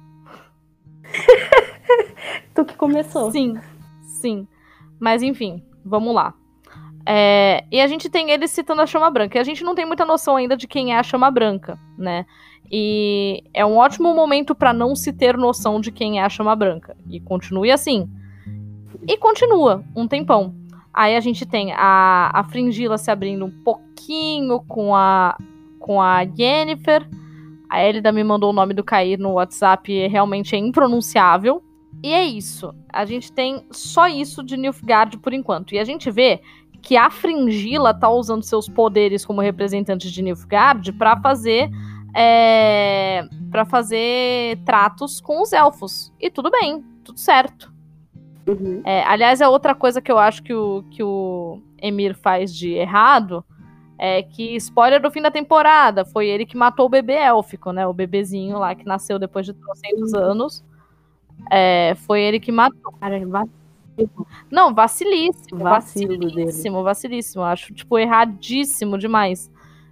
Tu que começou. Sim. Mas enfim, vamos lá. E a gente tem ele citando a chama branca. E a gente não tem muita noção ainda de quem é a chama branca, né? E é um ótimo momento pra não se ter noção de quem é a chama branca. E continue assim. E continua um tempão. Aí a gente tem a Fringilla se abrindo um pouquinho com a Yennefer. A Elida me mandou o nome do Cair no WhatsApp e realmente é impronunciável. E é isso. A gente tem só isso de Nilfgaard por enquanto. E a gente vê que a Fringilla tá usando seus poderes como representante de Nilfgaard pra fazer tratos com os elfos. E tudo bem, tudo certo. Uhum. Aliás, é outra coisa que eu acho que o Emir faz de errado, é que, spoiler do fim da temporada, foi ele que matou o bebê élfico, né? O bebezinho lá que nasceu depois de 300 anos. Foi ele que matou. Cara, Não, vacilíssimo. Vacilo Vacilíssimo. Acho, tipo, erradíssimo demais.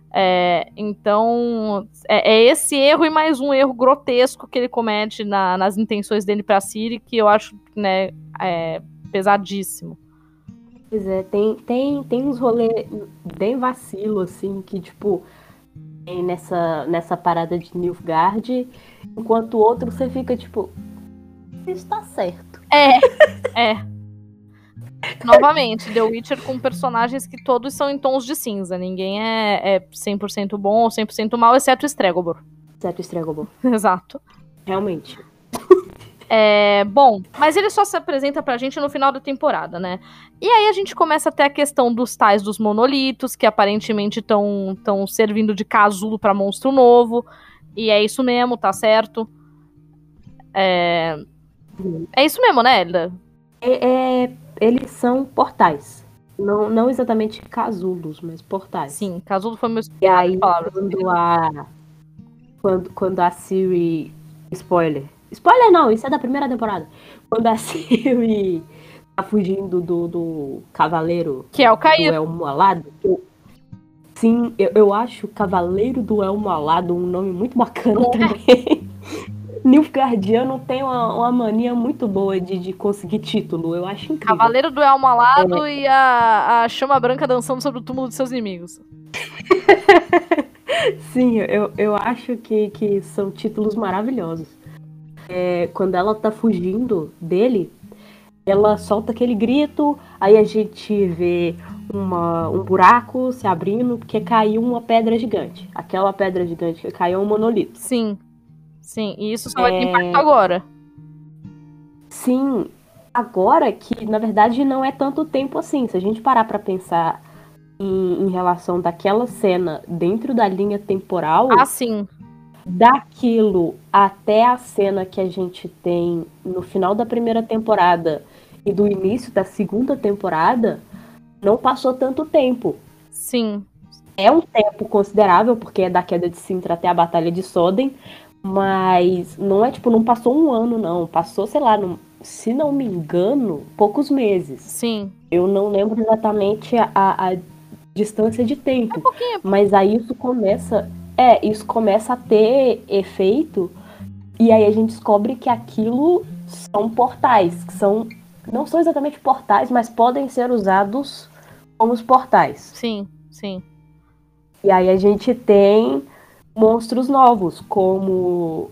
Então, esse erro e mais um erro grotesco que ele comete nas intenções dele pra Ciri, que eu acho, né, pesadíssimo. Pois é, tem uns rolês bem vacilo, assim, que, tipo, tem nessa parada de Nilfgaard, enquanto o outro você fica, tipo, isso tá certo. Novamente, The Witcher com personagens que todos são em tons de cinza. Ninguém é 100% bom ou 100% mal, exceto o Stregobor. Exato. Realmente. Bom, mas ele só se apresenta pra gente no final da temporada, né? E aí a gente começa a ter a questão dos tais dos monolitos, que aparentemente estão servindo de casulo pra monstro novo. E é isso mesmo, tá certo? É isso mesmo, né, Elida? Eles são portais. Não exatamente casulos, mas portais. Sim, casulo foi meu... E aí, quando a Ciri... Spoiler não, isso é da primeira temporada. Quando a Ciri tá fugindo do cavaleiro... Que é o Cair. Do Elmo alado. Sim, eu acho Cavaleiro do Elmo Alado um nome muito bacana também. Nilfgaardiano tem uma mania muito boa de conseguir título. Eu acho incrível. Cavaleiro do Elmo Alado e a Chama Branca dançando sobre o túmulo de seus inimigos. Sim, eu acho que são títulos maravilhosos. Quando ela tá fugindo dele, ela solta aquele grito, aí a gente vê um buraco se abrindo, porque caiu uma pedra gigante. Aquela pedra gigante que caiu é um monolito. Sim, e isso só vai ter impacto agora. Sim, agora que, na verdade, não é tanto tempo assim. Se a gente parar pra pensar em relação daquela cena dentro da linha temporal... Ah, sim. Daquilo até a cena que a gente tem no final da primeira temporada e do início da segunda temporada, não passou tanto tempo. Sim. É um tempo considerável, porque é da queda de Sintra até a Batalha de Soden, mas não é tipo, não passou um ano, não. Passou, sei lá, se não me engano, poucos meses. Sim. Eu não lembro exatamente a distância de tempo. É pouquinho. Mas aí isso começa a ter efeito, e aí a gente descobre que aquilo são portais, que não são exatamente portais, mas podem ser usados como os portais. Sim. E aí a gente tem monstros novos, como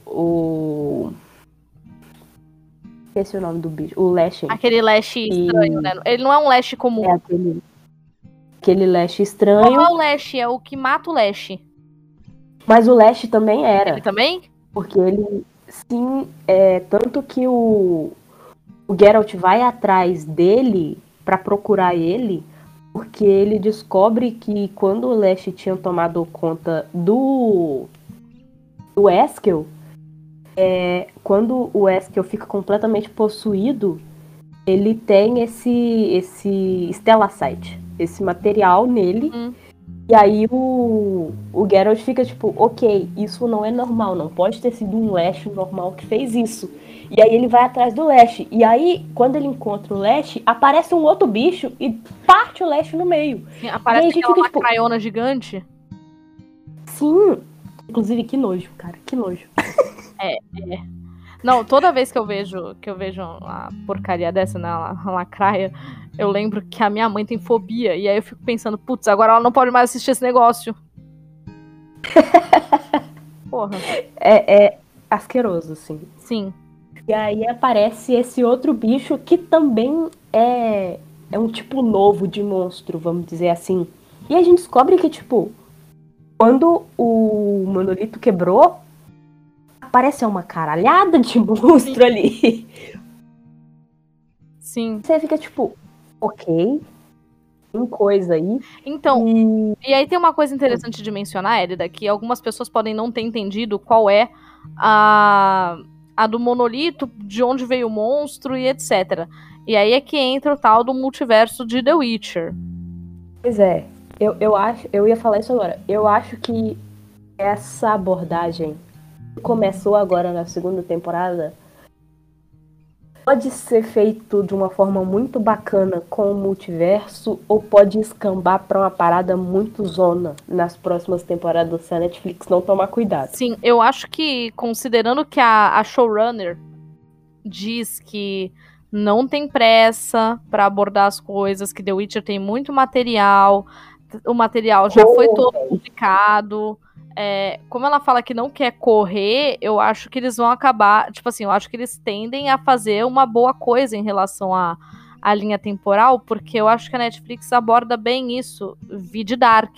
Esqueci o nome do bicho, o Lashin. Aquele Lash estranho, né? Ele não é um Lash comum. É aquele Lash estranho. Não é o Lash, é o que mata o Lash. Mas o Lash também era. Ele também? Porque ele, sim, tanto que o Geralt vai atrás dele pra procurar ele, porque ele descobre que quando o Lash tinha tomado conta do Eskel, quando o Eskel fica completamente possuído, ele tem esse Stellacite, esse material nele. E aí o Geralt fica tipo, ok, isso não é normal, não pode ter sido um Lash normal que fez isso. E aí ele vai atrás do Lash. E aí, quando ele encontra o Lash, aparece um outro bicho e parte o Lash no meio. Sim, aparece aquela fica, macraiona gigante. Sim. Inclusive, que nojo, cara, que nojo. Não, toda vez que eu vejo uma porcaria dessa, né, uma lacraia, eu lembro que a minha mãe tem fobia. E aí eu fico pensando, putz, agora ela não pode mais assistir esse negócio. Porra. É asqueroso, assim. Sim. E aí aparece esse outro bicho que também é um tipo novo de monstro, vamos dizer assim. E a gente descobre que, tipo, quando o monolito quebrou, aparece uma caralhada de monstro ali. Sim. Você fica tipo, ok, tem coisa aí. Então, e aí tem uma coisa interessante de mencionar, Elida, que algumas pessoas podem não ter entendido qual é a do monolito, de onde veio o monstro e etc. E aí é que entra o tal do multiverso de The Witcher. Pois é, eu ia falar isso agora. Eu acho que essa abordagem começou agora na segunda temporada, pode ser feito de uma forma muito bacana com o multiverso, ou pode escambar pra uma parada muito zona nas próximas temporadas se a Netflix não tomar cuidado. Sim, eu acho que, considerando que a showrunner diz que não tem pressa pra abordar as coisas, que The Witcher tem muito material, o material já foi todo publicado. Como ela fala que não quer correr, eu acho que eles vão acabar, tipo assim, eu acho que eles tendem a fazer uma boa coisa em relação à linha temporal, porque eu acho que a Netflix aborda bem isso, vide Dark.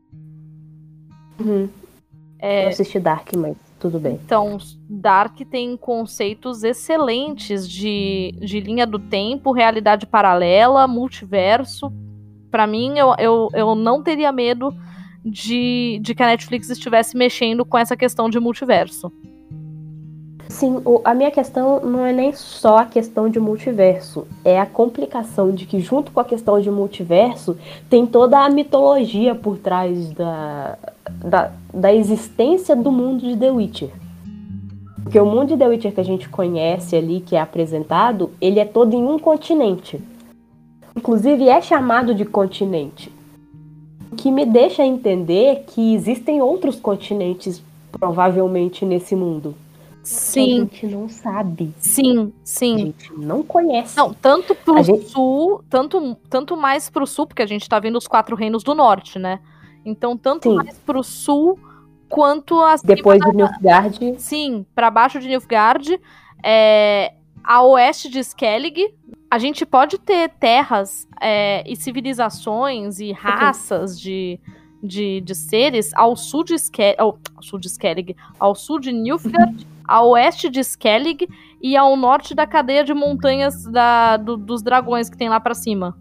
Eu assisti Dark, mas tudo bem. Então, Dark tem conceitos excelentes de linha do tempo, realidade paralela, multiverso. Pra mim, eu não teria medo de que a Netflix estivesse mexendo com essa questão de multiverso. Sim, a minha questão não é nem só a questão de multiverso, é a complicação de que junto com a questão de multiverso tem toda a mitologia por trás da existência do mundo de The Witcher. Porque o mundo de The Witcher que a gente conhece ali, que é apresentado, ele é todo em um continente. Inclusive é chamado de continente. Que que me deixa entender que existem outros continentes, provavelmente, nesse mundo. Sim. Que a gente não sabe. Sim. A gente não conhece. Não, tanto pro sul, tanto mais pro sul, porque a gente tá vendo os 4 reinos do norte, né? Então, tanto mais pro sul, quanto acima depois de Nilfgaard. Sim, pra baixo de Nilfgaard, a oeste de Skellig. A gente pode ter terras e civilizações e raças de seres ao sul de Skellig, ao sul de Nilfgaard, a oeste de Skellig e ao norte da cadeia de montanhas dos dragões que tem lá pra cima.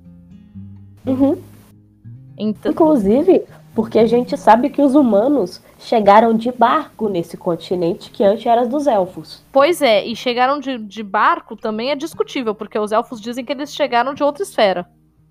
Então... Inclusive, porque a gente sabe que os humanos chegaram de barco nesse continente que antes era dos elfos. Pois é, e chegaram de barco também é discutível, porque os elfos dizem que eles chegaram de outra esfera.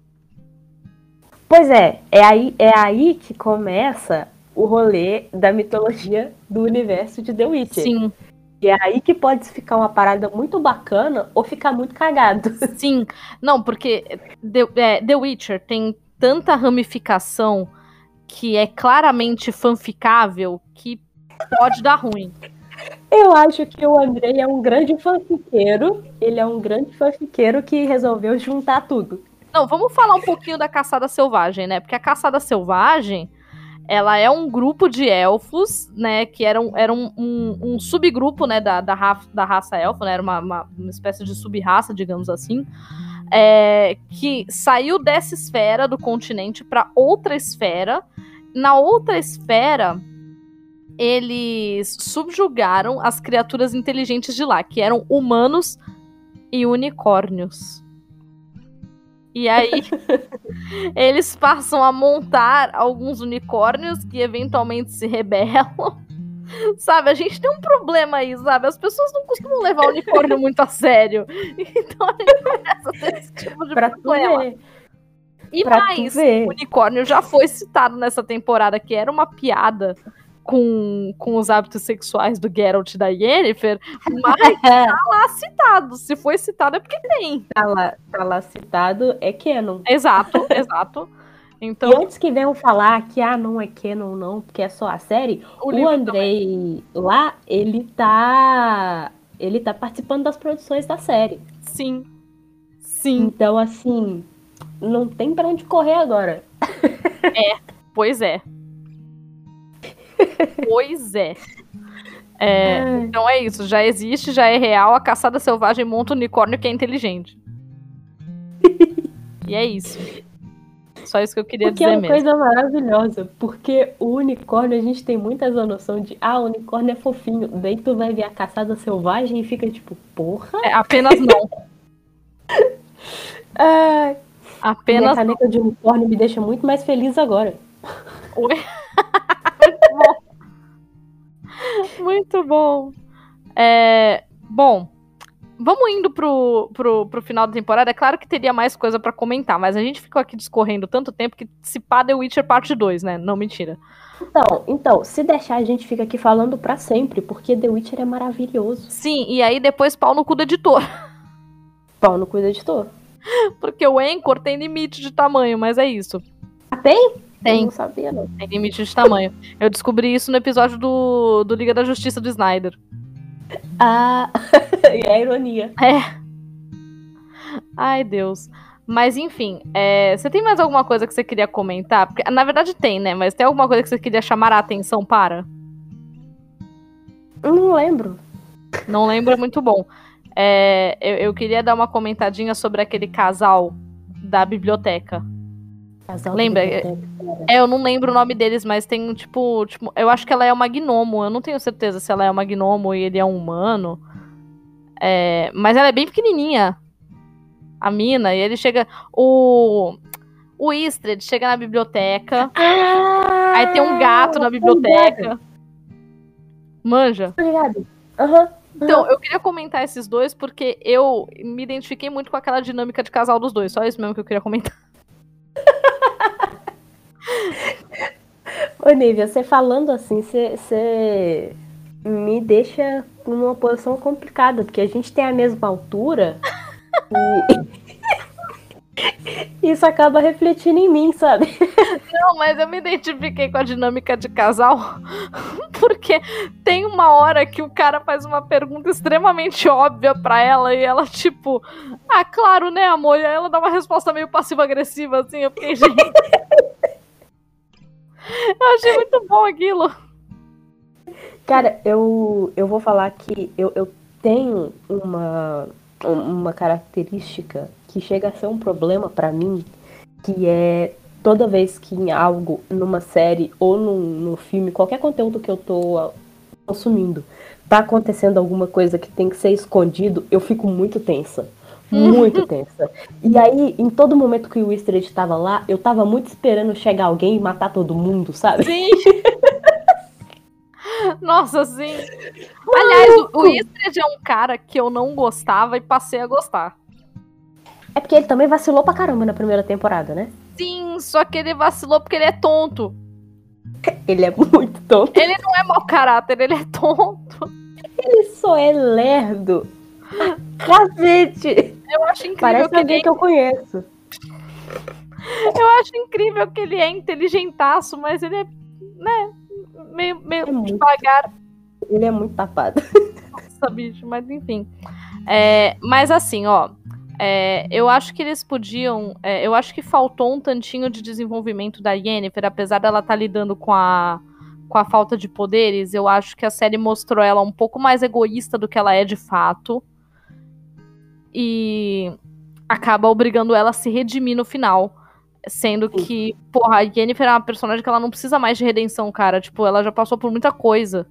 Pois é aí que começa o rolê da mitologia do universo de The Witcher. Sim. E é aí que pode ficar uma parada muito bacana ou ficar muito cagado. Sim, não, porque The Witcher tem tanta ramificação que é claramente fanficável que pode dar ruim. Eu acho que o Andrei é um grande fanfiqueiro. Ele é um grande fanfiqueiro que resolveu juntar tudo. Não, vamos falar um pouquinho da Caçada Selvagem, né? Porque a Caçada Selvagem, ela é um grupo de elfos, né? Que era um subgrupo, né? Da raça elfa, né? Era uma espécie de sub-raça, digamos assim. Que saiu dessa esfera do continente para outra esfera. Na outra esfera, eles subjugaram as criaturas inteligentes de lá, que eram humanos e unicórnios. E aí, eles passam a montar alguns unicórnios que eventualmente se rebelam. Sabe, a gente tem um problema aí, sabe? As pessoas não costumam levar o unicórnio muito a sério. Então a gente começa a ter esse tipo de problema. E mais, o unicórnio já foi citado nessa temporada, que era uma piada com os hábitos sexuais do Geralt e da Yennefer, mas tá lá citado. Se foi citado é porque tem. Tá lá citado, é canon. Exato. Então, e antes que venham falar que não é canon não, porque é só a série, o Andrei lá, ele tá participando das produções da série. Sim. Então, assim, não tem pra onde correr agora. Pois é. Então é isso, já existe, já é real. A Caçada Selvagem monta um unicórnio que é inteligente. E é isso. Só isso que eu queria dizer mesmo. Que é uma coisa maravilhosa, porque o unicórnio, a gente tem muita noção de, o unicórnio é fofinho, daí tu vai ver a Caçada Selvagem e fica tipo, porra? Apenas não. Apenas minha caneca de unicórnio me deixa muito mais feliz agora. Oi? Muito bom. Bom, vamos indo pro final da temporada. É claro que teria mais coisa pra comentar, mas a gente ficou aqui discorrendo tanto tempo que se pá The Witcher parte 2, né? Não, mentira. Então, se deixar a gente fica aqui falando pra sempre, porque The Witcher é maravilhoso. Sim, e aí depois pau no cu do editor. Pau no cu do editor. Porque o Anchor tem limite de tamanho, mas é isso. Tem? Tem. Eu não sabia, não. Tem limite de tamanho. Eu descobri isso no episódio do Liga da Justiça do Snyder. E a ironia. Ai, Deus. Mas, enfim, você tem mais alguma coisa que você queria comentar? Porque, na verdade tem, né? Mas tem alguma coisa que você queria chamar a atenção para? Não lembro. Não lembro, é muito bom. Eu queria dar uma comentadinha sobre aquele casal da biblioteca. Lembra? Eu não lembro o nome deles, mas tem tipo, eu acho que ela é uma gnomo. Eu não tenho certeza se ela é uma gnomo e ele é um humano. Mas ela é bem pequenininha, a mina, e ele chega. O Istred chega na biblioteca. Aí tem um gato na biblioteca. Manja? Obrigado. Então, eu queria comentar esses dois porque eu me identifiquei muito com aquela dinâmica de casal dos dois. Só isso mesmo que eu queria comentar. Ô, Nívia, você falando assim, você me deixa numa posição complicada, porque a gente tem a mesma altura e isso acaba refletindo em mim, sabe? Não, mas eu me identifiquei com a dinâmica de casal, porque tem uma hora que o cara faz uma pergunta extremamente óbvia pra ela, e ela tipo, ah, claro, né, amor? E aí ela dá uma resposta meio passiva-agressiva, assim, eu fiquei, gente... Eu achei muito bom aquilo. Cara, eu vou falar que eu tenho uma característica que chega a ser um problema pra mim, que é toda vez que em algo, numa série ou no filme, qualquer conteúdo que eu tô consumindo, tá acontecendo alguma coisa que tem que ser escondido, eu fico muito tensa. Muito tensa. E aí, em todo momento que o Easter Egg tava lá, eu tava muito esperando chegar alguém e matar todo mundo, sabe? Sim. Nossa, sim. Aliás, o Easter Egg é um cara que eu não gostava e passei a gostar. É porque ele também vacilou pra caramba na primeira temporada, né? Sim, só que ele vacilou porque ele é tonto. Ele é muito tonto. Ele não é mau caráter, ele é tonto. Ele só é lerdo. Cacete! Eu acho incrível Parece que alguém que eu conheço. Eu acho incrível que ele é inteligentaço, mas ele é, né, meio muito devagar. Ele é muito tapado. Nossa, bicho, mas enfim. Mas assim, ó, eu acho que eles podiam... eu acho que faltou um tantinho de desenvolvimento da Yennefer, apesar dela estar lidando com a falta de poderes. Eu acho que a série mostrou ela um pouco mais egoísta do que ela é de fato. E acaba obrigando ela a se redimir no final. Sendo que, porra, a Yennefer é uma personagem que ela não precisa mais de redenção, cara. Tipo, ela já passou por muita coisa.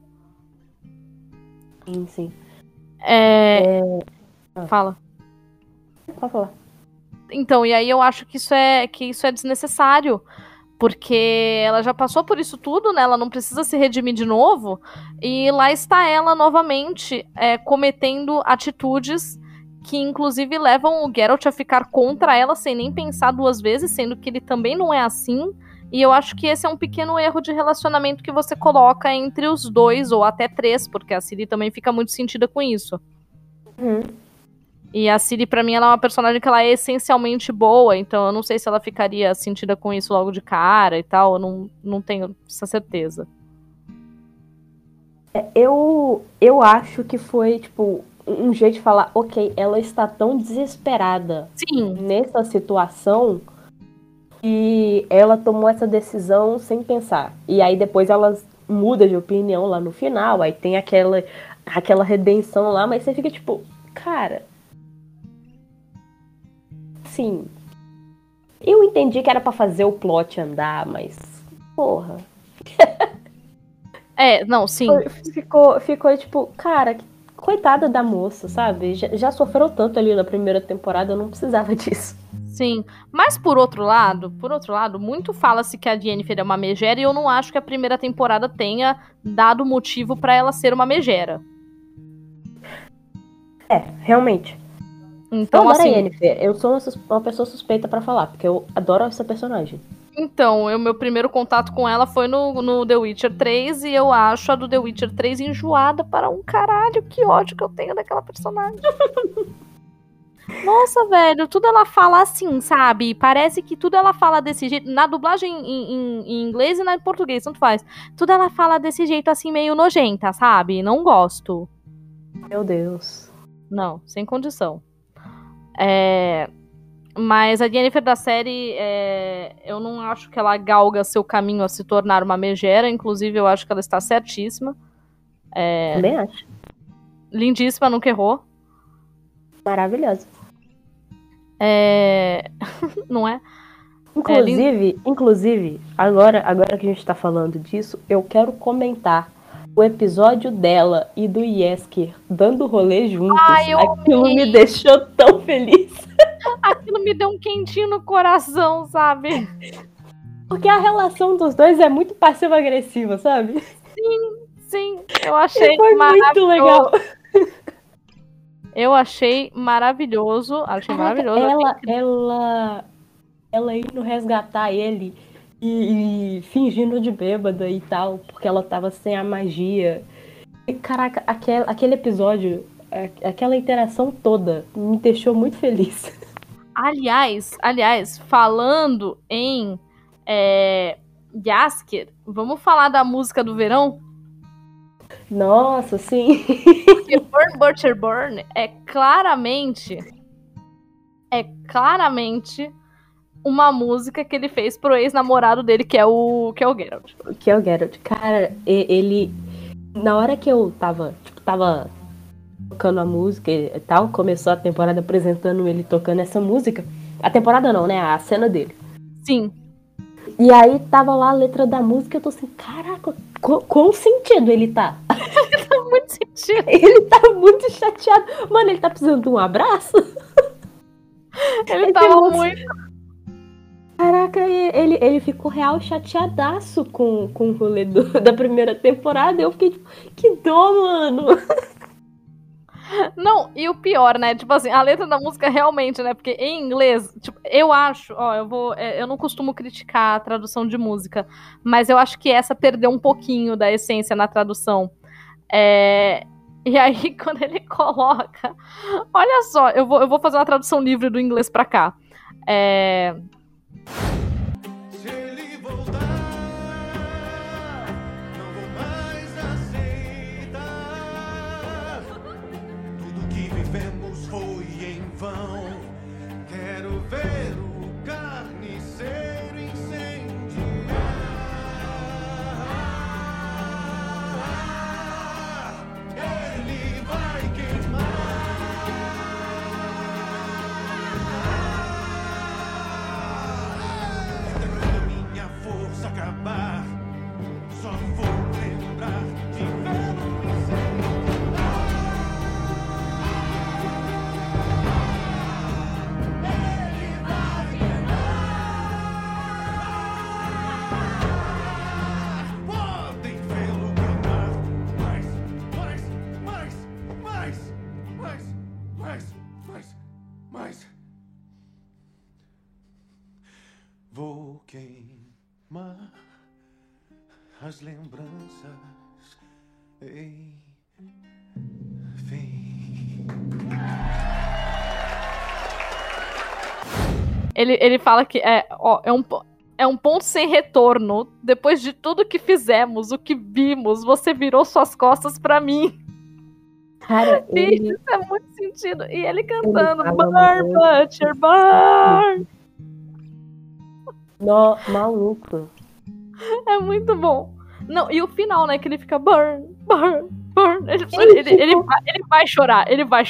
Sim. Fala. Pode falar. Então, e aí eu acho que isso é desnecessário. Porque ela já passou por isso tudo, né? Ela não precisa se redimir de novo. E lá está ela novamente cometendo atitudes que inclusive levam o Geralt a ficar contra ela sem nem pensar duas vezes, sendo que ele também não é assim. E eu acho que esse é um pequeno erro de relacionamento que você coloca entre os dois, ou até três, porque a Ciri também fica muito sentida com isso. E a Ciri, pra mim, ela é uma personagem que ela é essencialmente boa, então eu não sei se ela ficaria sentida com isso logo de cara e tal, eu não tenho essa certeza. Eu acho que foi, tipo, um jeito de falar, ok, ela está tão desesperada nessa situação que ela tomou essa decisão sem pensar. E aí depois ela muda de opinião lá no final, aí tem aquela redenção lá, mas você fica tipo, cara... Sim, eu entendi que era pra fazer o plot andar, mas... Porra. Não, sim. Ficou tipo, cara... Coitada da moça, sabe? Já sofreu tanto ali na primeira temporada, eu não precisava disso. Sim, mas por outro lado, muito fala-se que a Yennefer é uma megera e eu não acho que a primeira temporada tenha dado motivo pra ela ser uma megera. Realmente. Então, eu adoro assim, a Yennefer. Eu sou uma pessoa suspeita pra falar, porque eu adoro essa personagem. Então, meu primeiro contato com ela foi no The Witcher 3 e eu acho a do The Witcher 3 enjoada para um caralho. Que ódio que eu tenho daquela personagem. Nossa, velho, tudo ela fala assim, sabe? Parece que tudo ela fala desse jeito. Na dublagem em inglês e na em português, tanto faz. Tudo ela fala desse jeito assim, meio nojenta, sabe? Não gosto. Meu Deus. Não, sem condição. Mas a Yennefer da série, eu não acho que ela galga seu caminho a se tornar uma megera. Inclusive, eu acho que ela está certíssima. Também acho. Lindíssima, nunca errou. Maravilhosa. Não é? Inclusive, agora que a gente tá falando disso, eu quero comentar o episódio dela e do Yesker dando rolê juntos. Aquilo me deixou tão feliz. Aquilo me deu um quentinho no coração, sabe? Porque a relação dos dois é muito passiva-agressiva, sabe? Sim. Eu achei foi muito legal. Eu achei maravilhoso. Ela indo resgatar ele e fingindo de bêbada e tal, porque ela tava sem a magia. E, caraca, aquele episódio, aquela interação toda me deixou muito feliz. Aliás, falando em Jaskier, vamos falar da música do verão? Nossa, sim. Porque Burn Butcher Burn é claramente uma música que ele fez pro ex-namorado dele, que é o Geralt. Que é o Geralt. Cara, ele... Na hora que eu tava tocando a música e tal, começou a temporada apresentando ele tocando essa música. A temporada não, né? A cena dele. Sim. E aí tava lá a letra da música, eu tô assim, caraca, qual sentido ele tá? Ele tá muito sentido. Ele tá muito chateado. Mano, ele tá precisando de um abraço? Ele tava muito... Caraca, ele ficou real chateadaço com o rolê da primeira temporada. Eu fiquei tipo, que dó, mano. Não, e o pior, né? Tipo assim, a letra da música realmente, né? Porque em inglês, tipo, eu acho, eu não costumo criticar a tradução de música, mas eu acho que essa perdeu um pouquinho da essência na tradução. E aí, quando ele coloca... Olha só, eu vou fazer uma tradução livre do inglês pra cá. Se ele voltar, não vou mais aceitar. Tudo que vivemos foi em vão. Quero ver o carniceiro incendiar. Ele vai queimar. Acabar, só vou lembrar de vê-lo ele vai queimar. Podem vê-lo queimar, mais. Vou queimar as lembranças, enfim. Ele fala que é um ponto sem retorno. Depois de tudo que fizemos, o que vimos, você virou suas costas pra mim. Cara, Isso é muito sentido. E ele cantando Burn, Butcher, Burn. Maluco. É muito bom. Não, e o final, né? Que ele fica burn. Ele vai chorar. Ele vai.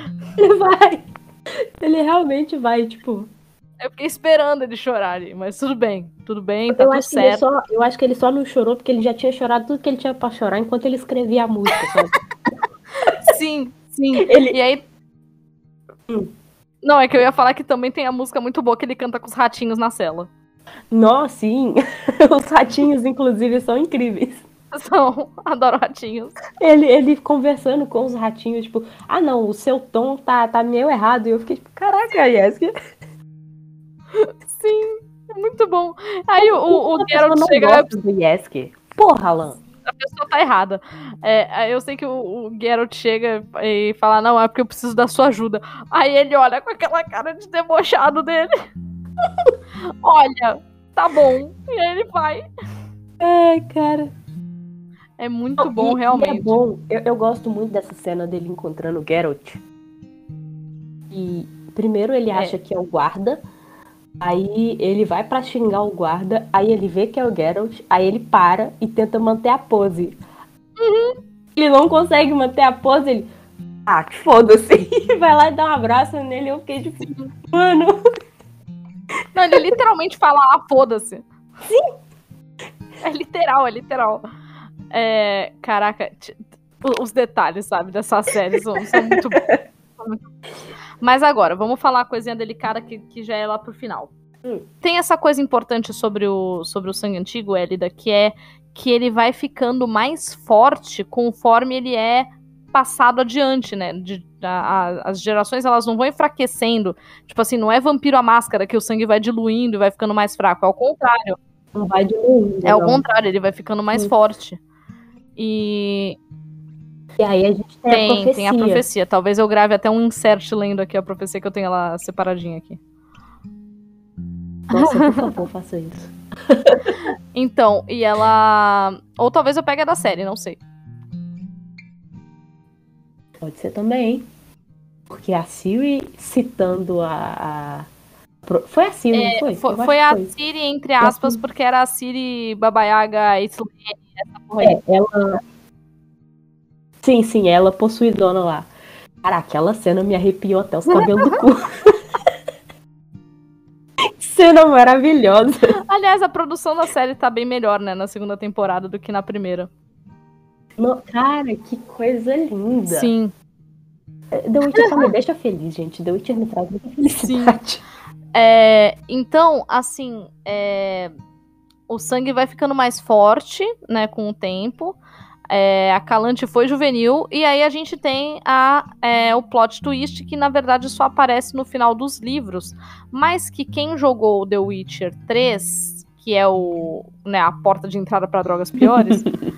Ele realmente vai, tipo... Eu fiquei esperando ele chorar ali, mas tudo bem, tá tudo certo. Eu acho que ele só não chorou porque ele já tinha chorado tudo que ele tinha pra chorar enquanto ele escrevia a música, sabe? Sim. E aí... Não, é que eu ia falar que também tem a música muito boa que ele canta com os ratinhos na cela. Nossa, sim. Os ratinhos, inclusive, são incríveis. Adoro ratinhos. Ele conversando com os ratinhos, tipo, não, o seu tom tá meio errado. E eu fiquei tipo, caraca, Jeske. Sim, é muito bom. Aí o Geralt chega... do Jeske. Porra, Alan. A pessoa tá errada. Eu sei que o Geralt chega e fala, não, é porque eu preciso da sua ajuda. Aí ele olha com aquela cara de debochado dele. Olha, tá bom. E aí ele vai. Cara. É muito bom, realmente. É bom. Eu gosto muito dessa cena dele encontrando o Geralt. E primeiro ele acha que é o guarda. Aí ele vai pra xingar o guarda. Aí ele vê que é o Geralt. Aí ele para e tenta manter a pose. Ele não consegue manter a pose. Ele... que foda-se. Vai lá e dá um abraço nele. Eu fiquei tipo... Mano... Não, ele literalmente fala, foda-se. Sim. É literal. Caraca, os detalhes, sabe, dessa série são muito bons. Mas agora, vamos falar a coisinha delicada que já é lá pro final. Tem essa coisa importante sobre o Sangue Antigo, Elida, que é que ele vai ficando mais forte conforme ele é passado adiante, né? As gerações, elas não vão enfraquecendo. Tipo assim, não é Vampiro à Máscara que o sangue vai diluindo e vai ficando mais fraco. É o contrário. Não vai diluindo. É o contrário, ele vai ficando mais forte. E aí a gente tem a profecia. Talvez eu grave até um insert lendo aqui a profecia que eu tenho ela separadinha aqui. Nossa, por favor, faça isso. Então, e ela... Ou talvez eu pegue a da série, não sei. Pode ser também. Porque a Ciri citando Foi a Ciri, não foi? Foi a Ciri, entre aspas, porque era a Ciri Baba Yaga, essa porra aí. Ela... Sim, ela possuidona lá. Cara, aquela cena me arrepiou até os cabelos do cu. Cena maravilhosa. Aliás, a produção da série tá bem melhor, né, na segunda temporada do que na primeira. Cara, que coisa linda. Sim. The Witcher só me deixa feliz, gente. The Witcher me traz muita felicidade. Então, assim, o sangue vai ficando mais forte, né, com o tempo. A Calante foi juvenil. E aí a gente tem o plot twist, que na verdade só aparece no final dos livros. Mas que quem jogou The Witcher 3, que é a porta de entrada para drogas piores,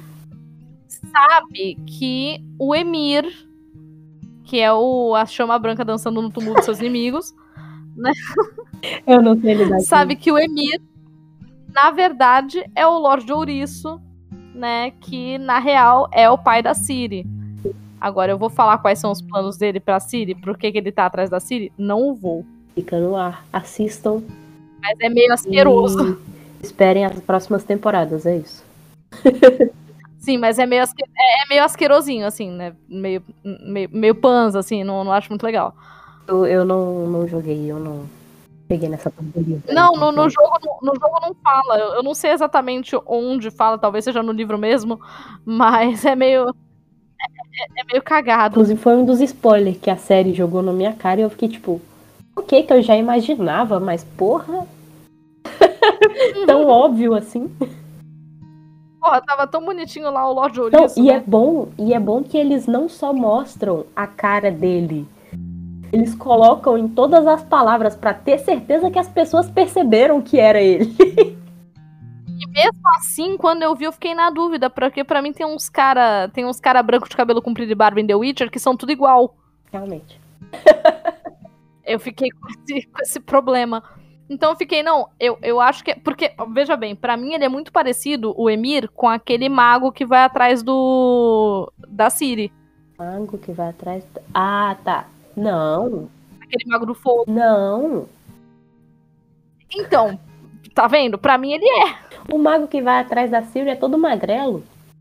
sabe que o Emir, que é a chama branca dançando no túmulo dos seus inimigos, né? Eu não sei lidar. Sabe que o Emir, na verdade, é o Lorde Ouriço, né? Que, na real, é o pai da Ciri. Agora, eu vou falar quais são os planos dele pra Ciri, por que ele tá atrás da Ciri? Não vou. Fica no ar. Assistam. Mas é meio asqueroso. Esperem as próximas temporadas, é isso. Sim, mas é meio asquerosinho, assim, né? Meio panza, assim, não acho muito legal. Eu não joguei, eu não peguei nessa pandemia. Não, no jogo não fala. Eu não sei exatamente onde fala, talvez seja no livro mesmo, mas é meio cagado. Inclusive foi um dos spoilers que a série jogou na minha cara e eu fiquei tipo, ok, que eu já imaginava, mas porra, tão óbvio assim. Porra, tava tão bonitinho lá o Lorde Ouriço. E é bom que eles não só mostram a cara dele, eles colocam em todas as palavras pra ter certeza que as pessoas perceberam que era ele. E mesmo assim, quando eu vi, eu fiquei na dúvida, porque pra mim tem uns cara brancos de cabelo comprido e barba em The Witcher que são tudo igual. Realmente. Eu fiquei com esse problema. Então eu fiquei, não, eu acho que... Porque, veja bem, pra mim ele é muito parecido, o Emir, com aquele mago que vai atrás da Ciri. Mago que vai atrás... Ah, tá. Não. Aquele mago do fogo. Não. Então, tá vendo? Pra mim ele é. O mago que vai atrás da Ciri é todo magrelo.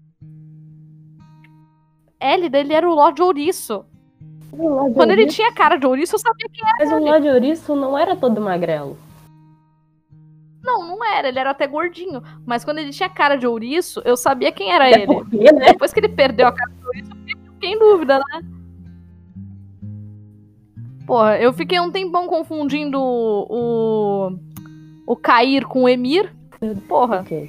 Ele era o Lorde Ouriço. Quando ele tinha cara de ouriço, eu sabia quem era. Mas o Lorde Ouriço não era todo magrelo. Não era. Ele era até gordinho. Mas quando ele tinha cara de ouriço, eu sabia quem era ele. Porque, né? Depois que ele perdeu a cara de ouriço, eu fiquei em dúvida, né? Porra, eu fiquei um tempão confundindo o Cair com o Emir. Porra. Okay.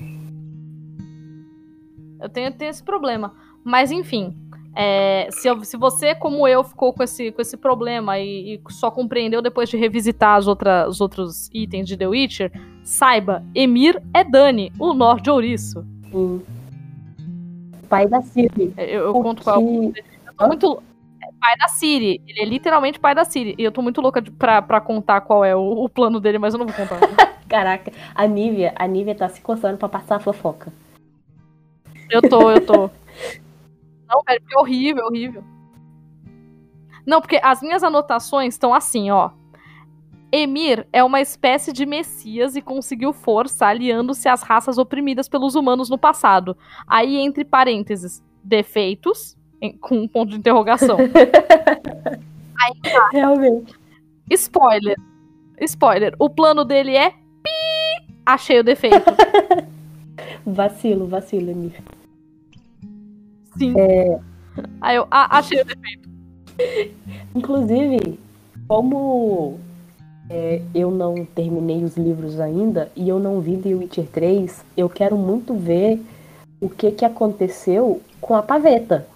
Eu tenho esse problema. Mas, enfim. Se você, como eu, ficou com esse problema e só compreendeu depois de revisitar os outros itens de The Witcher, saiba, Emir é Dany, o Lorde Ouriço. Sim. Pai da Ciri. Eu conto qual é o... Eu tô muito... Pai da Ciri. Ele é literalmente pai da Ciri. E eu tô muito louca pra contar qual é o plano dele, mas eu não vou contar. Caraca, a Nívia tá se coçando pra passar a fofoca. Eu tô. Não, velho, porque é horrível. Não, porque as minhas anotações estão assim, ó. Emir é uma espécie de messias e conseguiu força aliando-se às raças oprimidas pelos humanos no passado. Aí, entre parênteses, defeitos, com um ponto de interrogação. Aí tá. Realmente. Spoiler. O plano dele é... Achei o defeito. Vacilo, Emir. Sim. Aí eu achei o defeito. Inclusive, como eu não terminei os livros ainda e eu não vi The Witcher 3, eu quero muito ver o que aconteceu com a Pavetta.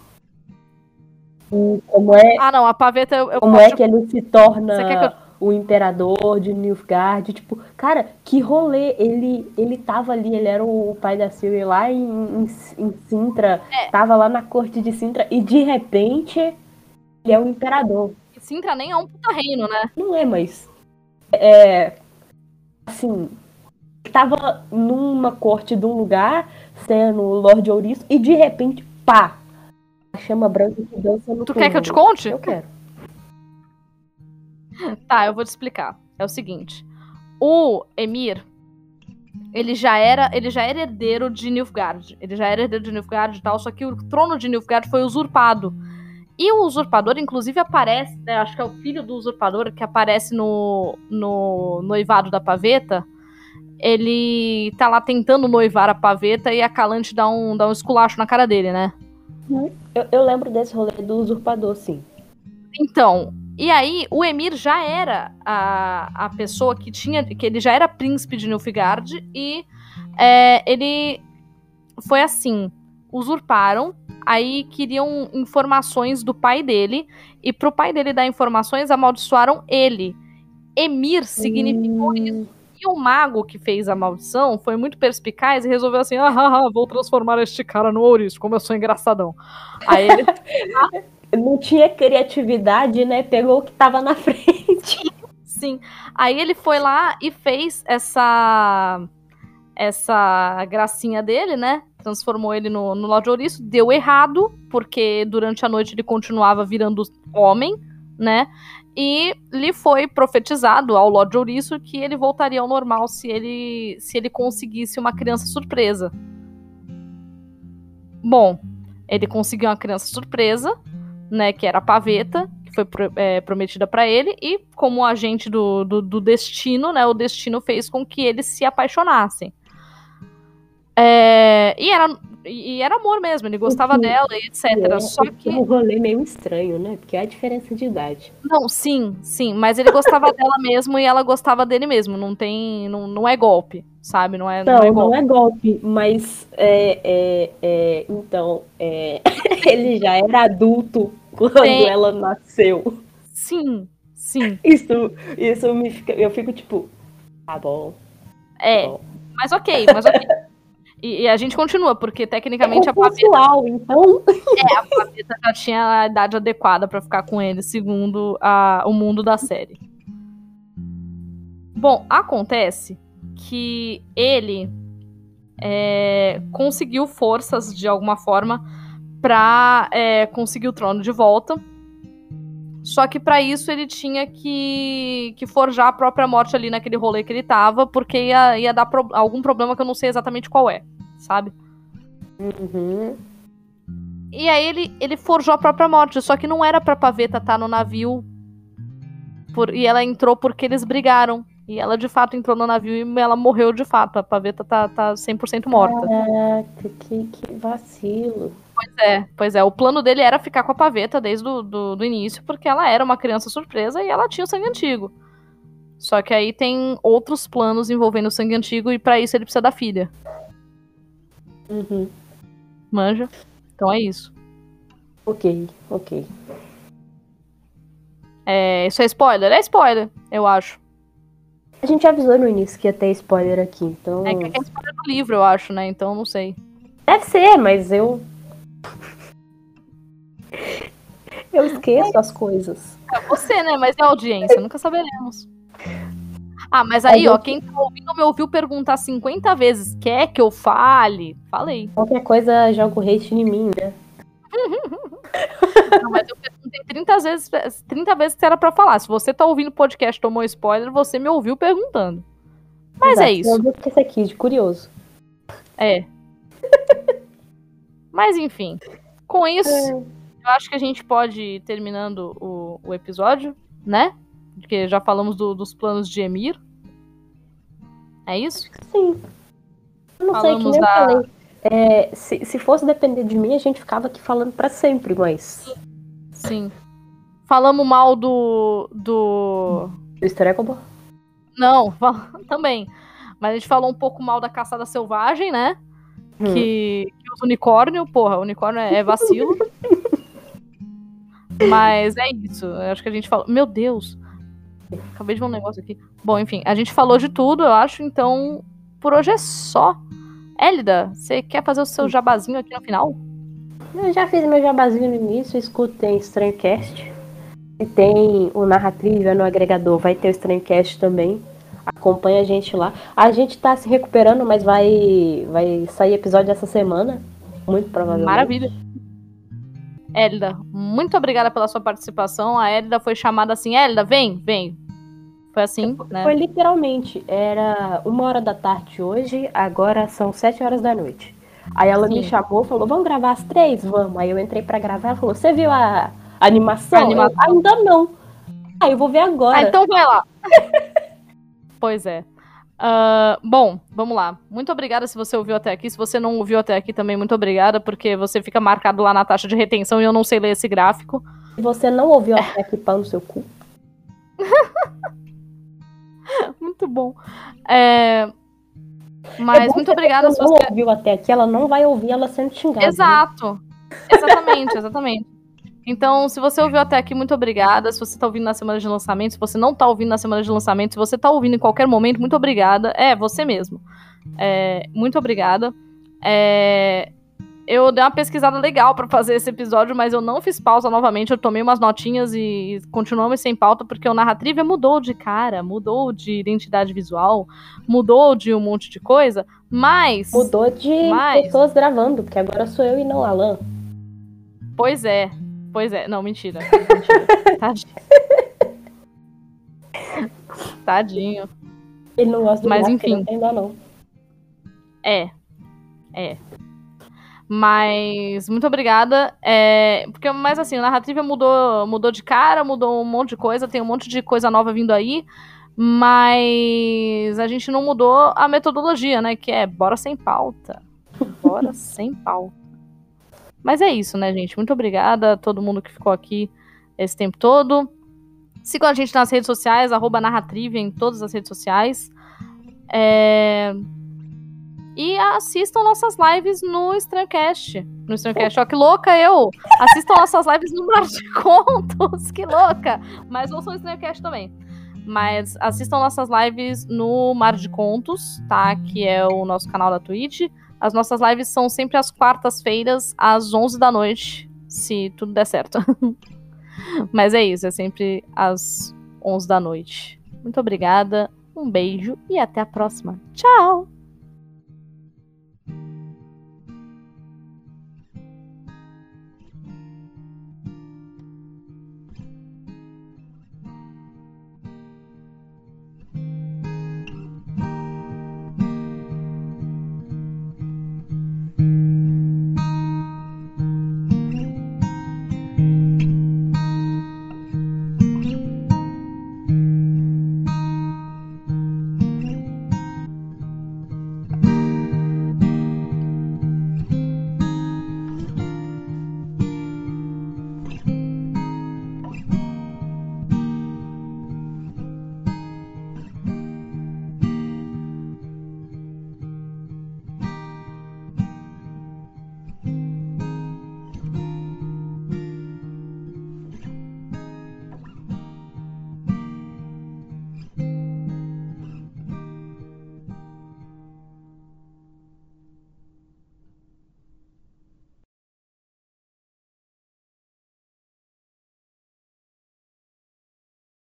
E como é... Ah, não, a Pavetta... Como é que ele se torna o imperador de Nilfgaard? Tipo, cara, que rolê. Ele tava ali, ele era o pai da Ciri lá em Cintra, tava lá na corte de Cintra e de repente ele é o imperador. Cintra nem é um puta reino, né? Não é, mas... assim... tava numa corte de um lugar, sendo o Lorde Ouriço, e de repente, pá! A chama branca que dança no Tu quer que eu te conte? Eu quero. Tá, eu vou te explicar. É o seguinte. O Emir, ele já era herdeiro de Nilfgaard. Ele já era herdeiro de Nilfgaard e tal, só que o trono de Nilfgaard foi usurpado. E o usurpador, inclusive, aparece, né, acho que é o filho do usurpador que aparece no noivado da Paveta. Ele tá lá tentando noivar a Paveta e a Calante dá um esculacho na cara dele, né? Eu lembro desse rolê do usurpador, sim. Então, e aí o Emir já era a pessoa que ele já era príncipe de Nilfgaard e ele foi assim, usurparam, aí queriam informações do pai dele e pro pai dele dar informações amaldiçoaram ele. Emir significou isso. E o mago que fez a maldição foi muito perspicaz e resolveu assim, vou transformar este cara no ouriço, como eu sou engraçadão. Aí ele... Não tinha criatividade, né? Pegou o que tava na frente. Sim. Aí ele foi lá e fez essa gracinha dele, né? Transformou ele no Lorde Ouriço. Deu errado, porque durante a noite ele continuava virando homem, né? E lhe foi profetizado ao Lorde Ouriço que ele voltaria ao normal se ele conseguisse uma criança surpresa. Bom, ele conseguiu uma criança surpresa, né, que era a Paveta, que foi prometida pra ele, e como agente do destino, né, o destino fez com que eles se apaixonassem. E era amor mesmo, ele gostava dela e etc. Só que um rolê meio estranho, né? Porque é a diferença de idade. Não, sim, mas ele gostava dela mesmo e ela gostava dele mesmo. Não é golpe, sabe? Não é golpe. Não é golpe, mas então, ele já era adulto quando ela nasceu. Sim. Isso eu fico tipo, tá bom. Mas ok. E a gente continua, porque tecnicamente a Paveta... então... a Paveta já tinha a idade adequada pra ficar com ele, segundo o mundo da série. Bom, acontece que ele conseguiu forças, de alguma forma, pra conseguir o trono de volta. Só que pra isso ele tinha que forjar a própria morte ali naquele rolê que ele tava, porque ia dar algum problema que eu não sei exatamente qual é, sabe? Uhum. E aí ele forjou a própria morte, só que não era pra Paveta estar no navio, e ela entrou porque eles brigaram. E ela de fato entrou no navio e ela morreu de fato. A Paveta tá 100% morta. Caraca, que vacilo. Pois é, o plano dele era ficar com a Paveta desde do início, porque ela era uma criança surpresa e ela tinha o sangue antigo. Só que aí tem outros planos envolvendo o sangue antigo e pra isso ele precisa da filha. Uhum. Manja? Então é isso. Ok. Isso é spoiler? É spoiler, eu acho. A gente avisou no início que ia ter spoiler aqui, então... É que é spoiler do livro, eu acho, né? Então não sei. Deve ser, mas eu esqueço as coisas. É você, né? Mas é a audiência, nunca saberemos. Mas aí, quem tá ouvindo me ouviu perguntar 50 vezes, quer que eu fale? Falei. Qualquer coisa joga o hate em mim, né? Não, mas eu perguntei 30 vezes que era pra falar. Se você tá ouvindo o podcast e tomou spoiler, você me ouviu perguntando. Mas exato, é isso. Eu ouvi porque esse aqui, de curioso. Mas enfim, com isso, eu acho que a gente pode ir terminando o episódio, né? Porque já falamos dos planos de Emir. É isso? Sim. Eu não sei, que nem eu falei. Se fosse depender de mim, a gente ficava aqui falando pra sempre, mas... Sim. Falamos mal do Estrégobor? Não, também. Mas a gente falou um pouco mal da caçada selvagem, né? Que os unicórnios, porra, unicórnio é vacilo. Mas é isso. Eu acho que a gente falou... Meu Deus. Acabei de ver um negócio aqui. Bom, enfim, a gente falou de tudo, eu acho. Então, por hoje é só. Élida, você quer fazer o seu jabazinho aqui no final? Eu já fiz meu jabazinho no início. Escutem Estranhocast. E tem o Narratrivia no agregador. Vai ter o Estranhocast também. Acompanha a gente lá. A gente tá se recuperando, mas vai sair episódio essa semana. Muito provavelmente. Maravilha. Hélida, muito obrigada pela sua participação. A Hélida foi chamada assim, Hélida, vem. Foi assim, né? Foi literalmente, era 1h da tarde hoje, agora são 7h da noite. Aí ela me chamou, falou, vamos gravar às 3? Vamos. Aí eu entrei pra gravar, ela falou, você viu a animação? Eu, ainda não. Aí eu vou ver agora. Então vai lá. Pois é. Bom, vamos lá. Muito obrigada se você ouviu até aqui. Se você não ouviu até aqui também, muito obrigada, porque você fica marcado lá na taxa de retenção e eu não sei ler esse gráfico. Se você não ouviu até aqui, pau no seu cu. Muito bom. Mas muito obrigada. Se você não ouviu até aqui, ela não vai ouvir ela sendo xingada. Exato. Né? Exatamente. Então, se você ouviu até aqui, muito obrigada. Se você tá ouvindo na semana de lançamento, se você não tá ouvindo na semana de lançamento, se você tá ouvindo em qualquer momento, muito obrigada. Você mesmo. Muito obrigada. Eu dei uma pesquisada legal pra fazer esse episódio, mas eu não fiz pausa novamente. Eu tomei umas notinhas e continuamos sem pauta, porque o Narratrivia mudou de cara, mudou de identidade visual, mudou de um monte de coisa, mas... Mudou de pessoas gravando, porque agora sou eu e não Alan. Pois é. Não, mentira. Tadinho. Ele não gosta do mas Yasker, enfim. Ainda não. Mas muito obrigada. Mas assim, o Narratrivia mudou de cara, mudou um monte de coisa, tem um monte de coisa nova vindo aí, mas a gente não mudou a metodologia, né? Que é bora sem pauta. Bora sem pauta. Mas é isso, né, gente? Muito obrigada a todo mundo que ficou aqui esse tempo todo. Sigam a gente nas redes sociais, @Narratrivia em todas as redes sociais. E assistam nossas lives no Strancast. Ó, que louca eu! Assistam nossas lives no Mar de Contos, que louca! Mas ouçam o Strancast também. Mas assistam nossas lives no Mar de Contos, tá? Que é o nosso canal da Twitch. As nossas lives são sempre às quartas-feiras, às 11 da noite, se tudo der certo. Mas é isso, é sempre às 11 da noite. Muito obrigada, um beijo e até a próxima. Tchau!